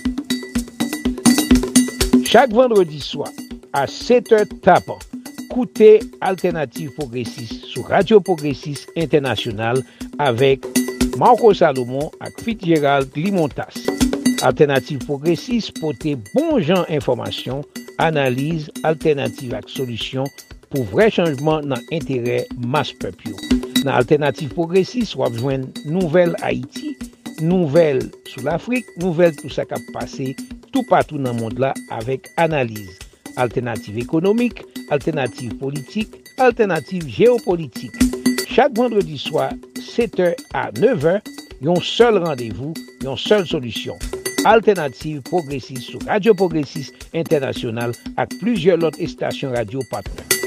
Chaque vendredi soir à 7h tapant, écoutez Alternative Progressiste sur Radio Progressiste International avec Marco Salomon et Fitzgerald Limontas. Alternative Progressiste pour tes bons gens informations, analyse, alternative avec solution pour vrai changement dans l'intérêt masse peuple. Dans Alternative Progressiste, on va joindre nouvelle Haïti, nouvelle sur l'Afrique, nouvelle tout ça qui a passé tout partout dans le monde là avec analyse. Alternative économique, alternative politique, alternative géopolitique. Chaque vendredi soir, 7h à 9h, il y a un seul rendez-vous, il y a une seule solution. Alternative Progressiste sur Radio Progressiste International avec plusieurs autres stations radio partenaires.